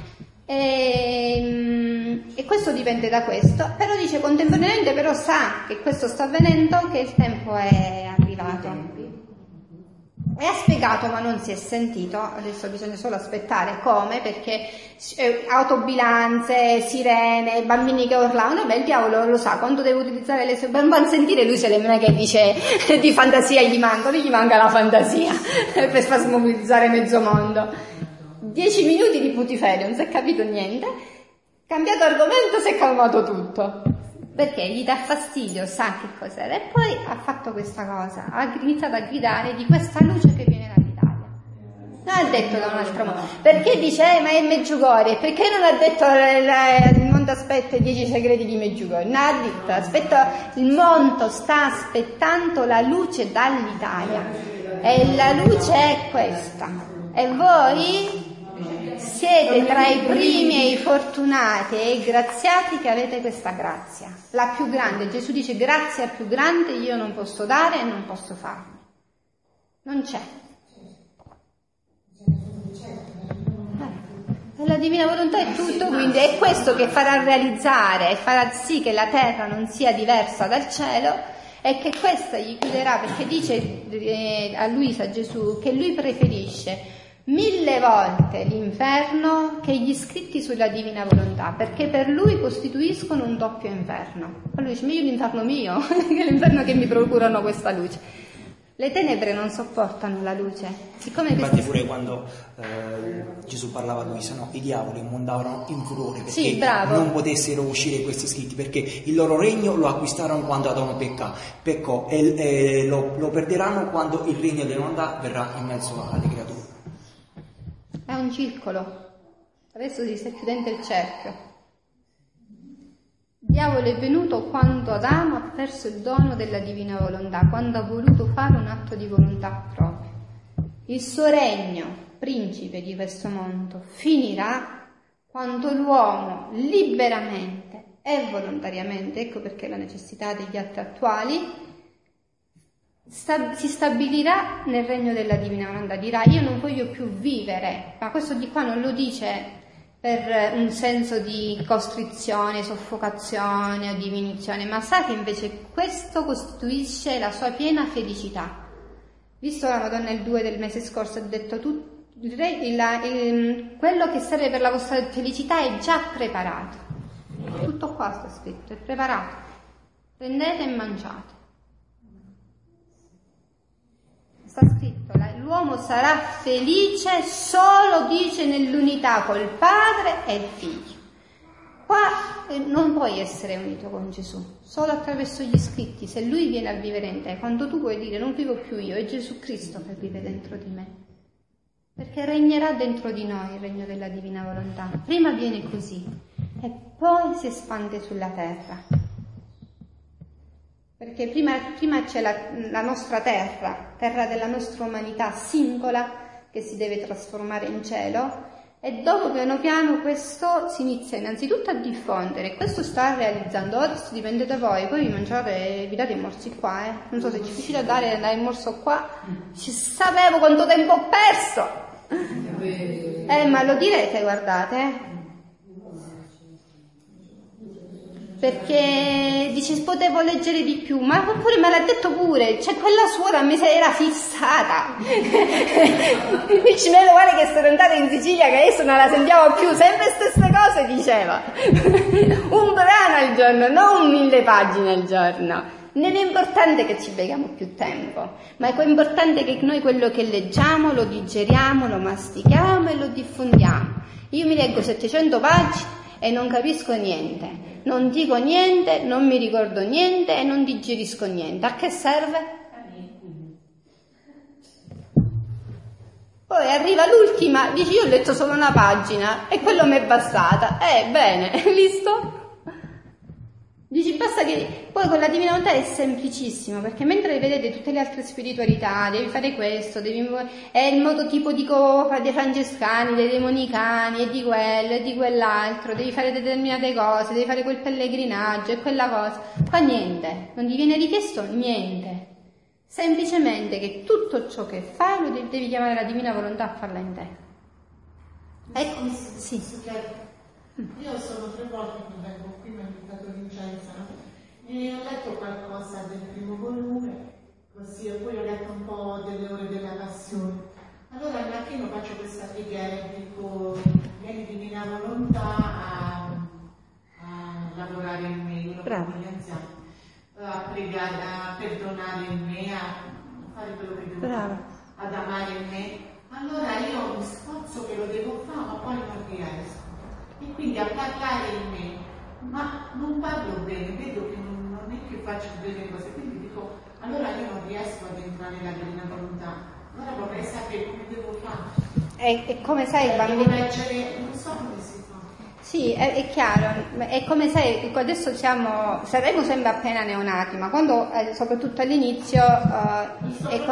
Speaker 1: E, e questo dipende da questo, però dice contemporaneamente però sa che questo sta avvenendo, che il tempo è arrivato e ha spiegato ma non si è sentito, adesso bisogna solo aspettare come, perché eh, autobilanze, sirene, bambini che urlavano, beh il diavolo lo sa quando deve utilizzare le sue, per non sentire lui se non è che dice di fantasia gli manca, gli manca la fantasia per far smobilizzare mezzo mondo. Dieci minuti di putiferio, non si è capito niente, cambiato argomento, si è calmato tutto, perché gli dà fastidio, sa che cos'era, e poi ha fatto questa cosa, ha iniziato a gridare di questa luce che viene dall'Italia. Non ha detto da un altro modo, perché dice, eh, ma è Medjugorje, perché non ha detto eh, il mondo aspetta i dieci segreti di Medjugorje, non ha detto, aspetta, il mondo sta aspettando la luce dall'Italia, e la luce è questa, e voi... siete tra i primi e i fortunati e i graziati che avete questa grazia, la più grande. Gesù dice grazia più grande io non posso dare e non posso farmi, non c'è. E la divina volontà è tutto, quindi è questo che farà realizzare e farà sì che la terra non sia diversa dal cielo, e che questa gli chiuderà, perché dice eh, a Luisa Gesù che lui preferisce mille volte l'inferno che gli scritti sulla divina volontà, perché per lui costituiscono un doppio inferno. Ma lui dice, meglio l'inferno mio che l'inferno che mi procurano questa luce. Le tenebre non sopportano la luce. Siccome
Speaker 3: infatti
Speaker 1: questi...
Speaker 3: pure quando eh, Gesù parlava a Luisa, no, i diavoli mondavano in furore perché
Speaker 1: sì,
Speaker 3: non potessero uscire questi scritti, perché il loro regno lo acquistarono quando Adamo pecca, peccò e, e lo, lo perderanno quando il regno della volontà verrà in mezzo alle creature.
Speaker 1: È un circolo, adesso si sta chiudendo il cerchio. Il diavolo è venuto quando Adamo ha perso il dono della divina volontà, quando ha voluto fare un atto di volontà propria. Il suo regno, principe di questo mondo, finirà quando l'uomo liberamente e volontariamente, ecco perché la necessità degli atti attuali, Sta, si stabilirà nel regno della divina volontà, dirà io non voglio più vivere, ma questo di qua non lo dice per un senso di costrizione, soffocazione o diminuzione, ma sa che invece questo costituisce la sua piena felicità. Visto la Madonna il due del mese scorso ha detto tu, il re, il, il, quello che serve per la vostra felicità è già preparato, tutto qua sta scritto, è preparato, prendete e mangiate. Sta scritto, l'uomo sarà felice solo, dice, nell'unità col padre e il figlio. Qua eh, non puoi essere unito con Gesù, solo attraverso gli scritti, se lui viene a vivere in te, quando tu puoi dire non vivo più io, è Gesù Cristo che vive dentro di me, perché regnerà dentro di noi il regno della divina volontà. Prima viene così e poi si espande sulla terra. Perché prima, prima c'è la, la nostra terra, terra della nostra umanità singola, che si deve trasformare in cielo, e dopo piano piano questo si inizia innanzitutto a diffondere. Questo sta realizzando, adesso dipende da voi, poi vi mangiate, vi date i morsi qua, eh. Non so se ci riuscite a dare, dare il morso qua, ci sapevo quanto tempo ho perso! Eh, ma lo direte, guardate, eh. Perché dice potevo leggere di più, ma pure me l'ha detto pure, cioè quella suora a me se era fissata. Dici, meno male che sono andata in Sicilia, che adesso non la sentiamo più, sempre stesse cose diceva. Un brano al giorno, non mille pagine al giorno. Non è importante che ci beviamo più tempo, ma è importante che noi quello che leggiamo lo digeriamo, lo mastichiamo e lo diffondiamo. Io mi leggo settecento pagine e non capisco niente. Non dico niente, non mi ricordo niente e non digerisco niente. A che serve? Poi arriva l'ultima, dici io ho letto solo una pagina e quello mi è bastata. Eh, bene, hai visto? Dici basta che... Poi con la Divina Volontà è semplicissimo, perché mentre vedete tutte le altre spiritualità, devi fare questo, devi... è il modo tipo dico dei francescani, dei demonicani, e di quello, e di quell'altro, devi fare determinate cose, devi fare quel pellegrinaggio e quella cosa. Qua niente, non ti viene richiesto niente. Semplicemente che tutto ciò che fai lo devi chiamare la Divina Volontà a farla in te. Ecco, sì.
Speaker 9: Io sono tre volte che vengo qui, mi ha invitato Vincenza, no? E ho letto qualcosa del primo volume, così, e poi ho letto un po' delle ore della passione. Allora al mattino faccio questa preghiera e dico, vieni Divina Volontà a, a lavorare in me, io lo faccio gli anziani, a pregare, a perdonare in me, a fare quello che devo fare, ad amare in me. Allora io mi sforzo che lo devo fare, ma poi non riesco. E quindi a parlare in me, ma non parlo bene, vedo che non, non è che faccio bene cose, quindi dico, allora io non riesco ad entrare nella Divina Volontà, allora vorrei sapere come devo fare.
Speaker 1: E, e come sai,
Speaker 9: eh,
Speaker 1: bambino...
Speaker 9: Devo leggere, non so come si fa.
Speaker 1: Sì, è, è chiaro, è come sai, adesso siamo, saremo sempre appena neonati, ma quando, eh, soprattutto all'inizio, uh, è, co-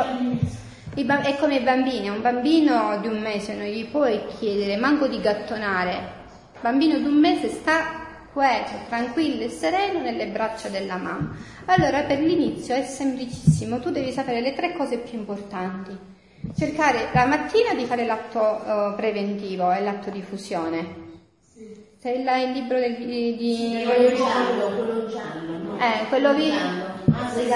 Speaker 1: è come i bambini, un bambino di un mese non gli puoi chiedere manco di gattonare. Il bambino di un mese sta quieto, tranquillo e sereno nelle braccia della mamma. Allora per l'inizio è semplicissimo, tu devi sapere le tre cose più importanti. Cercare la mattina di fare l'atto uh, preventivo e l'atto di fusione. Sì. C'è il, il libro del, di... di...
Speaker 7: Sì, quello giallo, quello giallo, no?
Speaker 1: Eh, quello vi...
Speaker 7: Ah, sì,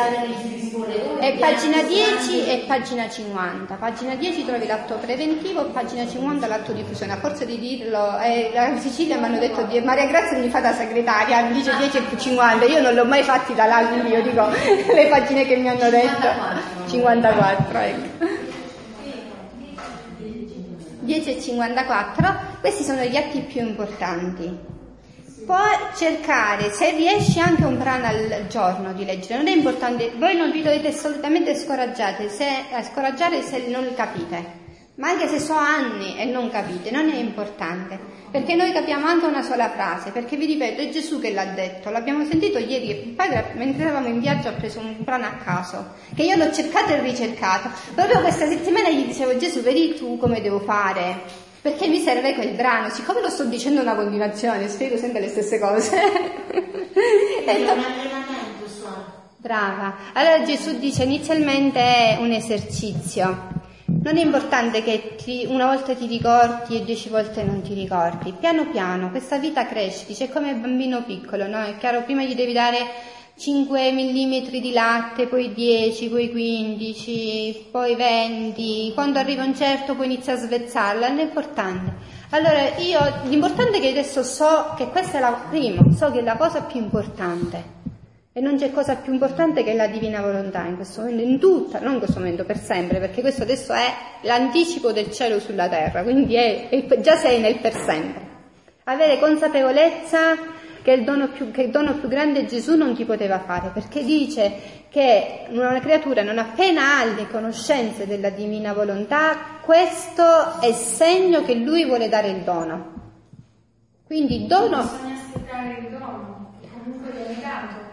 Speaker 1: è pagina dieci e pagina cinquanta. Pagina dieci trovi l'atto preventivo, pagina cinquanta l'atto di fusione. A forza di dirlo, eh, la Sicilia mi hanno detto di Maria Grazia mi fa da segretaria, mi dice dieci e cinquanta, io non l'ho mai fatti da là, quindi io dico le pagine che mi hanno detto. cinquantaquattro, ecco. dieci e cinquantaquattro, questi sono gli atti più importanti. Puoi cercare, se riesci, anche un brano al giorno di leggere, non è importante, voi non vi dovete assolutamente scoraggiare se, eh, scoraggiare se non capite, ma anche se so anni e non capite, non è importante, perché noi capiamo anche una sola frase, perché vi ripeto, è Gesù che l'ha detto, l'abbiamo sentito ieri, il padre mentre eravamo in viaggio ha preso un brano a caso, che io l'ho cercato e ricercato, proprio questa settimana gli dicevo, Gesù, vedi tu come devo fare? Perché mi serve quel brano, siccome lo sto dicendo una continuazione, spiego sempre le stesse cose.
Speaker 9: È un allenamento suo.
Speaker 1: Brava. Allora Gesù dice inizialmente è un esercizio. Non è importante che ti, una volta ti ricordi e dieci volte non ti ricordi. Piano piano, questa vita cresce, dice è come il bambino piccolo, no? È chiaro, prima gli devi dare cinque millimetri di latte, poi dieci, poi quindici, poi venti, quando arriva un certo poi inizia a svezzarla, non è importante. Allora io, l'importante è che adesso so che questa è la prima, so che è la cosa più importante e non c'è cosa più importante che la Divina Volontà in questo momento, in tutta, non in questo momento, per sempre, perché questo adesso è l'anticipo del cielo sulla terra, quindi è, è, già sei nel per sempre. Avere consapevolezza che il dono più, che il dono più grande Gesù non ti poteva fare, perché dice che una creatura non appena ha le conoscenze della Divina Volontà, questo è segno che lui vuole dare il dono. Quindi il dono...
Speaker 6: Bisogna aspettare il dono, comunque viene dato.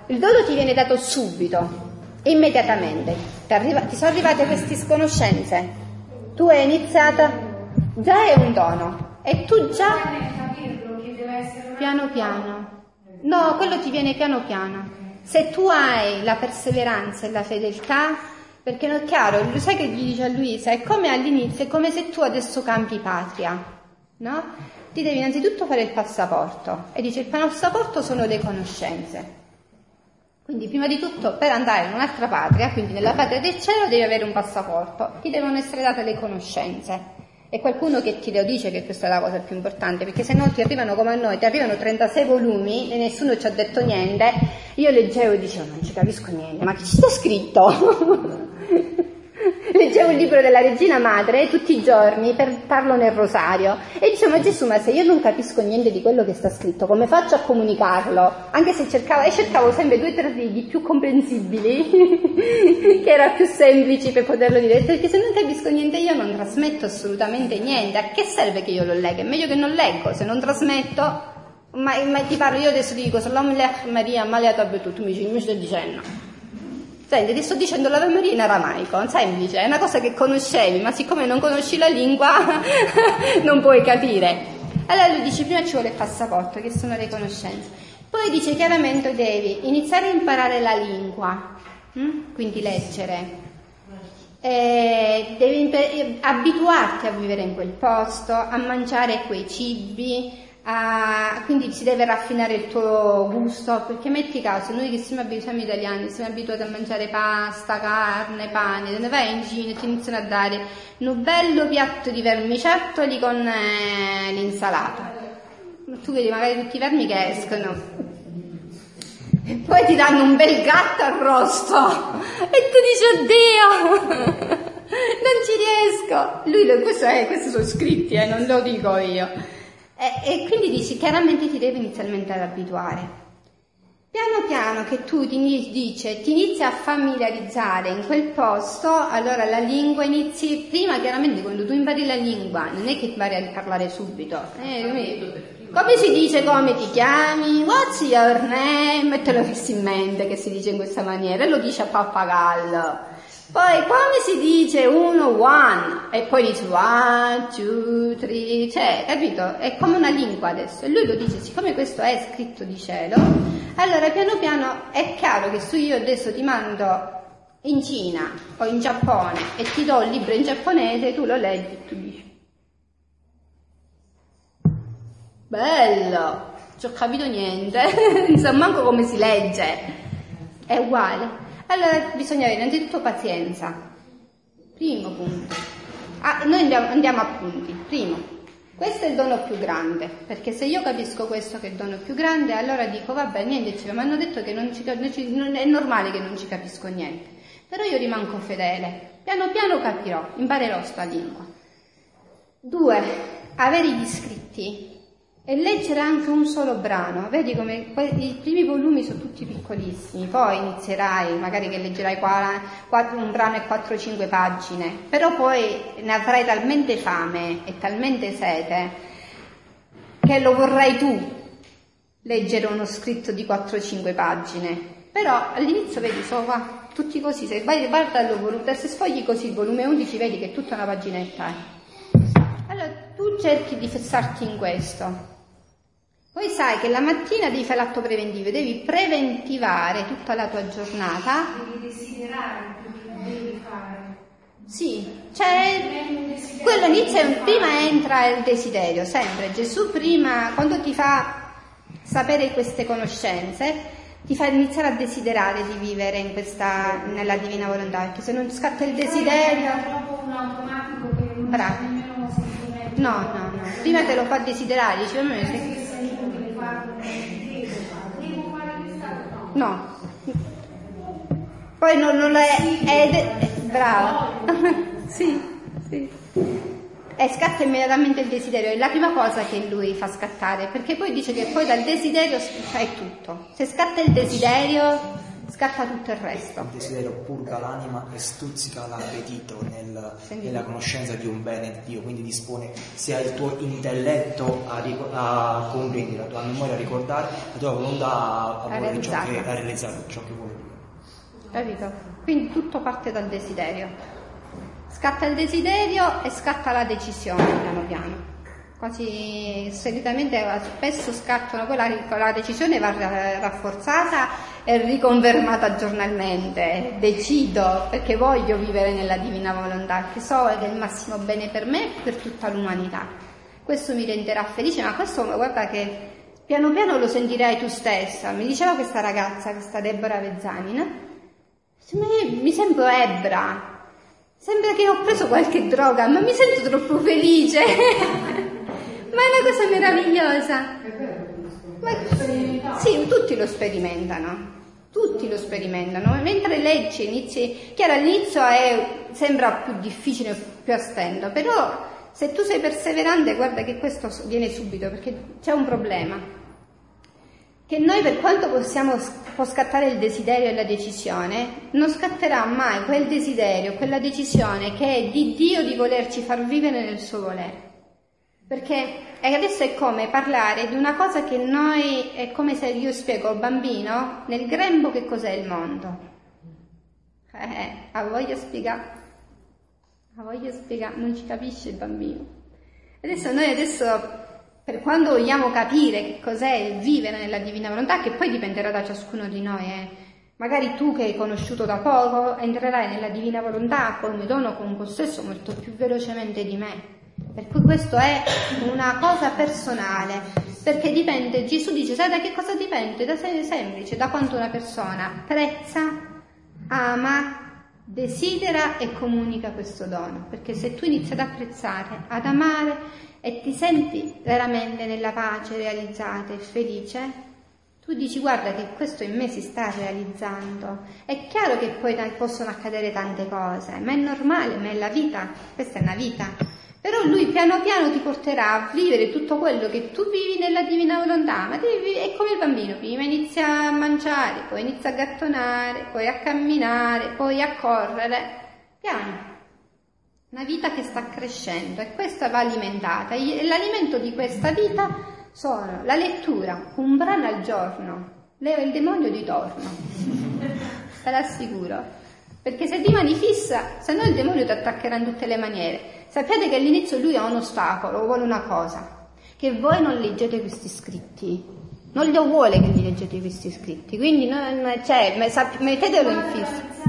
Speaker 1: il dono ti viene dato subito, immediatamente. Ti, arriva, ti sono arrivate queste conoscenze, tu hai iniziata, già è un dono, e tu già piano piano. No, quello ti viene piano piano. Se tu hai la perseveranza e la fedeltà, perché non è chiaro, lo sai che gli dice a Luisa, è come all'inizio, è come se tu adesso cambi patria, no? Ti devi innanzitutto fare il passaporto, e dice il passaporto sono le conoscenze. Quindi prima di tutto per andare in un'altra patria, quindi nella patria del cielo, devi avere un passaporto, ti devono essere date le conoscenze. E qualcuno che ti lo dice che questa è la cosa più importante, perché se no ti arrivano come a noi, ti arrivano trentasei volumi e nessuno ci ha detto niente. Io leggevo e dicevo non ci capisco niente, ma che ci sta scritto? Leggevo il libro della Regina Madre tutti i giorni per farlo nel rosario e dicevo ma Gesù, ma se io non capisco niente di quello che sta scritto, come faccio a comunicarlo? Anche se cercavo, e cercavo sempre due o tre righe più comprensibili che era più semplici per poterlo dire, perché se non capisco niente io non trasmetto assolutamente niente. A che serve che io lo legga? È meglio che non leggo, se non trasmetto, ma, ma ti parlo, io adesso ti dico Salam Lech Maria Maleata Betu, tu mi dici, mi stai dicendo? Senti, ti sto dicendo l'Ave Maria in aramaico, semplice, è una cosa che conoscevi, ma siccome non conosci la lingua non puoi capire. Allora lui dice, prima ci vuole il passaporto, che sono le conoscenze. Poi dice chiaramente devi iniziare a imparare la lingua, hm? Quindi leggere. E devi imp- abituarti a vivere in quel posto, a mangiare quei cibi, a, quindi si deve raffinare il tuo gusto, perché metti caso, noi che siamo abituati, italiani, siamo abituati a mangiare pasta, carne, pane, te ne vai in giro e ti iniziano a dare un bello piatto di vermicettoli con eh, l'insalata. Tu vedi magari tutti i vermi che escono. Poi ti danno un bel gatto arrosto e tu dici oddio non ci riesco. Lui, questo è, questi sono scritti, eh, non lo dico io. E, e quindi dici, chiaramente ti devi inizialmente ad abituare. Piano piano che tu ti dice, ti inizi a familiarizzare in quel posto, allora la lingua inizi, prima chiaramente quando tu impari la lingua, non è che impari a parlare subito. Eh, come, come si dice come ti chiami? What's your name? E te lo fissi in mente che si dice in questa maniera, e lo dice a pappagallo. Poi come si dice uno, one, e poi dice one, two, three, cioè, capito? È come una lingua adesso. E lui lo dice, siccome questo è scritto di cielo, allora piano piano è chiaro che se io adesso ti mando in Cina o in Giappone e ti do il libro in giapponese, tu lo leggi e tu dici, bello, non ci ho capito niente, non so manco come si legge, è uguale. Allora bisogna avere innanzitutto pazienza, primo punto. Ah, noi andiamo, andiamo a punti. Primo, questo è il dono più grande, perché se io capisco questo che è il dono più grande, allora dico vabbè, niente, mi hanno detto che non ci, non, è normale che non ci capisco niente, però io rimango fedele, piano piano capirò, imparerò sta lingua. Due, avere gli scritti e leggere anche un solo brano. Vedi come i primi volumi sono tutti piccolissimi, poi inizierai, magari che leggerai quattro, un brano e quattro cinque pagine, però poi ne avrai talmente fame e talmente sete che lo vorrai tu leggere uno scritto di quattro cinque pagine. Però all'inizio vedi, so qua, tutti così, se vai guarda il volume, se sfogli così il volume undici vedi che è tutta una paginetta. Allora tu cerchi di fissarti in questo. Poi sai che la mattina devi fare l'atto preventivo, devi preventivare tutta la tua giornata.
Speaker 7: Devi desiderare quello che devi fare.
Speaker 1: Sì, cioè quello inizia, prima entra il desiderio, sempre. Gesù prima, quando ti fa sapere queste conoscenze, ti fa iniziare a desiderare di vivere in questa, nella divina volontà, perché se non scatta il desiderio...
Speaker 7: È proprio un automatico che non
Speaker 1: bravo.
Speaker 7: nemmeno semplicemente...
Speaker 1: No, no, no, prima te lo fa desiderare, dice, ma se... No, poi non, non è, è, è brava, sì, sì, e scatta immediatamente il desiderio, è la prima cosa che lui fa scattare, perché poi dice che poi dal desiderio è tutto, se scatta il desiderio scatta tutto il resto.
Speaker 3: Il desiderio purga l'anima e stuzzica l'appetito nel, nella conoscenza di un bene di Dio, quindi dispone sia il tuo intelletto a, a comprendere, la tua memoria a ricordare, la tua volontà a, a, volere ciò che, a realizzare ciò che vuole Dio.
Speaker 1: Capito? Quindi tutto parte dal desiderio. Scatta il desiderio e scatta la decisione piano piano. Quasi solitamente spesso scattano, poi la, la decisione va rafforzata e riconfermata giornalmente. Decido perché voglio vivere nella divina volontà, che so che è il massimo bene per me e per tutta l'umanità. Questo mi renderà felice, ma questo guarda che piano piano lo sentirai tu stessa. Mi diceva questa ragazza, questa Deborah Vezzanin, mi sembro ebbra, sembra che ho preso qualche droga, ma mi sento troppo felice. Ma è una cosa meravigliosa. Ma, sì, tutti lo sperimentano, tutti lo sperimentano. Mentre leggi, inizi, chiaro all'inizio è, sembra più difficile, più a stento, però se tu sei perseverante guarda che questo viene subito, perché c'è un problema. Che noi, per quanto possiamo, può scattare il desiderio e la decisione, non scatterà mai quel desiderio, quella decisione che è di Dio di volerci far vivere nel suo volere. Perché adesso è come parlare di una cosa che noi, è come se io spiego al bambino nel grembo che cos'è il mondo. Eh, ha voglia spiegare, ha voglia spiegare, non ci capisce il bambino. Adesso noi adesso, per quando vogliamo capire che cos'è il vivere nella divina volontà, che poi dipenderà da ciascuno di noi, eh. Magari tu che hai conosciuto da poco entrerai nella divina volontà come dono, con possesso molto più velocemente di me. Per cui questo è una cosa personale, perché dipende, Gesù dice, sai da che cosa dipende? Da semplice, da quanto una persona apprezza, ama, desidera e comunica questo dono. Perché se tu inizi ad apprezzare, ad amare e ti senti veramente nella pace, realizzata e felice, tu dici guarda che questo in me si sta realizzando. È chiaro che poi possono accadere tante cose, ma è normale, ma è la vita, questa è una vita. Però lui piano piano ti porterà a vivere tutto quello che tu vivi nella divina volontà, ma devi, è come il bambino, prima inizia a mangiare, poi inizia a gattonare, poi a camminare, poi a correre, piano. Una vita che sta crescendo e questa va alimentata. E l'alimento di questa vita sono la lettura, un brano al giorno, leva il demonio di torno, te l'assicuro. Perché se rimani fissa, se no il demonio ti attaccherà in tutte le maniere. Sappiate che all'inizio lui ha un ostacolo, vuole una cosa, che voi non leggete questi scritti, non lo vuole che li leggete questi scritti, quindi non, cioè, mettetelo in fissa.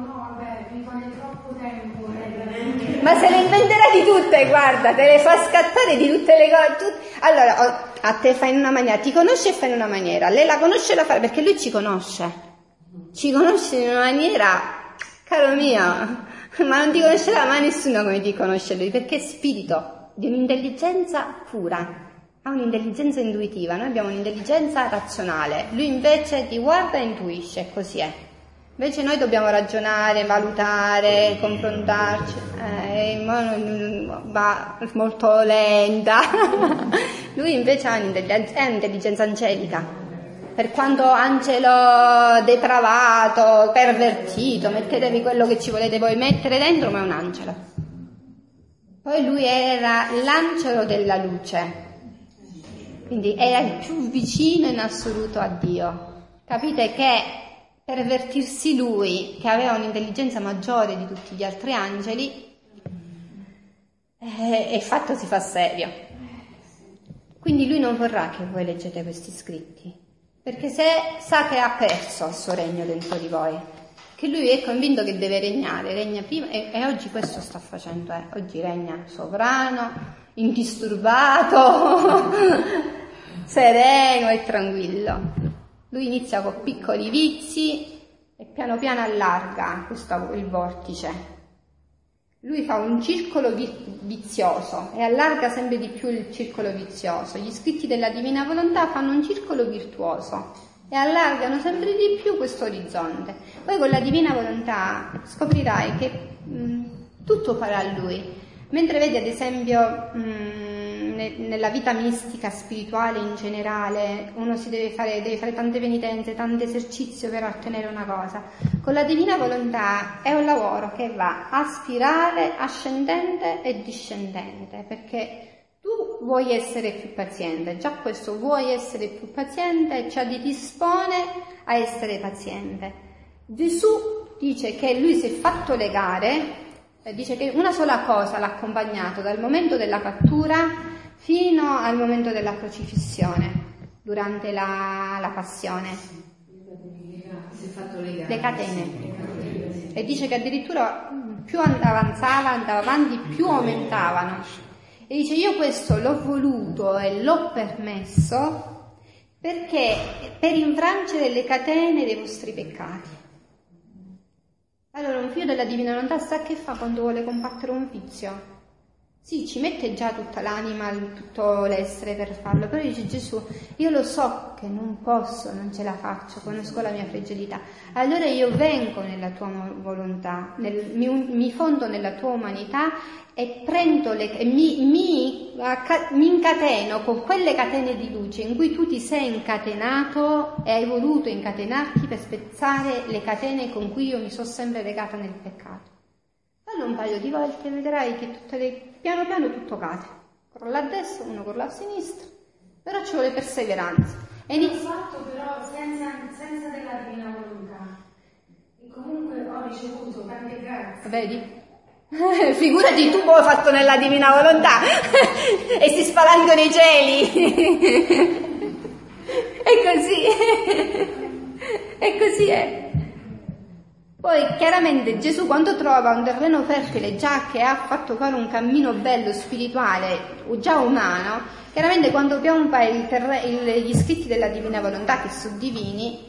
Speaker 1: Ma se le inventerà di tutte, guarda, te le fa scattare di tutte le cose. Allora, a te fa in una maniera, ti conosce e fa in una maniera, lei la conosce e la fa, perché lui ci conosce, ci conosce in una maniera... Caro mio, ma non ti conoscerà mai nessuno come ti conosce lui, perché è spirito di un'intelligenza pura, ha un'intelligenza intuitiva, noi abbiamo un'intelligenza razionale, lui invece ti guarda e intuisce, e così è. Invece noi dobbiamo ragionare, valutare, confrontarci, eh, va molto lenta. Lui invece ha un'intelligenza, è un'intelligenza angelica. Per quanto angelo depravato, pervertito, mettetevi quello che ci volete voi mettere dentro, ma è un angelo. Poi lui era l'angelo della luce, quindi era il più vicino in assoluto a Dio. Capite che pervertirsi lui, che aveva un'intelligenza maggiore di tutti gli altri angeli, e il fatto si fa serio. Quindi lui non vorrà che voi leggete questi scritti. Perché se sa che ha perso il suo regno dentro di voi, che lui è convinto che deve regnare, regna prima, e, e oggi questo sta facendo, eh. Oggi regna sovrano, indisturbato, sereno e tranquillo. Lui inizia con piccoli vizi e piano piano allarga questo, il vortice. Lui fa un circolo vizioso e allarga sempre di più il circolo vizioso. Gli scritti della Divina Volontà fanno un circolo virtuoso e allargano sempre di più questo orizzonte. Poi con la Divina Volontà scoprirai che mh, tutto farà Lui. Mentre vedi ad esempio mh, ne, nella vita mistica, spirituale in generale, uno si deve fare, deve fare tante penitenze, tanto esercizio per ottenere una cosa. Con la divina volontà è un lavoro che va a spirale, ascendente e discendente, perché tu vuoi essere più paziente, già questo vuoi essere più paziente, cioè ti dispone a essere paziente. Gesù dice che lui si è fatto legare, dice che una sola cosa l'ha accompagnato dal momento della cattura fino al momento della crocifissione, durante la, la passione.
Speaker 2: Si è fatto legare.
Speaker 1: Le catene. E dice che addirittura più avanzava, andava avanti, più aumentavano. E dice: io questo l'ho voluto e l'ho permesso perché per infrangere le catene dei vostri peccati. Allora un figlio della divina volontà sa che fa quando vuole combattere un vizio? Sì, ci mette già tutta l'anima, tutto l'essere per farlo, però dice Gesù: io lo so che non posso, non ce la faccio, conosco la mia fragilità, allora io vengo nella tua volontà, nel, mi, mi fondo nella tua umanità e prendo le, e mi, mi, mi incateno con quelle catene di luce in cui tu ti sei incatenato e hai voluto incatenarti per spezzare le catene con cui io mi sono sempre legata nel peccato. Fallo un paio di volte e vedrai che tutte le, piano piano tutto cade. Corro a destra, uno corro a sinistra, però ci vuole perseveranza.
Speaker 7: E l'ho fatto però senza, senza della divina volontà. E comunque ho ricevuto tante grazie.
Speaker 1: Vedi? Figurati tu come ho fatto nella divina volontà e si spalancano i cieli. È così. E così è. Poi chiaramente Gesù quando trova un terreno fertile già che ha fatto fare un cammino bello, spirituale, già umano, chiaramente quando piompa il terre- il, gli scritti della divina volontà che sono divini,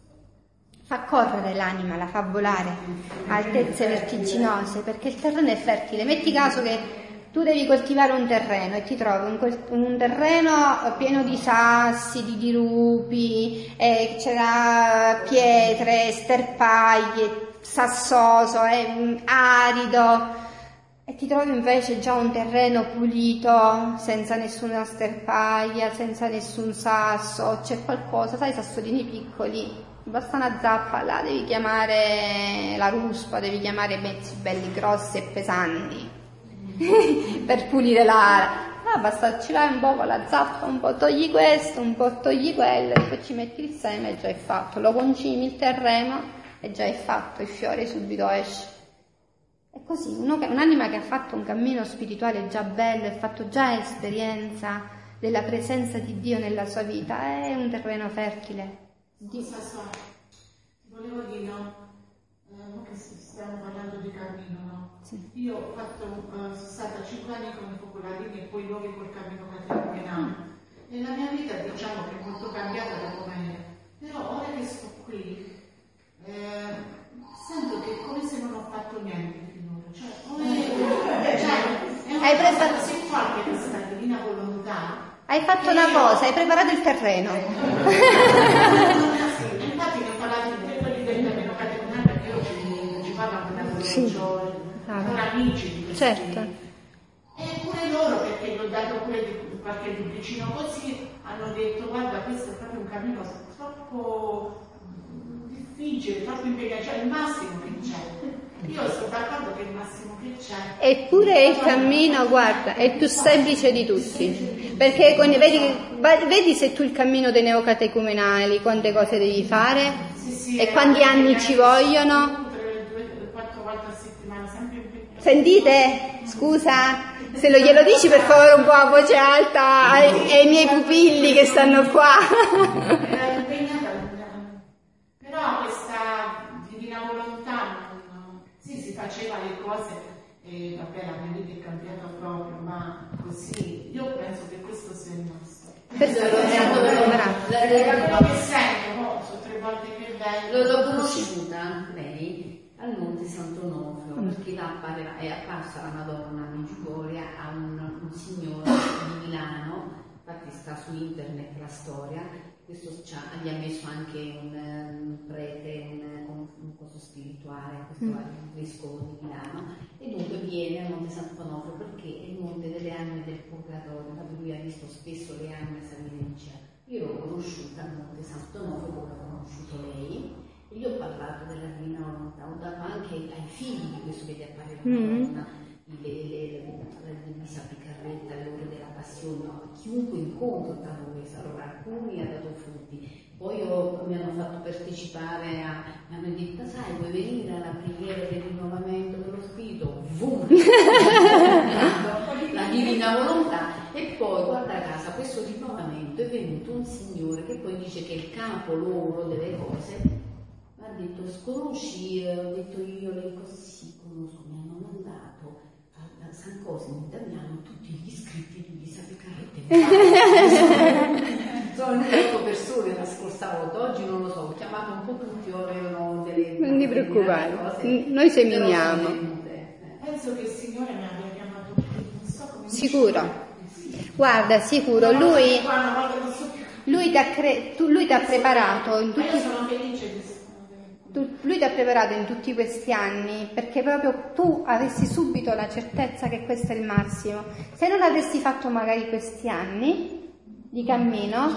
Speaker 1: fa correre l'anima, la fa volare a altezze vertiginose, perché il terreno è fertile. Metti caso che tu devi coltivare un terreno e ti trovi un, col- un terreno pieno di sassi, di dirupi, eh, c'era pietre, sterpaglie, sassoso, eh, arido, e ti trovi invece già un terreno pulito, senza nessuna sterpaglia, senza nessun sasso, c'è qualcosa, sai, sassolini piccoli, basta una zappa, là devi chiamare la ruspa, devi chiamare mezzi belli grossi e pesanti per pulire l'ara. Ah, basta, ci vai un po' con la zappa, un po' togli questo, un po' togli quello, e poi ci metti il seme e già è fatto, lo concimi il terreno e già è fatto, il fiore subito esce. È così, uno che, un'anima che ha fatto un cammino spirituale già bello e fatto già esperienza della presenza di Dio nella sua vita, è un terreno fertile.
Speaker 9: Scusa, Suora, volevo dire, no? Eh, che stiamo parlando di cammino, no? Sì. Io ho fatto, uh, sono stata cinque anni con i popolarini e poi nove col cammino catecumenale. Nella mia vita diciamo che è molto cambiata da come era, però ora che sto qui eh, sento che è come se non ho fatto niente finora, cioè, come, cioè è una
Speaker 1: hai
Speaker 9: cosa
Speaker 1: preparato
Speaker 9: così forte questa divina volontà.
Speaker 1: Hai fatto una cosa, hai preparato il terreno.
Speaker 9: Sì, infatti ne ho parlato di quelli del cammino catecumenale perché io ci, ci parlo anche da
Speaker 1: Sì.
Speaker 9: con amici di questi.
Speaker 1: Certo.
Speaker 9: E pure loro, perché gli ho dato pure di qualche libricino così, hanno detto: guarda, questo è proprio un cammino troppo difficile, troppo impegnativo, cioè il massimo che c'è. Io sono d'accordo che è il massimo che c'è.
Speaker 1: Eppure è il cammino, guarda, è il più semplice di tutti. Perché vedi, vedi se tu il cammino dei neocatecumenali, quante cose devi fare?
Speaker 9: Sì, sì,
Speaker 1: e quanti anni ci vogliono? Sentite? Scusa, se lo glielo dici per favore un po' a voce alta ai, ai miei pupilli che stanno qua.
Speaker 9: Era impegnata, però questa divina volontà, non, sì, si faceva le cose e vabbè, la mia vita è cambiata proprio, ma così io penso che questo sia il nostro.
Speaker 1: Questo lo sento per
Speaker 9: quello che sento, no? Sono tre volte che vengo.
Speaker 2: L'ho conosciuta lei al Monte Sant'Onofrio, perché là appare, è apparsa la Madonna a Medjugorje a un, un signore di Milano, infatti sta su internet la storia, questo gli ha messo anche un, un prete, un, un coso spirituale, mm. il vescovo di Milano, e dunque viene a Monte Sant'Onofrio perché è il monte delle anime del purgatorio, dove lui ha visto spesso le anime salire in cielo. Io l'ho conosciuta a Monte Sant'Onofrio, dove ho conosciuto lei, e gli ho parlato della Divina Volontà, ho dato anche ai figli di questo vede appare una donna, le, le, le, le Luisa Piccarretta, le ore della passione, no? Chiunque incontro tra noi, allora alcuni ha dato frutti, poi ho, mi hanno fatto partecipare a, mi hanno detto sai vuoi venire alla preghiera del rinnovamento dello spirito? Vum! La Divina Volontà. E poi guarda caso, questo rinnovamento è venuto un signore che poi dice che è il capo loro delle cose, mi ha detto sconosci, ho detto io le cose sì conosco, mi hanno mandato a San Cosimo in Damiano tutti gli iscritti di Luisa Piccarretta. Sono otto persone la scorsa volta, oggi non lo so, ho chiamato un po' tutti, avevano delle...
Speaker 1: Non ti preoccupare, noi seminiamo.
Speaker 9: Penso che il Signore mi abbia chiamato, non so come...
Speaker 1: Sicuro, guarda, sicuro, lui, lui ti ha, cre... tu, lui ti ha preparato in tutti...
Speaker 9: Io sono felice di...
Speaker 1: Tu, lui ti ha preparato in tutti questi anni perché proprio tu avessi subito la certezza che questo è il massimo. Se non avresti fatto magari questi anni di cammino,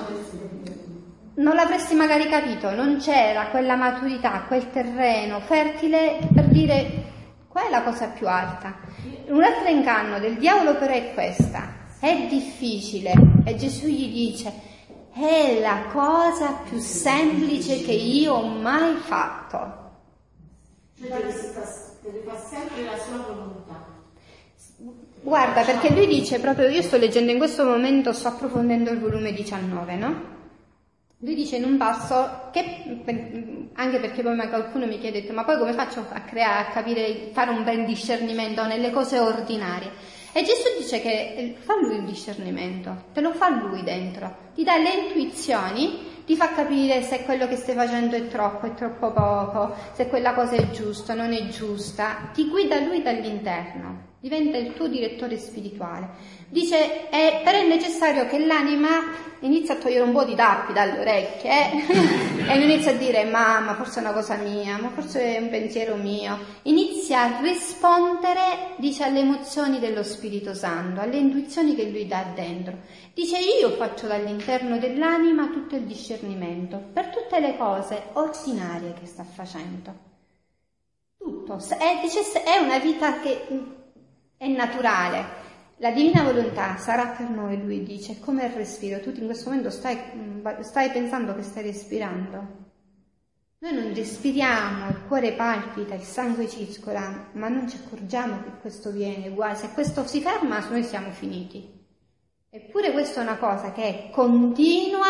Speaker 1: non l'avresti magari capito, non c'era quella maturità, quel terreno fertile per dire qual è la cosa più alta. Un altro inganno del diavolo però è questa, è difficile, e Gesù gli dice è la cosa più semplice che io ho mai fatto.
Speaker 9: Cioè deve fare sempre la sua volontà.
Speaker 1: Guarda, perché lui dice proprio, io sto leggendo in questo momento, sto approfondendo il volume diciannove, no? Lui dice in un passo, che, anche perché poi qualcuno mi chiede, ma poi come faccio a creare, a capire, fare un bel discernimento nelle cose ordinarie? E Gesù dice che fa lui il discernimento, te lo fa lui dentro, ti dà le intuizioni, ti fa capire se quello che stai facendo è troppo, è troppo poco, se quella cosa è giusta, non è giusta, ti guida lui dall'interno. Diventa il tuo direttore spirituale. Dice, eh, però è necessario che l'anima inizia a togliere un po' di tappi dalle orecchie eh? E non inizia a dire, mamma, forse è una cosa mia, ma forse è un pensiero mio. Inizia a rispondere, dice, alle emozioni dello Spirito Santo, alle intuizioni che lui dà dentro. Dice, io faccio dall'interno dell'anima tutto il discernimento, per tutte le cose ordinarie che sta facendo. Tutto. È, dice, è una vita che... è naturale, la divina volontà sarà per noi, lui dice, come il respiro. Tu in questo momento stai, stai pensando che stai respirando. Noi non respiriamo, il cuore palpita, il sangue circola, ma non ci accorgiamo che questo viene, guai, se questo si ferma noi siamo finiti. Eppure questa è una cosa che è continua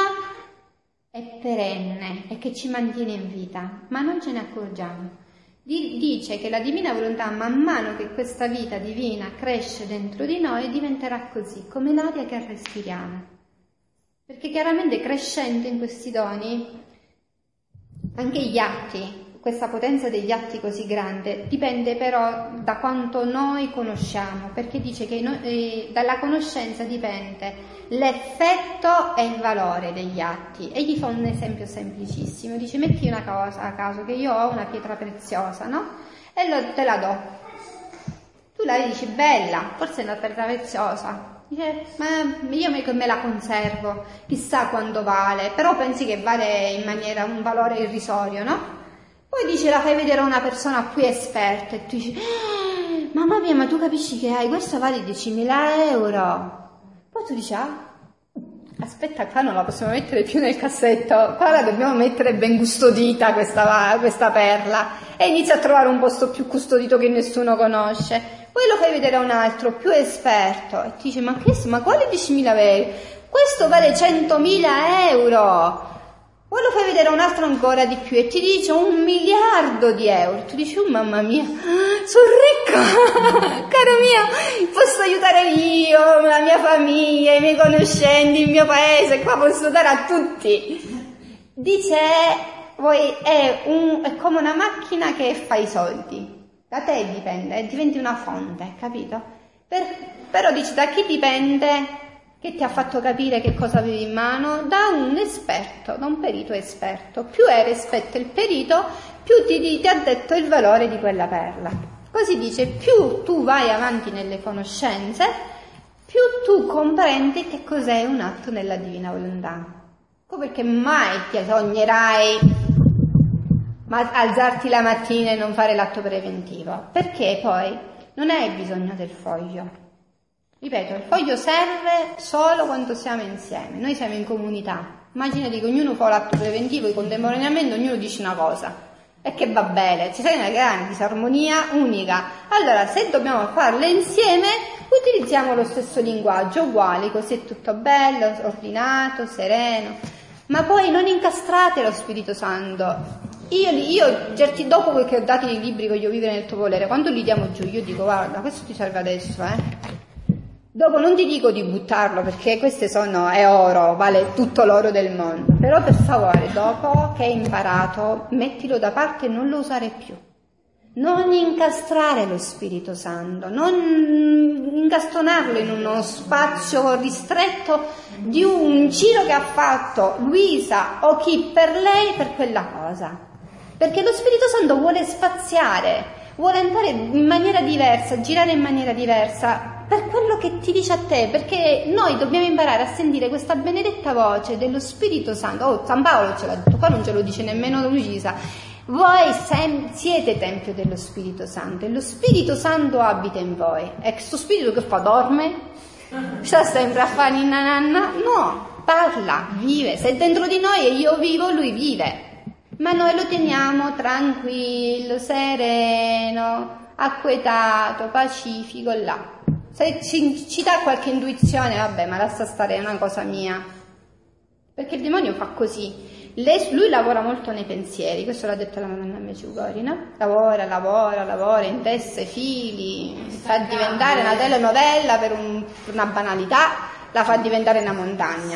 Speaker 1: e perenne e che ci mantiene in vita, ma non ce ne accorgiamo. Dice che la divina volontà, man mano che questa vita divina cresce dentro di noi, diventerà così, come l'aria che respiriamo. Perché chiaramente crescendo in questi doni, anche gli atti, questa potenza degli atti così grande, dipende però da quanto noi conosciamo, perché dice che no, eh, dalla conoscenza dipende l'effetto e il valore degli atti. E gli fa un esempio semplicissimo, dice metti una cosa a caso, che io ho una pietra preziosa, no? E lo, te la do. Tu la dici bella, forse è una pietra preziosa, dice ma io me, me la conservo, chissà quanto vale, però pensi che vale in maniera un valore irrisorio, no? Poi dice la fai vedere a una persona più esperta e tu dici eh, mamma mia, ma tu capisci che hai, questo vale diecimila euro. Poi tu dici, ah, aspetta, qua non la possiamo mettere più nel cassetto, qua la dobbiamo mettere ben custodita questa, questa perla, e inizia a trovare un posto più custodito che nessuno conosce. Poi lo fai vedere a un altro più esperto e ti dice, ma che, ma quale diecimila euro? Questo vale centomila euro. Poi lo fai vedere a un altro ancora di più e ti dice un miliardo di euro. Tu dici, oh mamma mia, sono ricca, caro mio, posso aiutare io, la mia famiglia, i miei conoscenti, il mio paese, qua posso dare a tutti. Dice, poi è, un, è come una macchina che fa i soldi. Da te dipende, diventi una fonte, capito? Per, però dice, da chi dipende che ti ha fatto capire che cosa avevi in mano? Da un esperto, da un perito esperto. Più era esperto il perito, più ti, ti ha detto il valore di quella perla. Così dice, più tu vai avanti nelle conoscenze, più tu comprendi che cos'è un atto nella divina volontà. Ecco perché mai ti sognerai ma alzarti la mattina e non fare l'atto preventivo, perché poi non hai bisogno del foglio. Ripeto, il foglio serve solo quando siamo insieme, noi siamo in comunità. Immaginati che ognuno fa l'atto preventivo e contemporaneamente ognuno dice una cosa e che va bene, ci sarà una grande disarmonia unica. Allora, se dobbiamo farle insieme, utilizziamo lo stesso linguaggio, uguali, così è tutto bello, ordinato, sereno. Ma poi non incastrate lo Spirito Santo. Io, io certi, dopo che ho dato i libri che voglio vivere nel tuo volere, quando li diamo giù, io dico, guarda, questo ti serve adesso, eh. Dopo non ti dico di buttarlo, perché queste sono, è oro, vale tutto l'oro del mondo. Però per favore, dopo che hai imparato, mettilo da parte e non lo usare più. Non incastrare lo Spirito Santo, non incastronarlo in uno spazio ristretto di un giro che ha fatto Luisa o chi per lei per quella cosa. Perché lo Spirito Santo vuole spaziare, vuole andare in maniera diversa, girare in maniera diversa, per quello che ti dice a te, perché noi dobbiamo imparare a sentire questa benedetta voce dello Spirito Santo. Oh, San Paolo ce l'ha detto, qua non ce lo dice nemmeno Luisa. Voi sem- siete tempio dello Spirito Santo e lo Spirito Santo abita in voi. E questo Spirito che fa? Dorme? Sta sempre a fare ninna nanna? No, parla, vive. Se è dentro di noi e io vivo, lui vive. Ma noi lo teniamo tranquillo, sereno, acquetato, pacifico là. Se ci, ci dà qualche intuizione, vabbè, ma lascia stare, è una cosa mia. Perché il demonio fa così. Lei, lui lavora molto nei pensieri, questo l'ha detto la Madonna Medjugorje, no? Lavora, lavora, lavora, intessa i fili, fa diventare una telenovela per un, una banalità, la fa diventare una montagna.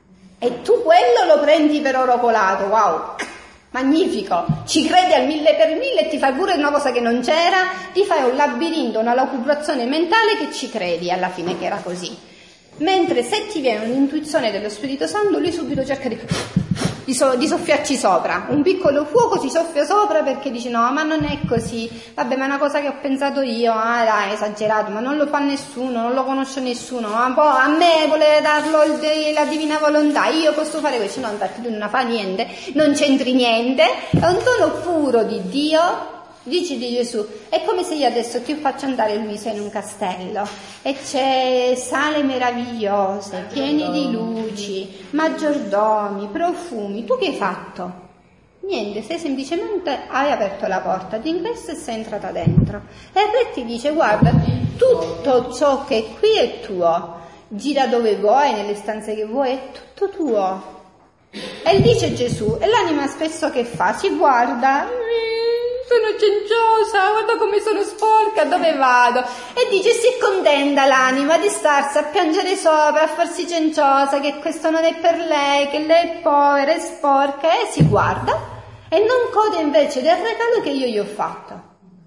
Speaker 1: E tu quello lo prendi per oro colato, wow! Magnifico, ci credi al mille per mille e ti fai pure una cosa che non c'era, ti fai un labirinto, una locubrazione mentale che ci credi alla fine che era così. Mentre se ti viene un'intuizione dello Spirito Santo, lui subito cerca di, di, so, di soffiarci sopra, un piccolo fuoco si soffia sopra perché dice no, ma non è così, vabbè, ma è una cosa che ho pensato io, ah dai, esagerato, ma non lo fa nessuno, non lo conosce nessuno, ma poi a me vuole darlo il, la divina volontà, io posso fare questo, no, infatti tu non fa niente, non c'entri niente, è un dono puro di Dio. Dici di Gesù, è come se io adesso ti faccio andare Luisa in un castello e c'è sale meravigliose, piene di luci, maggiordomi, profumi. Tu che hai fatto? Niente, sei semplicemente, hai aperto la porta d'ingresso e sei entrata dentro. E il re ti dice, guarda, tutto ciò che è qui è tuo, gira dove vuoi, nelle stanze che vuoi, è tutto tuo. E dice Gesù, e l'anima spesso che fa? Si guarda, sono cenciosa, guarda come sono sporca, dove vado? E dice, si contenta l'anima di starsi a piangere sopra, a farsi cenciosa, che questo non è per lei, che lei è povera, è sporca, e si guarda e non gode invece del regalo che io gli ho fatto.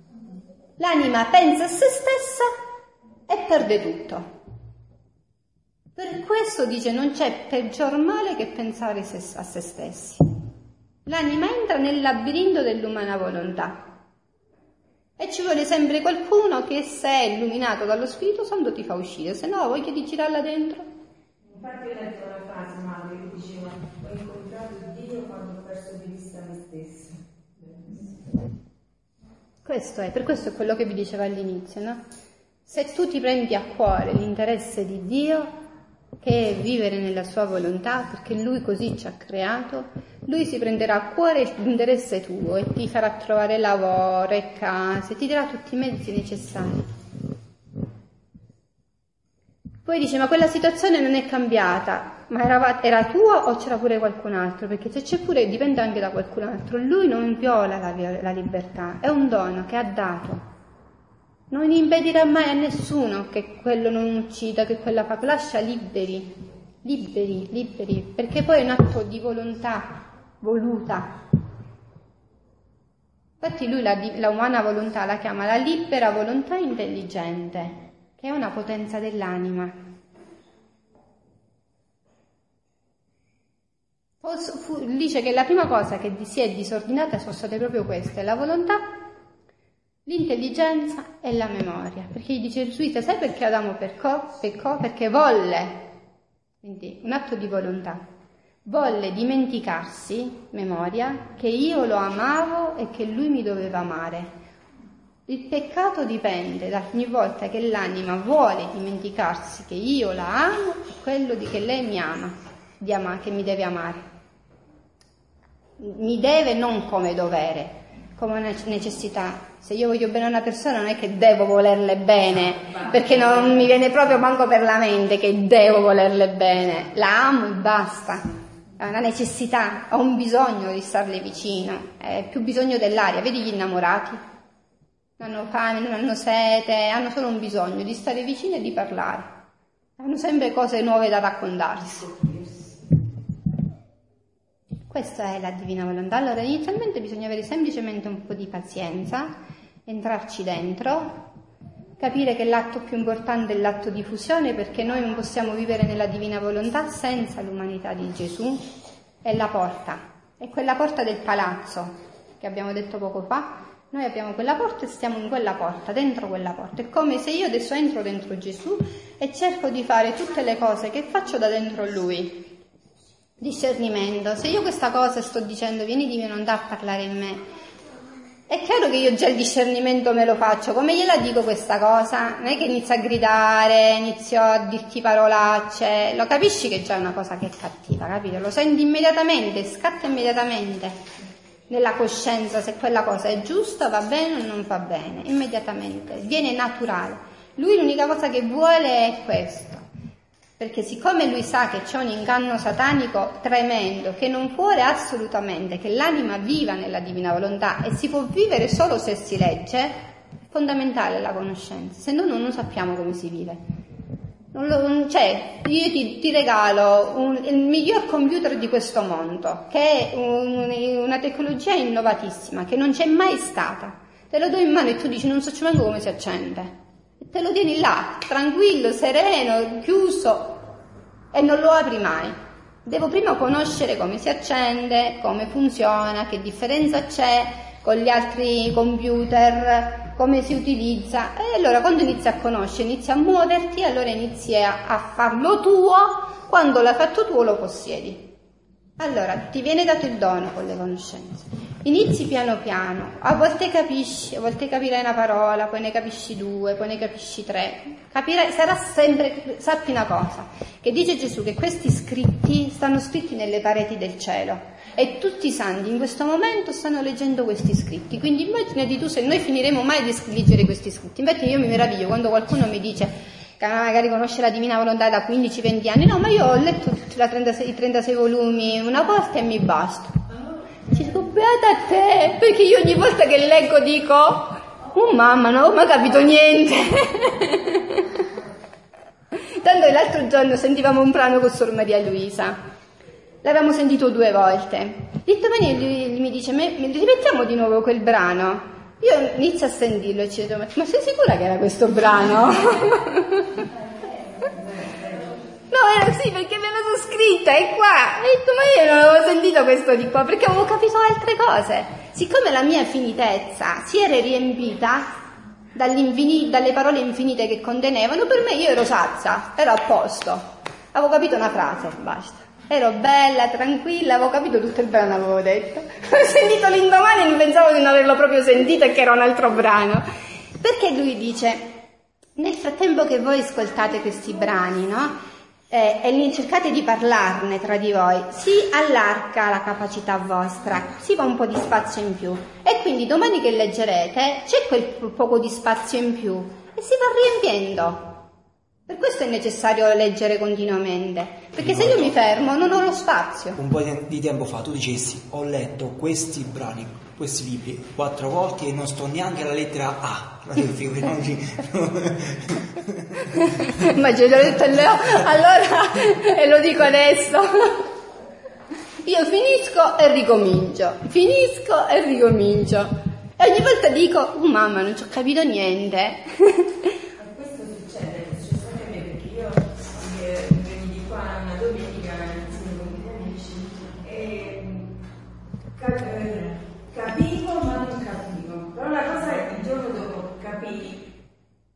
Speaker 1: L'anima pensa a se stessa e perde tutto. Per questo dice, non c'è peggior male che pensare a se stessi. L'anima entra nel labirinto dell'umana volontà e ci vuole sempre qualcuno che, se è illuminato dallo Spirito Santo, ti fa uscire, se no ha voglia di girarla dentro.
Speaker 7: Infatti ho letto una frase, madre, che diceva, ho incontrato Dio quando ho perso di vista me stessa.
Speaker 1: Questo è, per questo è quello che vi dicevo all'inizio, no? Se tu ti prendi a cuore l'interesse di Dio, che è vivere nella sua volontà, perché Lui così ci ha creato, Lui si prenderà a cuore l'interesse tuo e ti farà trovare lavoro e case, ti darà tutti i mezzi necessari. Poi dice, ma quella situazione non è cambiata, ma era, era tua o c'era pure qualcun altro? Perché se c'è pure, dipende anche da qualcun altro. Lui non viola la, la libertà, è un dono che ha dato. Non impedirà mai a nessuno che quello non uccida, che quella fa, lascia liberi, liberi, liberi, perché poi è un atto di volontà voluta. Infatti lui la, la umana volontà la chiama la libera volontà intelligente, che è una potenza dell'anima. dice che la prima cosa che si è disordinata sono state proprio queste: la volontà, l'intelligenza e la memoria. Perché gli dice il gesuita: sai perché Adamo peccò? Peccò perché volle, quindi un atto di volontà, volle dimenticarsi, memoria, che io lo amavo e che lui mi doveva amare. Il peccato dipende da ogni volta che l'anima vuole dimenticarsi che io la amo e quello di che lei mi ama, di ama, che mi deve amare. Mi deve non come dovere, come una necessità. Se io voglio bene a una persona non è che devo volerle bene, perché non mi viene proprio manco per la mente che devo volerle bene. La amo e basta. È una necessità, ho un bisogno di starle vicino, è più bisogno dell'aria. Vedi gli innamorati? Non hanno fame, non hanno sete, hanno solo un bisogno di stare vicini e di parlare. Hanno sempre cose nuove da raccontarsi. Questa è la divina volontà. Allora, inizialmente bisogna avere semplicemente un po' di pazienza, entrarci dentro, capire che l'atto più importante è l'atto di fusione, perché noi non possiamo vivere nella divina volontà senza l'umanità di Gesù. È la porta, è quella porta del palazzo che abbiamo detto poco fa. Noi abbiamo quella porta e stiamo in quella porta, dentro quella porta. È come se io adesso entro dentro Gesù e cerco di fare tutte le cose che faccio da dentro Lui. Discernimento. Se io questa cosa sto dicendo, vieni di mia volontà a parlare in me, è chiaro che io già il discernimento me lo faccio. Come gliela dico questa cosa? Non è che inizio a gridare, inizio a dirti parolacce. Lo capisci che già è una cosa che è cattiva, capito? Lo senti immediatamente, scatta immediatamente nella coscienza se quella cosa è giusta, va bene o non va bene, immediatamente, viene naturale. Lui l'unica cosa che vuole è questo, perché siccome lui sa che c'è un inganno satanico tremendo, che non vuole assolutamente che l'anima viva nella divina volontà, e si può vivere solo se si legge, è fondamentale la conoscenza, se no non sappiamo come si vive. Non lo, cioè, io ti, ti regalo un, il miglior computer di questo mondo, che è un, una tecnologia innovatissima, che non c'è mai stata. Te lo do in mano e tu dici: non so manco come si accende. E te lo tieni là, tranquillo, sereno, chiuso, e non lo apri mai. Devo prima conoscere come si accende, come funziona, che differenza c'è con gli altri computer, come si utilizza. E allora quando inizi a conoscere, inizi a muoverti, allora inizi a, a farlo tuo. Quando l'hai fatto tuo lo possiedi. Allora ti viene dato il dono con le conoscenze, inizi piano piano, a volte capisci, a volte capirai una parola, poi ne capisci due, poi ne capisci tre, capirai, sarà sempre, sappi una cosa, che dice Gesù che questi scritti stanno scritti nelle pareti del cielo e tutti i santi in questo momento stanno leggendo questi scritti, quindi immaginati tu se noi finiremo mai di leggere questi scritti. Infatti io mi meraviglio quando qualcuno mi dice che magari conosce la Divina Volontà da quindici venti anni. No, ma io ho letto tutti la trentasei, i trentasei volumi una volta e mi basta. Ci dico: beata a te, perché io ogni volta che leggo dico: oh mamma, non ho mai capito niente. Tanto l'altro giorno sentivamo un brano con Sor Maria Luisa, l'avevamo sentito due volte. L'indomani lui mi dice: ripetiamo di nuovo quel brano. Io inizio a sentirlo e ci dico: ma sei sicura che era questo brano? No, era sì, perché me lo sono scritta, è qua. E ho detto: ma io non avevo sentito questo di qua, perché avevo capito altre cose. Siccome la mia finitezza si era riempita dalle parole infinite che contenevano, per me io ero sazia, ero a posto. Avevo capito una frase, basta. Ero bella, tranquilla, avevo capito tutto il brano, avevo detto. Ho sentito l'indomani e non pensavo di non averlo proprio sentito e che era un altro brano. Perché lui dice: nel frattempo che voi ascoltate questi brani, no? Eh, e cercate di parlarne tra di voi, si allarga la capacità vostra, si va un po' di spazio in più. E quindi domani che leggerete c'è quel poco di spazio in più e si va riempiendo. Per questo è necessario leggere continuamente, perché se io mi fermo non ho lo spazio.
Speaker 3: Un po' di tempo fa tu dicessi: ho letto questi brani, questi libri quattro volte e non sto neanche alla lettera A.
Speaker 1: Ma ce l'ho detto Leo, allora, e lo dico adesso. Io finisco e ricomincio, finisco e ricomincio. E ogni volta dico: oh, mamma, non ci ho capito niente.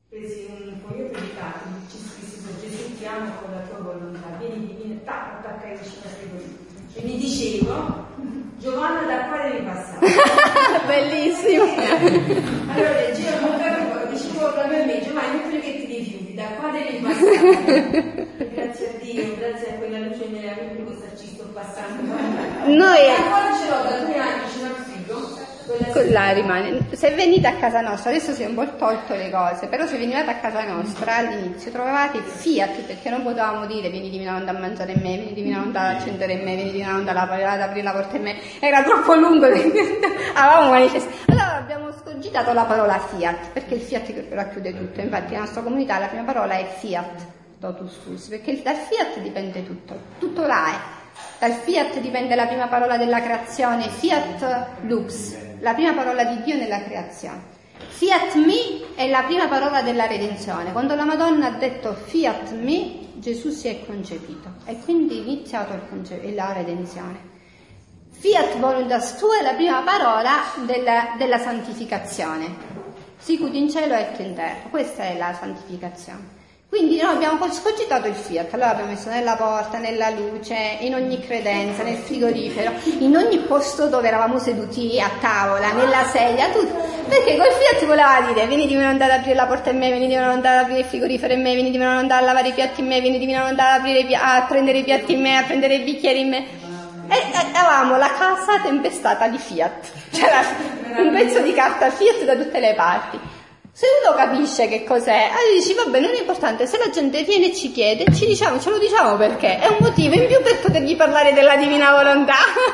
Speaker 7: presi un foglietto di carta, ci scrissi: Gesù ti amo con la tua volontà, vieni divino, tac, attaccai vicino a te. E mi dicevo: Giovanna, da quale devi passare?
Speaker 1: Bellissimo.
Speaker 7: Allora leggevo un capo, dicevo proprio a me: Giovanni, non che ti rifiuti, da quale devi passare? Grazie a Dio, grazie a quella luce nella Bibbia, cosa ci sto passando.
Speaker 1: Noi
Speaker 7: ancora ce l'ho da due anni, ce l'ho frigo.
Speaker 1: Là rimane. Se venite a casa nostra, adesso si è un po' tolto le cose, però se venivate a casa nostra all'inizio trovavate Fiat, perché non potevamo dire vieni di Milano da mangiare in me, vieni di Milano da accendere in me, vieni di Milano da aprire la porta in me, era troppo lungo, avevamo manifestato. Allora abbiamo scogitato la parola Fiat, perché il Fiat racchiude tutto, infatti la nostra comunità la prima parola è Fiat, totus fus, perché dal Fiat dipende tutto, tutto là è. Dal Fiat dipende la prima parola della creazione, Fiat Lux, la prima parola di Dio nella creazione. Fiat mi è la prima parola della redenzione. Quando la Madonna ha detto Fiat mi, Gesù si è concepito e quindi è iniziato il conce- la redenzione. Fiat voluntas tua è la prima parola della, della santificazione. Sicut in cielo et in terra, questa è la santificazione. Quindi noi abbiamo scogitato il Fiat, allora l'abbiamo messo nella porta, nella luce, in ogni credenza, nel frigorifero, in ogni posto dove eravamo seduti a tavola, nella sedia, tutto. Perché col Fiat voleva dire vieni di me non andare ad aprire la porta in me, vieni di me non andare ad aprire il frigorifero in me, vieni di me non andare a lavare i piatti in me, vieni di me non andare ad aprire i pi- a prendere i piatti in me, a prendere i bicchieri in me. E, e avevamo la casa tempestata di Fiat, c'era un pezzo di carta Fiat da tutte le parti. Se uno capisce che cos'è, allora dici vabbè, non è importante, se la gente viene e ci chiede, ci diciamo, ce lo diciamo perché è un motivo in più per potergli parlare della divina volontà.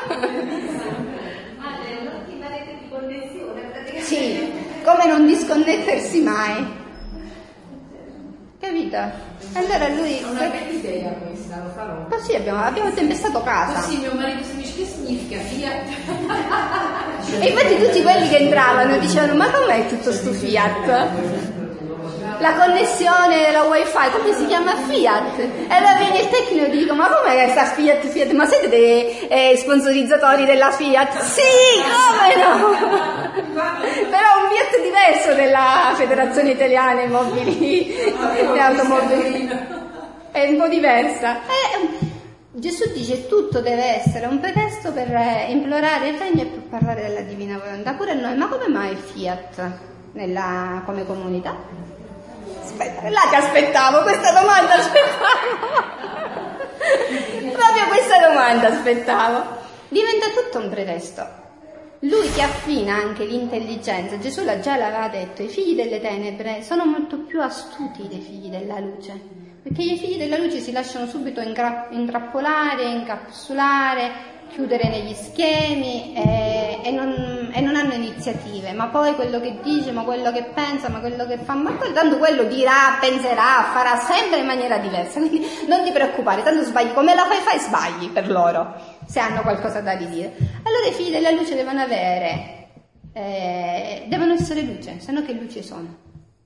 Speaker 7: Madre, un'ottima rete di connessione, praticamente.
Speaker 1: Sì, come non disconnettersi mai. Capito? Allora lui...
Speaker 2: È una bella idea questa, lo farò.
Speaker 1: Così abbiamo, abbiamo tempestato casa.
Speaker 2: Così mio marito si dice che significa Fiat.
Speaker 1: E infatti tutti quelli che entravano dicevano ma com'è tutto sto Fiat? La connessione, la wifi, come si chiama Fiat? E allora viene il tecnico e dico ma com'è questa Fiat Fiat? Ma siete dei eh, sponsorizzatori della Fiat? Sì, come no? Però un Fiat diverso della Federazione Italiana Immobili e Automobili, è un po' diversa. E, Gesù dice tutto deve essere un pretesto per implorare il regno e per parlare della divina volontà. Pure noi, ma come mai Fiat nella, come comunità? Aspetta, là ti aspettavo, questa domanda aspettavo. Proprio questa domanda aspettavo. Diventa tutto un pretesto. Lui ti affina anche l'intelligenza. Gesù già l'aveva detto, i figli delle tenebre sono molto più astuti dei figli della luce, perché i figli della luce si lasciano subito ingra- intrappolare, incapsulare, chiudere negli schemi e, e, non, e non hanno iniziative, ma poi quello che dice, ma quello che pensa, ma quello che fa, ma poi tanto quello dirà, penserà, farà sempre in maniera diversa, quindi non ti preoccupare, tanto sbagli, come la fai fai sbagli per loro, se hanno qualcosa da ridire. Allora i figli della luce devono avere, eh, devono essere luce, se no che luce sono?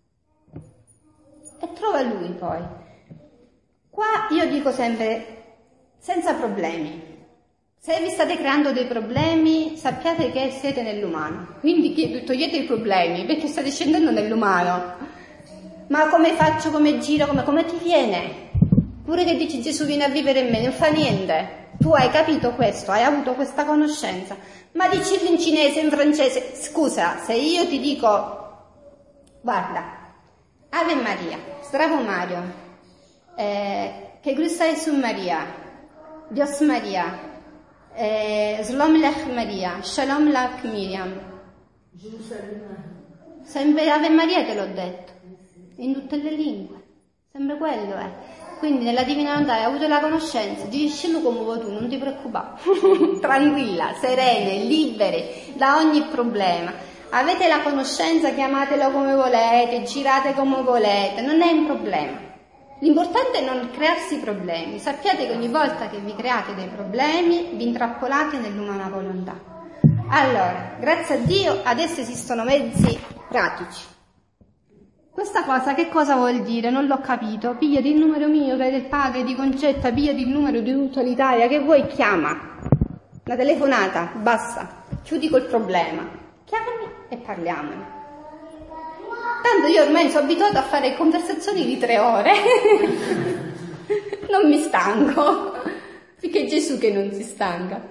Speaker 1: E trova lui poi. Qua io dico sempre, senza problemi. Se vi state creando dei problemi, sappiate che siete nell'umano. Quindi togliete i problemi, perché state scendendo nell'umano. Ma come faccio, come giro, come, come ti viene? Pure che dici Gesù viene a vivere in me, non fa niente. Tu hai capito questo, hai avuto questa conoscenza. Ma dicillo in cinese, in francese. Scusa, se io ti dico, guarda, Ave Maria, Stravo Mario, eh, che grüße su Maria, Dios Maria, eh, Slom Lech Maria, Shalom Lech Miriam. Sempre Ave Maria te l'ho detto, in tutte le lingue, sempre quello è. Quindi nella Divina Volontà hai avuto la conoscenza, diciscelo come vuoi tu, non ti preoccupare, tranquilla, serene, libere da ogni problema. Avete la conoscenza, chiamatelo come volete, girate come volete, non è un problema. L'importante è non crearsi problemi. Sappiate che ogni volta che vi create dei problemi vi intrappolate nell'umana volontà. Allora, grazie a Dio adesso esistono mezzi pratici. Questa cosa che cosa vuol dire? Non l'ho capito. Pigliati il numero mio, del padre, di Concetta, pigliati il numero di tutta l'Italia, che vuoi, chiama. Una telefonata, basta. Chiudi col problema. Chiamami e parliamone. Tanto io ormai sono abituata a fare conversazioni di tre ore. Non mi stanco, perché è Gesù che non si stanca.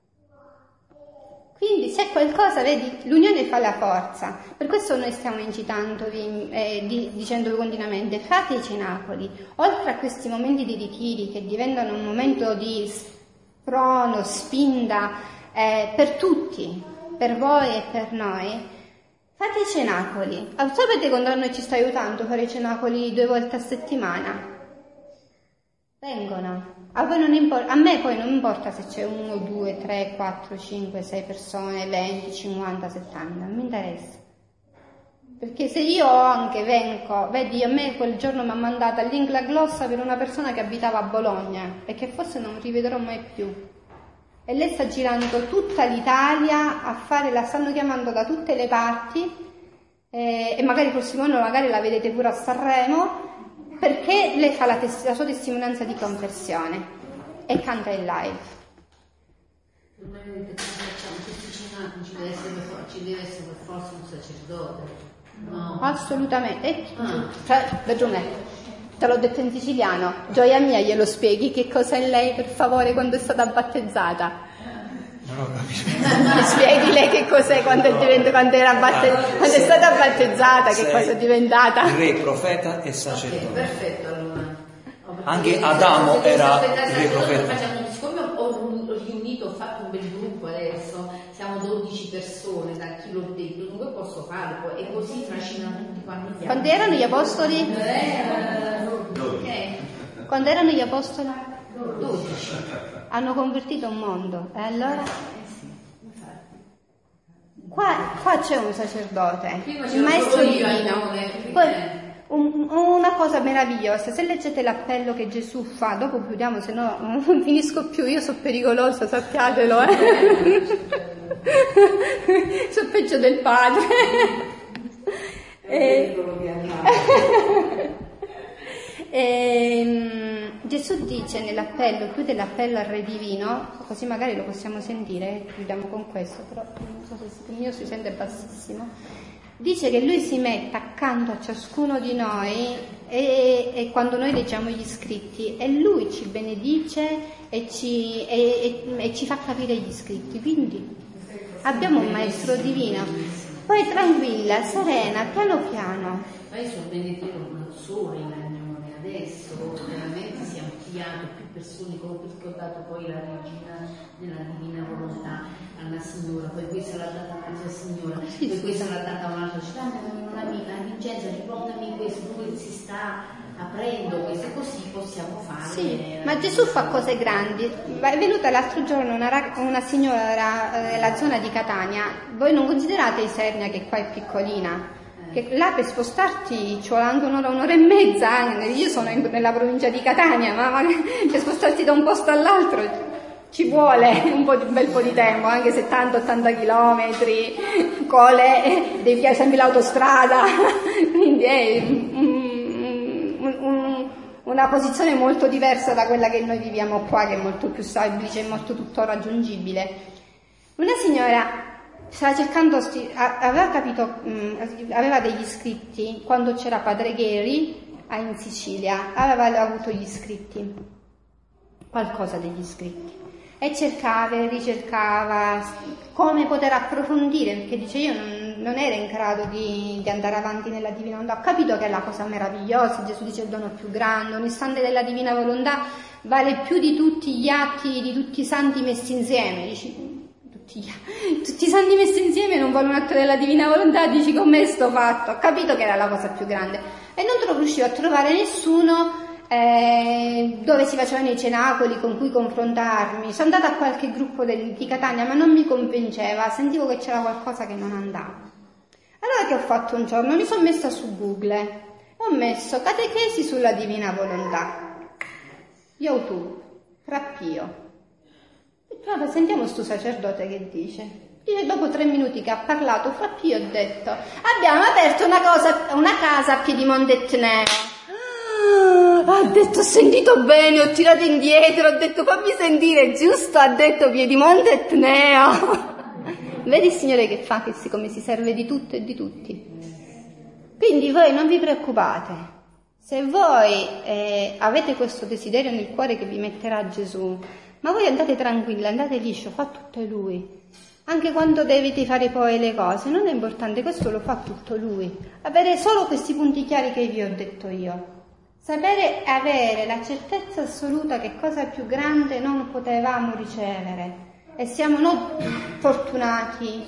Speaker 1: Quindi c'è qualcosa, vedi, l'unione fa la forza. Per questo noi stiamo incitandovi, eh, di, dicendovi continuamente, fate i cenacoli. Oltre a questi momenti di ritiri che diventano un momento di sprono, spinta eh, per tutti, per voi e per noi, fate i cenacoli. Sapete quando a noi ci sta aiutando a fare i cenacoli due volte a settimana? Vengono. A voi non importa, a me poi non importa se c'è uno, due, tre, quattro, cinque, sei persone, venti, cinquanta, settanta, non mi interessa. Perché se io anche vengo, vedi, a me quel giorno mi ha mandato il link la glossa per una persona che abitava a Bologna e che forse non rivedrò mai più. E lei sta girando tutta l'Italia a fare, la stanno chiamando da tutte le parti eh, e magari il prossimo anno magari la vedete pure a Sanremo, perché lei fa la, tes- la sua testimonianza di conversione e canta in live.
Speaker 2: Normalmente quando facciamo questi cenacoli ci deve essere, ci deve essere per forza un sacerdote, no?
Speaker 1: Assolutamente. E,
Speaker 2: Ah.
Speaker 1: cioè, ragione, te l'ho detto in siciliano, gioia mia, glielo spieghi che cosa è lei per favore quando è stata battezzata?
Speaker 3: Non ho capito.
Speaker 1: Mi spieghi lei che cos'è quando è, diventa, quando era batte, quando è stata battezzata, che
Speaker 3: Sei
Speaker 1: cosa è diventata?
Speaker 3: Re, profeta e
Speaker 2: Ok,
Speaker 3: sacerdote.
Speaker 2: perfetto allora. Oh,
Speaker 3: Anche
Speaker 2: perché
Speaker 3: Adamo
Speaker 2: se- se-
Speaker 3: era
Speaker 2: se- se-
Speaker 3: re
Speaker 2: se-
Speaker 3: profeta.
Speaker 2: facciamo- Siccome ho ho riunito, ho fatto un bel gruppo adesso, siamo dodici persone, da chi l'ho detto, dunque posso farlo e così trascinano tutti quanti.
Speaker 1: Quando erano gli apostoli?
Speaker 2: Eh,
Speaker 1: Quando erano gli apostoli?
Speaker 2: dodici.
Speaker 1: Hanno convertito un mondo. E allora? Qua, qua c'è un sacerdote,
Speaker 2: Prima
Speaker 1: il
Speaker 2: c'ero
Speaker 1: maestro
Speaker 2: solo io,
Speaker 1: divino.
Speaker 2: Agnone,
Speaker 1: Poi
Speaker 2: eh.
Speaker 1: un- una cosa meravigliosa, se leggete l'appello che Gesù fa, dopo chiudiamo, se no non finisco più, io sono pericolosa, sappiatelo, eh. Sono peggio del padre. E, e, Gesù dice nell'appello, chiude l'appello al Re Divino, così magari lo possiamo sentire, chiudiamo con questo, però non so se il mio si sente bassissimo. Dice che lui si mette accanto a ciascuno di noi e, e quando noi leggiamo gli scritti e lui ci benedice e ci, e, e, e ci fa capire gli scritti, quindi abbiamo un maestro divino. Poi tranquilla, serena, piano piano.
Speaker 2: Ma io sono benedetto non solo in Agnone, adesso veramente si è ampliato, più persone, come perché ho dato poi la regina nella divina volontà alla signora, poi questa l'ha data un'altra signora, poi questa l'ha data un'altra città, un'amica, Vincenza, riportami questo, dove si sta aprendo questo, così possiamo fare.
Speaker 1: Sì, ma Gesù fa cose grandi. È venuta l'altro giorno una, rag- una signora eh, nella zona di Catania. Voi non considerate Isernia che qua è piccolina? Che là per spostarti ci vuole anche un'ora, un'ora e mezza. eh. Io sono in- nella provincia di Catania, ma, ma per spostarti da un posto all'altro ci vuole un, po di, un bel po' di tempo, anche settanta ottanta chilometri, cole, devi fare sempre l'autostrada. Quindi è un, un, una posizione molto diversa da quella che noi viviamo qua, che è molto più semplice e molto tutto raggiungibile. Una signora stava cercando, aveva capito, aveva degli iscritti quando c'era Padre Gheri in Sicilia, aveva avuto gli iscritti, qualcosa degli iscritti, e cercava e ricercava come poter approfondire, perché dice io non, non ero in grado di, di andare avanti nella divina volontà. Ho capito che è la cosa meravigliosa, Gesù dice il dono più grande, ogni istante della divina volontà vale più di tutti gli atti di tutti i santi messi insieme. Dici, tutti, gli, tutti i santi messi insieme non vale un atto della divina volontà, dici come sto fatto. Ho capito che era la cosa più grande e non riuscivo a trovare nessuno Eh, dove si facevano i cenacoli con cui confrontarmi. Sono andata a qualche gruppo del, di Catania, ma non mi convinceva, sentivo che c'era qualcosa che non andava. Allora che ho fatto un giorno? Mi sono messa su Google e ho messo catechesi sulla divina volontà, YouTube, Frappio. Allora sentiamo sto sacerdote che dice. Dice, dopo tre minuti che ha parlato Frappio, ho detto abbiamo aperto una, cosa, una casa a Piedimonte Etneo. Ha detto, ho sentito bene, ho tirato indietro, ho detto fammi sentire, giusto, ha detto Piedimonte Etneo. Vedi il Signore che fa, che si, come si serve di tutto e di tutti. Quindi voi non vi preoccupate, se voi eh, avete questo desiderio nel cuore che vi metterà Gesù, ma voi andate tranquilli, andate liscio, fa tutto Lui. Anche quando dovete fare poi le cose, non è importante, questo lo fa tutto Lui. Avere solo questi punti chiari che vi ho detto io. Sapere e avere la certezza assoluta che cosa più grande non potevamo ricevere. E siamo non fortunati,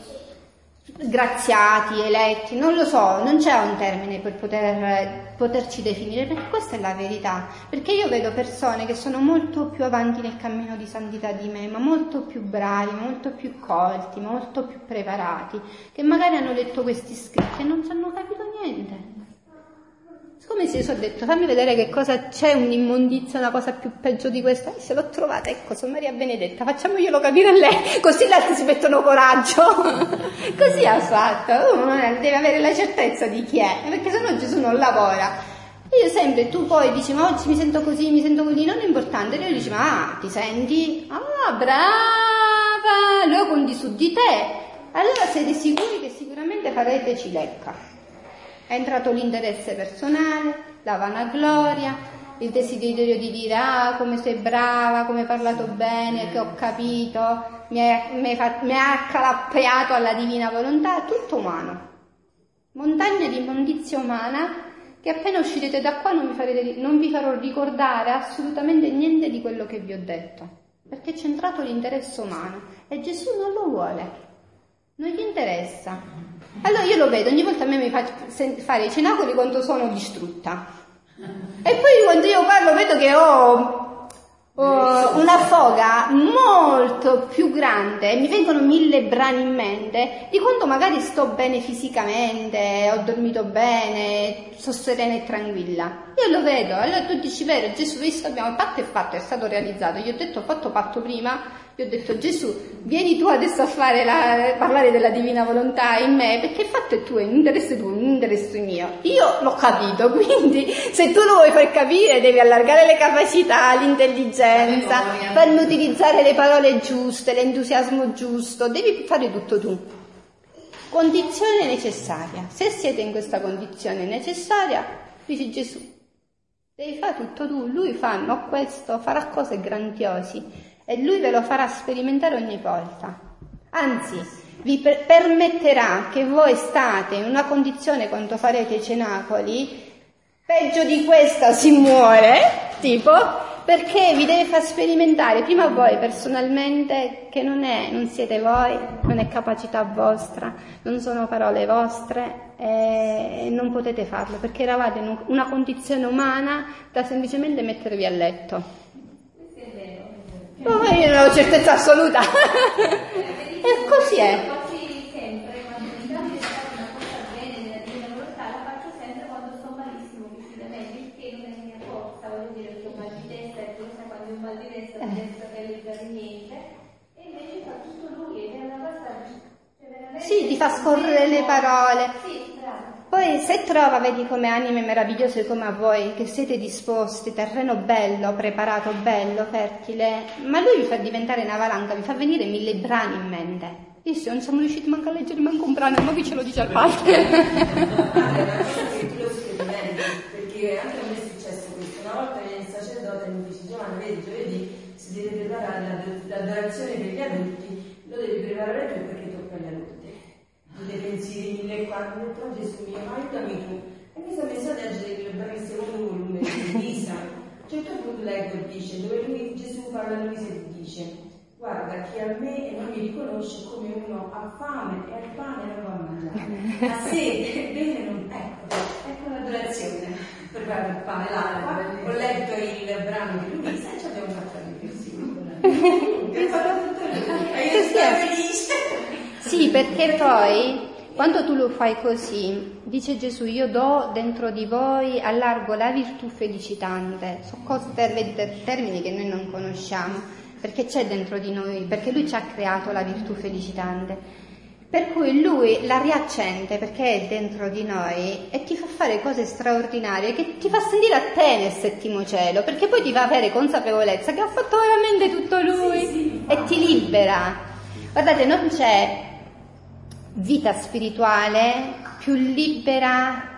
Speaker 1: graziati, eletti, non lo so, non c'è un termine per poter, poterci definire, perché questa è la verità. Perché io vedo persone che sono molto più avanti nel cammino di santità di me, ma molto più bravi, molto più colti, molto più preparati, che magari hanno letto questi scritti e non ci hanno capito niente. Siccome si sono detto, fammi vedere che cosa c'è, un'immondizia, una cosa più peggio di questa, e se l'ho trovata, ecco, sono Maria Benedetta, facciamoglielo capire a lei, così gli altri si mettono coraggio. Così ha fatto, uno deve avere la certezza di chi è, perché sennò Gesù non lavora. E io sempre, tu poi dici, ma oggi mi sento così, mi sento così, non è importante, lui dice, ma ah, ti senti? Ah, brava, lui conti su di te, allora siete sicuri che sicuramente farete cilecca. È entrato l'interesse personale, la vanagloria, il desiderio di dire ah come sei brava, come hai parlato bene, che ho capito, mi hai, mi hai, fatto, mi hai accalappiato alla divina volontà, tutto umano. Montagna di immondizia umana che appena uscirete da qua non vi, farete, non vi farò ricordare assolutamente niente di quello che vi ho detto, perché c'è entrato l'interesse umano e Gesù non lo vuole, non gli interessa. Allora io lo vedo, ogni volta a me mi fa fare i cenacoli quando sono distrutta. E poi quando io parlo vedo che ho, ho una foga molto più grande, mi vengono mille brani in mente di quando magari sto bene fisicamente, ho dormito bene, sono serena e tranquilla. Io lo vedo, allora tu dici vero, Gesù, visto abbiamo fatto e fatto, è stato realizzato. Gli ho detto, ho fatto patto prima. Gli ho detto, Gesù, vieni tu adesso a fare la, parlare della divina volontà in me, perché il fatto è tuo, è un interesse tuo, un interesse mio. Io l'ho capito, quindi se tu lo vuoi far capire devi allargare le capacità, l'intelligenza, farmi utilizzare le parole giuste, l'entusiasmo giusto, devi fare tutto tu. Condizione necessaria. Se siete in questa condizione necessaria, dici Gesù, devi fare tutto tu, lui fa no questo, farà cose grandiosi. E lui ve lo farà sperimentare ogni volta. Anzi, vi per- permetterà che voi state in una condizione quando farete i cenacoli, peggio di questa si muore, tipo, perché vi deve far sperimentare prima voi personalmente che non è, non siete voi, non è capacità vostra, non sono parole vostre e non potete farlo perché eravate in una condizione umana da semplicemente mettervi a letto. Ma io non ho certezza assoluta. E così è.
Speaker 10: Quasi sempre, quando mi capita di fare una cosa bene nella divina volontà, la faccio sempre quando sto malissimo fisicamente, il che non è mia forza, voglio dire, sto mal di testa, e tu sai quando ho mal di testa non riesco a realizzare niente, e invece fa tutto lui, ed è una cosa, cioè veramente...
Speaker 1: Sì, ti fa scorrere le parole.
Speaker 10: Sì, bravo.
Speaker 1: Poi se trova, vedi come anime meravigliose come a voi, che siete disposti, terreno bello, preparato, bello, fertile, ma lui vi fa diventare una valanga, vi fa venire mille brani in mente. Io se non siamo riusciti manco a leggere manco un brano, ma qui ce lo dice al padre.
Speaker 7: Perché anche a me è successo questo. Una volta viene il sacerdote e mi dice Giovanna, vedi, giovedì si deve preparare l'adorazione per gli adulti, lo devi preparare tu perché tocca agli adulti. Dei pensieri mille quattro, ho detto Gesù mio, aiutami tu. E mi sono messa a leggere il brano secondo volume di Lisa. A un certo punto leggo e dice, dove lui, Gesù parla a Luisa e dice, guarda chi a me e non mi riconosce come uno ha fame e ha pane e non va a mangiare. Ha sete e bene non... Ecco, ecco l'adorazione. Preparo il pane, l'acqua, ho letto il brano di Luisa e ci abbiamo fatto la riflessione. E io sono felice.
Speaker 1: Sì, perché poi quando tu lo fai così, dice Gesù, io do dentro di voi, allargo la virtù felicitante. Sono cose, ter- termini che noi non conosciamo, perché c'è dentro di noi, perché lui ci ha creato la virtù felicitante. Per cui lui la riaccende perché è dentro di noi e ti fa fare cose straordinarie che ti fa sentire a te nel settimo cielo, perché poi ti fa avere consapevolezza che ha fatto veramente tutto lui sì, sì, e ti libera. Guardate, non c'è vita spirituale più libera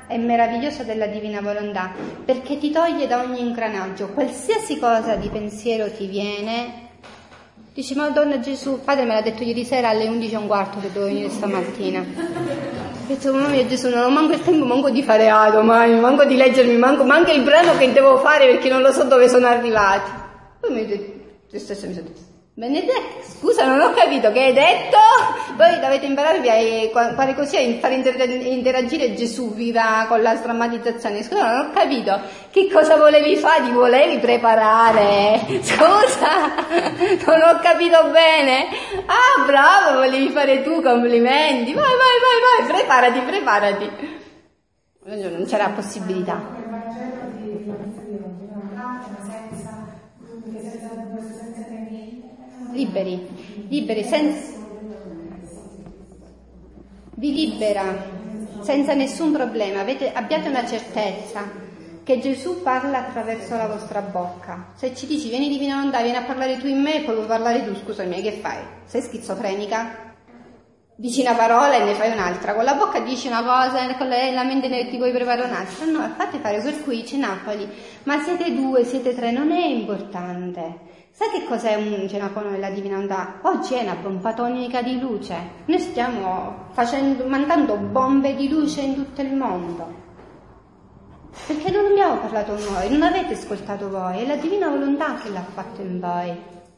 Speaker 1: e meravigliosa della divina volontà, perché ti toglie da ogni ingranaggio, qualsiasi cosa di pensiero ti viene. Dici, Madonna Gesù, padre me l'ha detto ieri sera alle undici e un quarto che dovevo venire stamattina. Ho detto, mamma mia Gesù, non ho manco il tempo manco di fare A domani, manco di leggermi, manco, manco il brano che devo fare perché non lo so dove sono arrivati. Poi mi ha detto, stesso mi sono detto, Benedetta, scusa, non ho capito che hai detto. Voi dovete impararvi a fare così, a fare interagire Gesù viva con la strammatizzazione. Scusa, non ho capito che cosa volevi fare, ti volevi preparare. Scusa, non ho capito bene. Ah, bravo, volevi fare tu, complimenti. Vai, vai, vai, vai, preparati, preparati. Non c'era possibilità. Liberi, liberi, senza, vi libera, senza nessun problema. Avete, abbiate una certezza che Gesù parla attraverso la vostra bocca. Se ci dici vieni divina volontà, vieni a parlare tu in me, poi vuoi parlare tu, scusami, che fai? Sei schizofrenica? Dici una parola e ne fai un'altra, con la bocca dici una cosa e con la mente ne ti vuoi preparare un'altra. No, fate fare per cui c'è Napoli, ma siete due, siete tre, non è importante. Sai che cos'è un cenacono della divina volontà? Oggi è una bomba atomica di luce. Noi stiamo facendo, mandando bombe di luce in tutto il mondo. Perché non abbiamo parlato noi, non avete ascoltato voi, è la divina volontà che l'ha fatto in voi.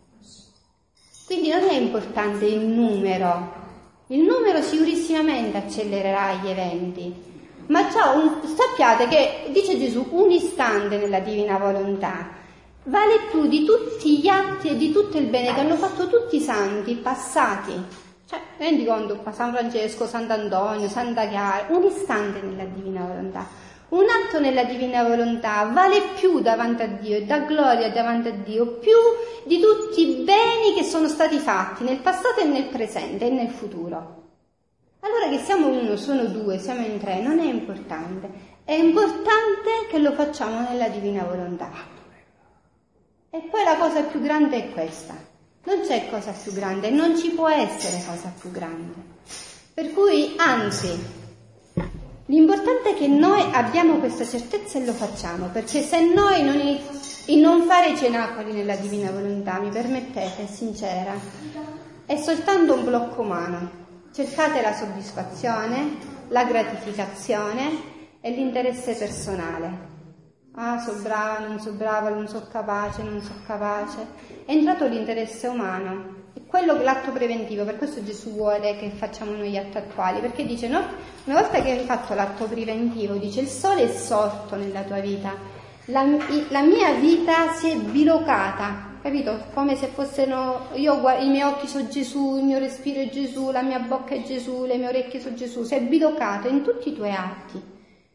Speaker 1: Quindi non è importante il numero. Il numero sicurissimamente accelererà gli eventi. Ma già un, sappiate che, dice Gesù, un istante nella divina volontà vale più di tutti gli atti e di tutto il bene che hanno fatto tutti i santi passati. Cioè, rendi conto, San Francesco, Sant'Antonio, Santa Chiara, un istante nella divina volontà. Un atto nella divina volontà vale più davanti a Dio e dà gloria davanti a Dio, più di tutti i beni che sono stati fatti nel passato e nel presente e nel futuro. Allora che siamo uno, sono due, siamo in tre, non è importante. È importante che lo facciamo nella divina volontà. E poi la cosa più grande è questa. Non c'è cosa più grande, non ci può essere cosa più grande. Per cui, anzi, l'importante è che noi abbiamo questa certezza e lo facciamo, perché se noi non, in non fare i cenacoli nella divina volontà, mi permettete, è sincera, è soltanto un blocco umano. Cercate la soddisfazione, la gratificazione e l'interesse personale. Ah, so brava, non so brava, non so capace, non so capace. È entrato l'interesse umano. È quello che l'atto preventivo, per questo Gesù vuole che facciamo noi gli atti attuali, perché dice, no, una volta che hai fatto l'atto preventivo, dice, il sole è sorto nella tua vita, la, la mia vita si è bilocata, capito? Come se fossero, io i miei occhi sono Gesù, il mio respiro è Gesù, la mia bocca è Gesù, le mie orecchie sono Gesù, si è bilocato in tutti i tuoi atti.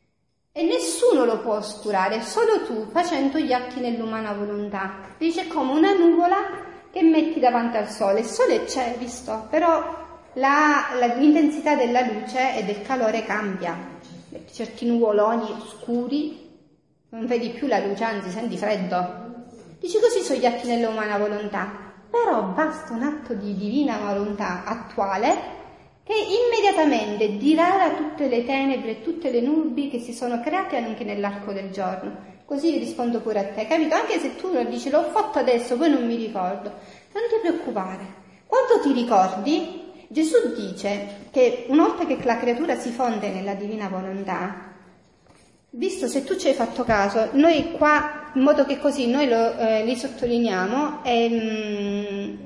Speaker 1: E nessuno lo può oscurare, solo tu, facendo gli atti nell'umana volontà. Dice come una nuvola che metti davanti al sole. Il sole c'è, visto, però la, la, l'intensità della luce e del calore cambia. Certi nuvoloni scuri, non vedi più la luce, anzi senti freddo. Dice così sono gli atti nell'umana volontà. Però basta un atto di divina volontà attuale che immediatamente dirara tutte le tenebre e tutte le nubi che si sono create anche nell'arco del giorno. Così rispondo pure a te, capito? Anche se tu lo dici, l'ho fatto adesso, poi non mi ricordo. Non ti preoccupare. Quando ti ricordi, Gesù dice che una volta che la creatura si fonde nella divina volontà, visto se tu ci hai fatto caso, noi qua, in modo che così noi lo, eh, li sottolineiamo e... Mm,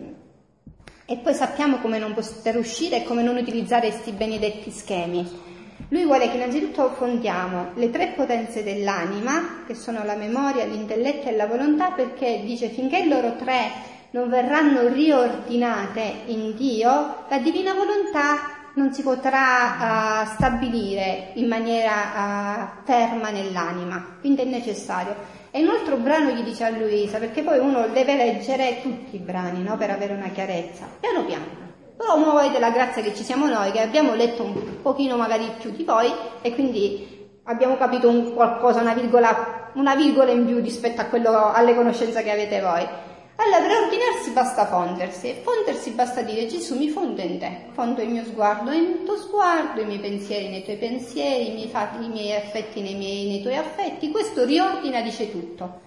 Speaker 1: E poi sappiamo come non poter uscire e come non utilizzare questi benedetti schemi. Lui vuole che innanzitutto fondiamo le tre potenze dell'anima, che sono la memoria, l'intelletto e la volontà, perché dice finché loro tre non verranno riordinate in Dio, la divina volontà non si potrà uh, stabilire in maniera uh, ferma nell'anima, quindi è necessario. E un altro brano gli dice a Luisa, perché poi uno deve leggere tutti i brani, no? Per avere una chiarezza, piano piano. Però uno vuole della grazia che ci siamo noi, che abbiamo letto un pochino magari più di voi, e quindi abbiamo capito un qualcosa, una virgola, una virgola in più rispetto a quello, alle conoscenze che avete voi. Allora per ordinarsi basta fondersi, e fondersi basta dire: Gesù, mi fondo in te, fondo il mio sguardo nel tuo sguardo, i miei pensieri nei tuoi pensieri, i miei, fatti, i miei affetti nei, miei, nei tuoi affetti. Questo riordina, dice tutto.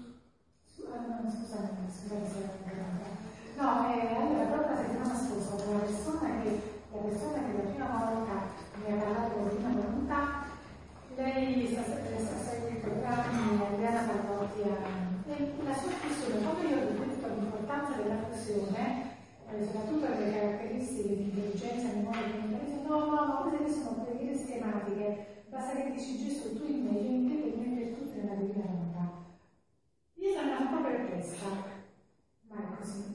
Speaker 6: Scusate, scusate, no, eh, allora proprio la settimana scorsa una persona che la persona che la prima volta mi ha parlato di una volontà, lei sta, sta seguendo i programmi Adriana Pallotti e la sua fusione, proprio io ho ripetuto l'importanza della fusione, eh, soprattutto le caratteristiche di intelligenza, memoria, comunicazione. No, no, ma queste sono preghiere schematiche, basta che dici Gesù, tu in me, io in te, per me per tutte nella divina volontà. Io sono un po' perplessa, ma è così.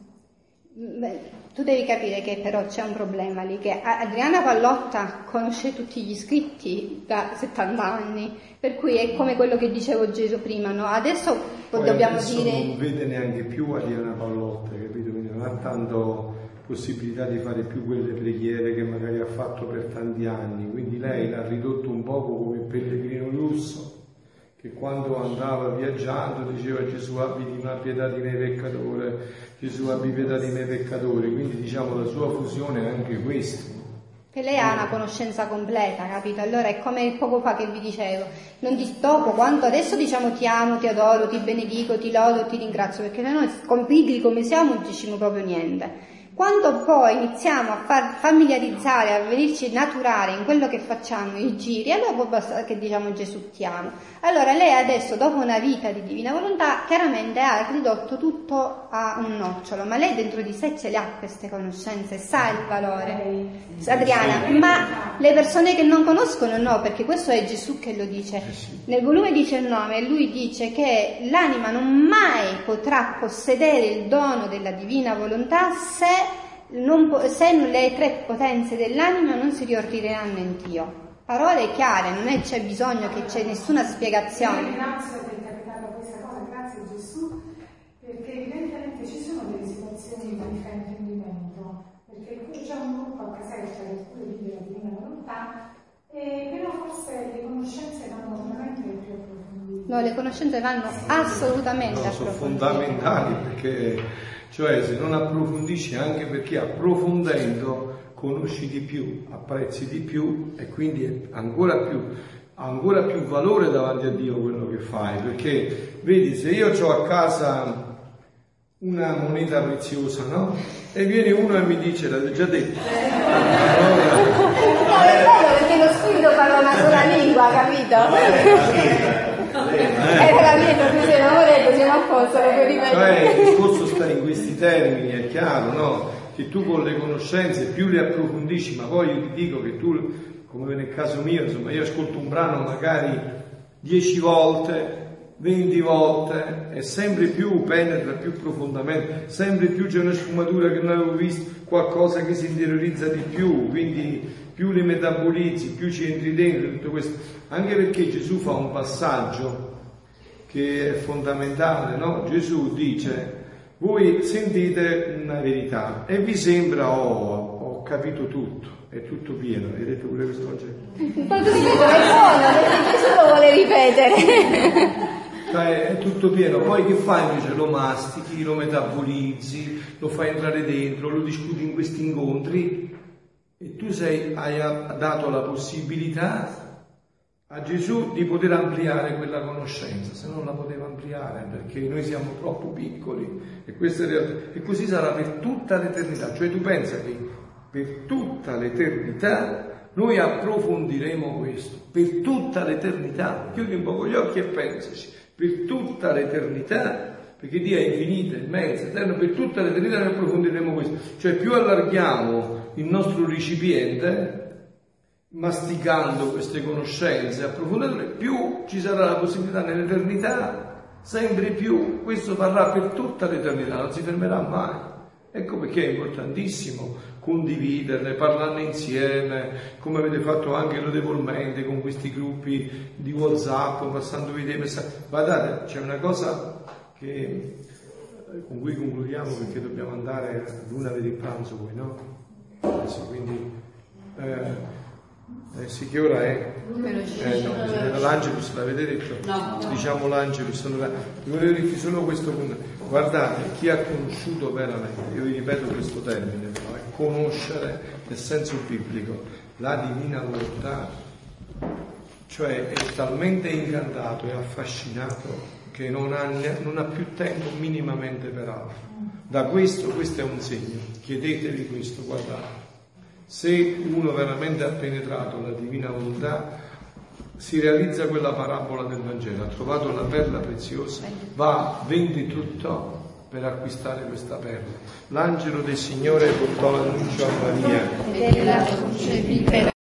Speaker 1: Beh, tu devi capire che però c'è un problema lì, che Adriana Pallotta conosce tutti gli iscritti da settanta anni, per cui è come quello che dicevo Gesù prima, no? Adesso
Speaker 11: Poi
Speaker 1: dobbiamo
Speaker 11: adesso
Speaker 1: dire...
Speaker 11: non vede neanche più Adriana Pallotta, capito? Quindi non ha tanto possibilità di fare più quelle preghiere che magari ha fatto per tanti anni, quindi lei l'ha ridotto un poco come pellegrino lusso, che quando andava viaggiando diceva: Gesù, abbi di me pietà di me peccatore, Gesù, abbi pietà di me peccatore. Quindi diciamo la sua fusione è anche questo.
Speaker 1: Che lei ha una conoscenza completa, capito? Allora è come poco fa che vi dicevo, non ti dopo quanto adesso diciamo ti amo, ti adoro, ti benedico, ti lodo, ti ringrazio, perché noi con pigri come siamo non diciamo proprio niente. Quando poi iniziamo a far familiarizzare, a venirci naturare in quello che facciamo, i giri, allora può bastare che diciamo Gesù ti amo. Allora lei adesso, dopo una vita di divina volontà, chiaramente ha ridotto tutto a un nocciolo, ma lei dentro di sé ce le ha queste conoscenze, sa il valore. Adriana, ma le persone che non conoscono no, perché questo è Gesù che lo dice. Nel volume diciannove lui dice che l'anima non mai potrà possedere il dono della divina volontà se Non, se le tre potenze dell'anima non si riordineranno in Dio. Parole chiare, non è, c'è bisogno che c'è nessuna spiegazione.
Speaker 6: Grazie per aver capitato questa cosa, grazie Gesù, perché evidentemente ci sono delle situazioni di fraintendimento, perché qui c'è un gruppo a Caserta che pure vive la divina volontà, e però forse le conoscenze vanno veramente più approfondite.
Speaker 1: No, le conoscenze vanno assolutamente
Speaker 11: no, sono
Speaker 1: approfondite.
Speaker 11: fondamentali, perché cioè se non approfondisci, anche perché approfondendo conosci di più, apprezzi di più e quindi è ancora più, ha ancora più valore davanti a Dio quello che fai, perché vedi, se io ho a casa una moneta preziosa, no? E viene uno e mi dice, l'avete già detto, allora,
Speaker 1: no, è bello perché lo spirito parla una sola lingua, capito? Era capito, tu sei lavorato, siamo a posto, lo puoi ripetere.
Speaker 11: Cioè il discorso sta in questi termini, è chiaro, no? Che tu con le conoscenze più le approfondisci, ma poi io ti dico che tu, come nel caso mio, insomma, io ascolto un brano magari dieci volte, venti volte e sempre più penetra più profondamente, sempre più c'è una sfumatura che non avevo visto, qualcosa che si interiorizza di più, quindi più li metabolizzi, più ci entri dentro tutto questo, anche perché Gesù fa un passaggio che è fondamentale, no? Gesù dice: voi sentite una verità e vi sembra oh, ho capito tutto, è tutto pieno. Hai detto pure questo oggi?
Speaker 1: Quando ti dico è buono, perché Gesù lo vuole ripetere.
Speaker 11: Cioè è tutto pieno, poi che fai invece? Lo mastichi, lo metabolizzi, lo fai entrare dentro, lo discuti in questi incontri e tu sei, hai dato la possibilità a Gesù di poter ampliare quella conoscenza, se non la poteva ampliare perché noi siamo troppo piccoli e, questa è realtà. E così sarà per tutta l'eternità, cioè tu pensa che per tutta l'eternità noi approfondiremo questo, per tutta l'eternità, chiudi un po' gli occhi e pensaci, per tutta l'eternità, perché Dio è infinito, immenso, eterno, per tutta l'eternità noi approfondiremo questo, cioè più allarghiamo il nostro recipiente, masticando queste conoscenze, approfondendole, più ci sarà la possibilità nell'eternità, sempre più, questo varrà per tutta l'eternità, non si fermerà mai. Ecco perché è importantissimo condividerle, parlarne insieme, come avete fatto anche lodevolmente con questi gruppi di WhatsApp, passandovi dei messaggi. Guardate, c'è una cosa che, con cui concludiamo perché dobbiamo andare ad una per il pranzo poi, no? Adesso, quindi, eh, Eh sì, che ora è? Eh no, l'Angelus l'avete detto?
Speaker 2: No.
Speaker 11: Diciamo l'Angelus. Allora, volevo dirvi solo questo punto. Guardate, chi ha conosciuto veramente, io vi ripeto questo termine, però, è conoscere nel senso biblico la divina volontà, cioè è talmente incantato e affascinato che non ha, non ha più tempo minimamente per altro. Da questo, questo è un segno, chiedetevi questo, guardate. Se uno veramente ha penetrato la divina volontà, si realizza quella parabola del Vangelo, ha trovato la perla preziosa, va, vende tutto per acquistare questa perla. L'angelo del Signore portò l'annuncio a Maria.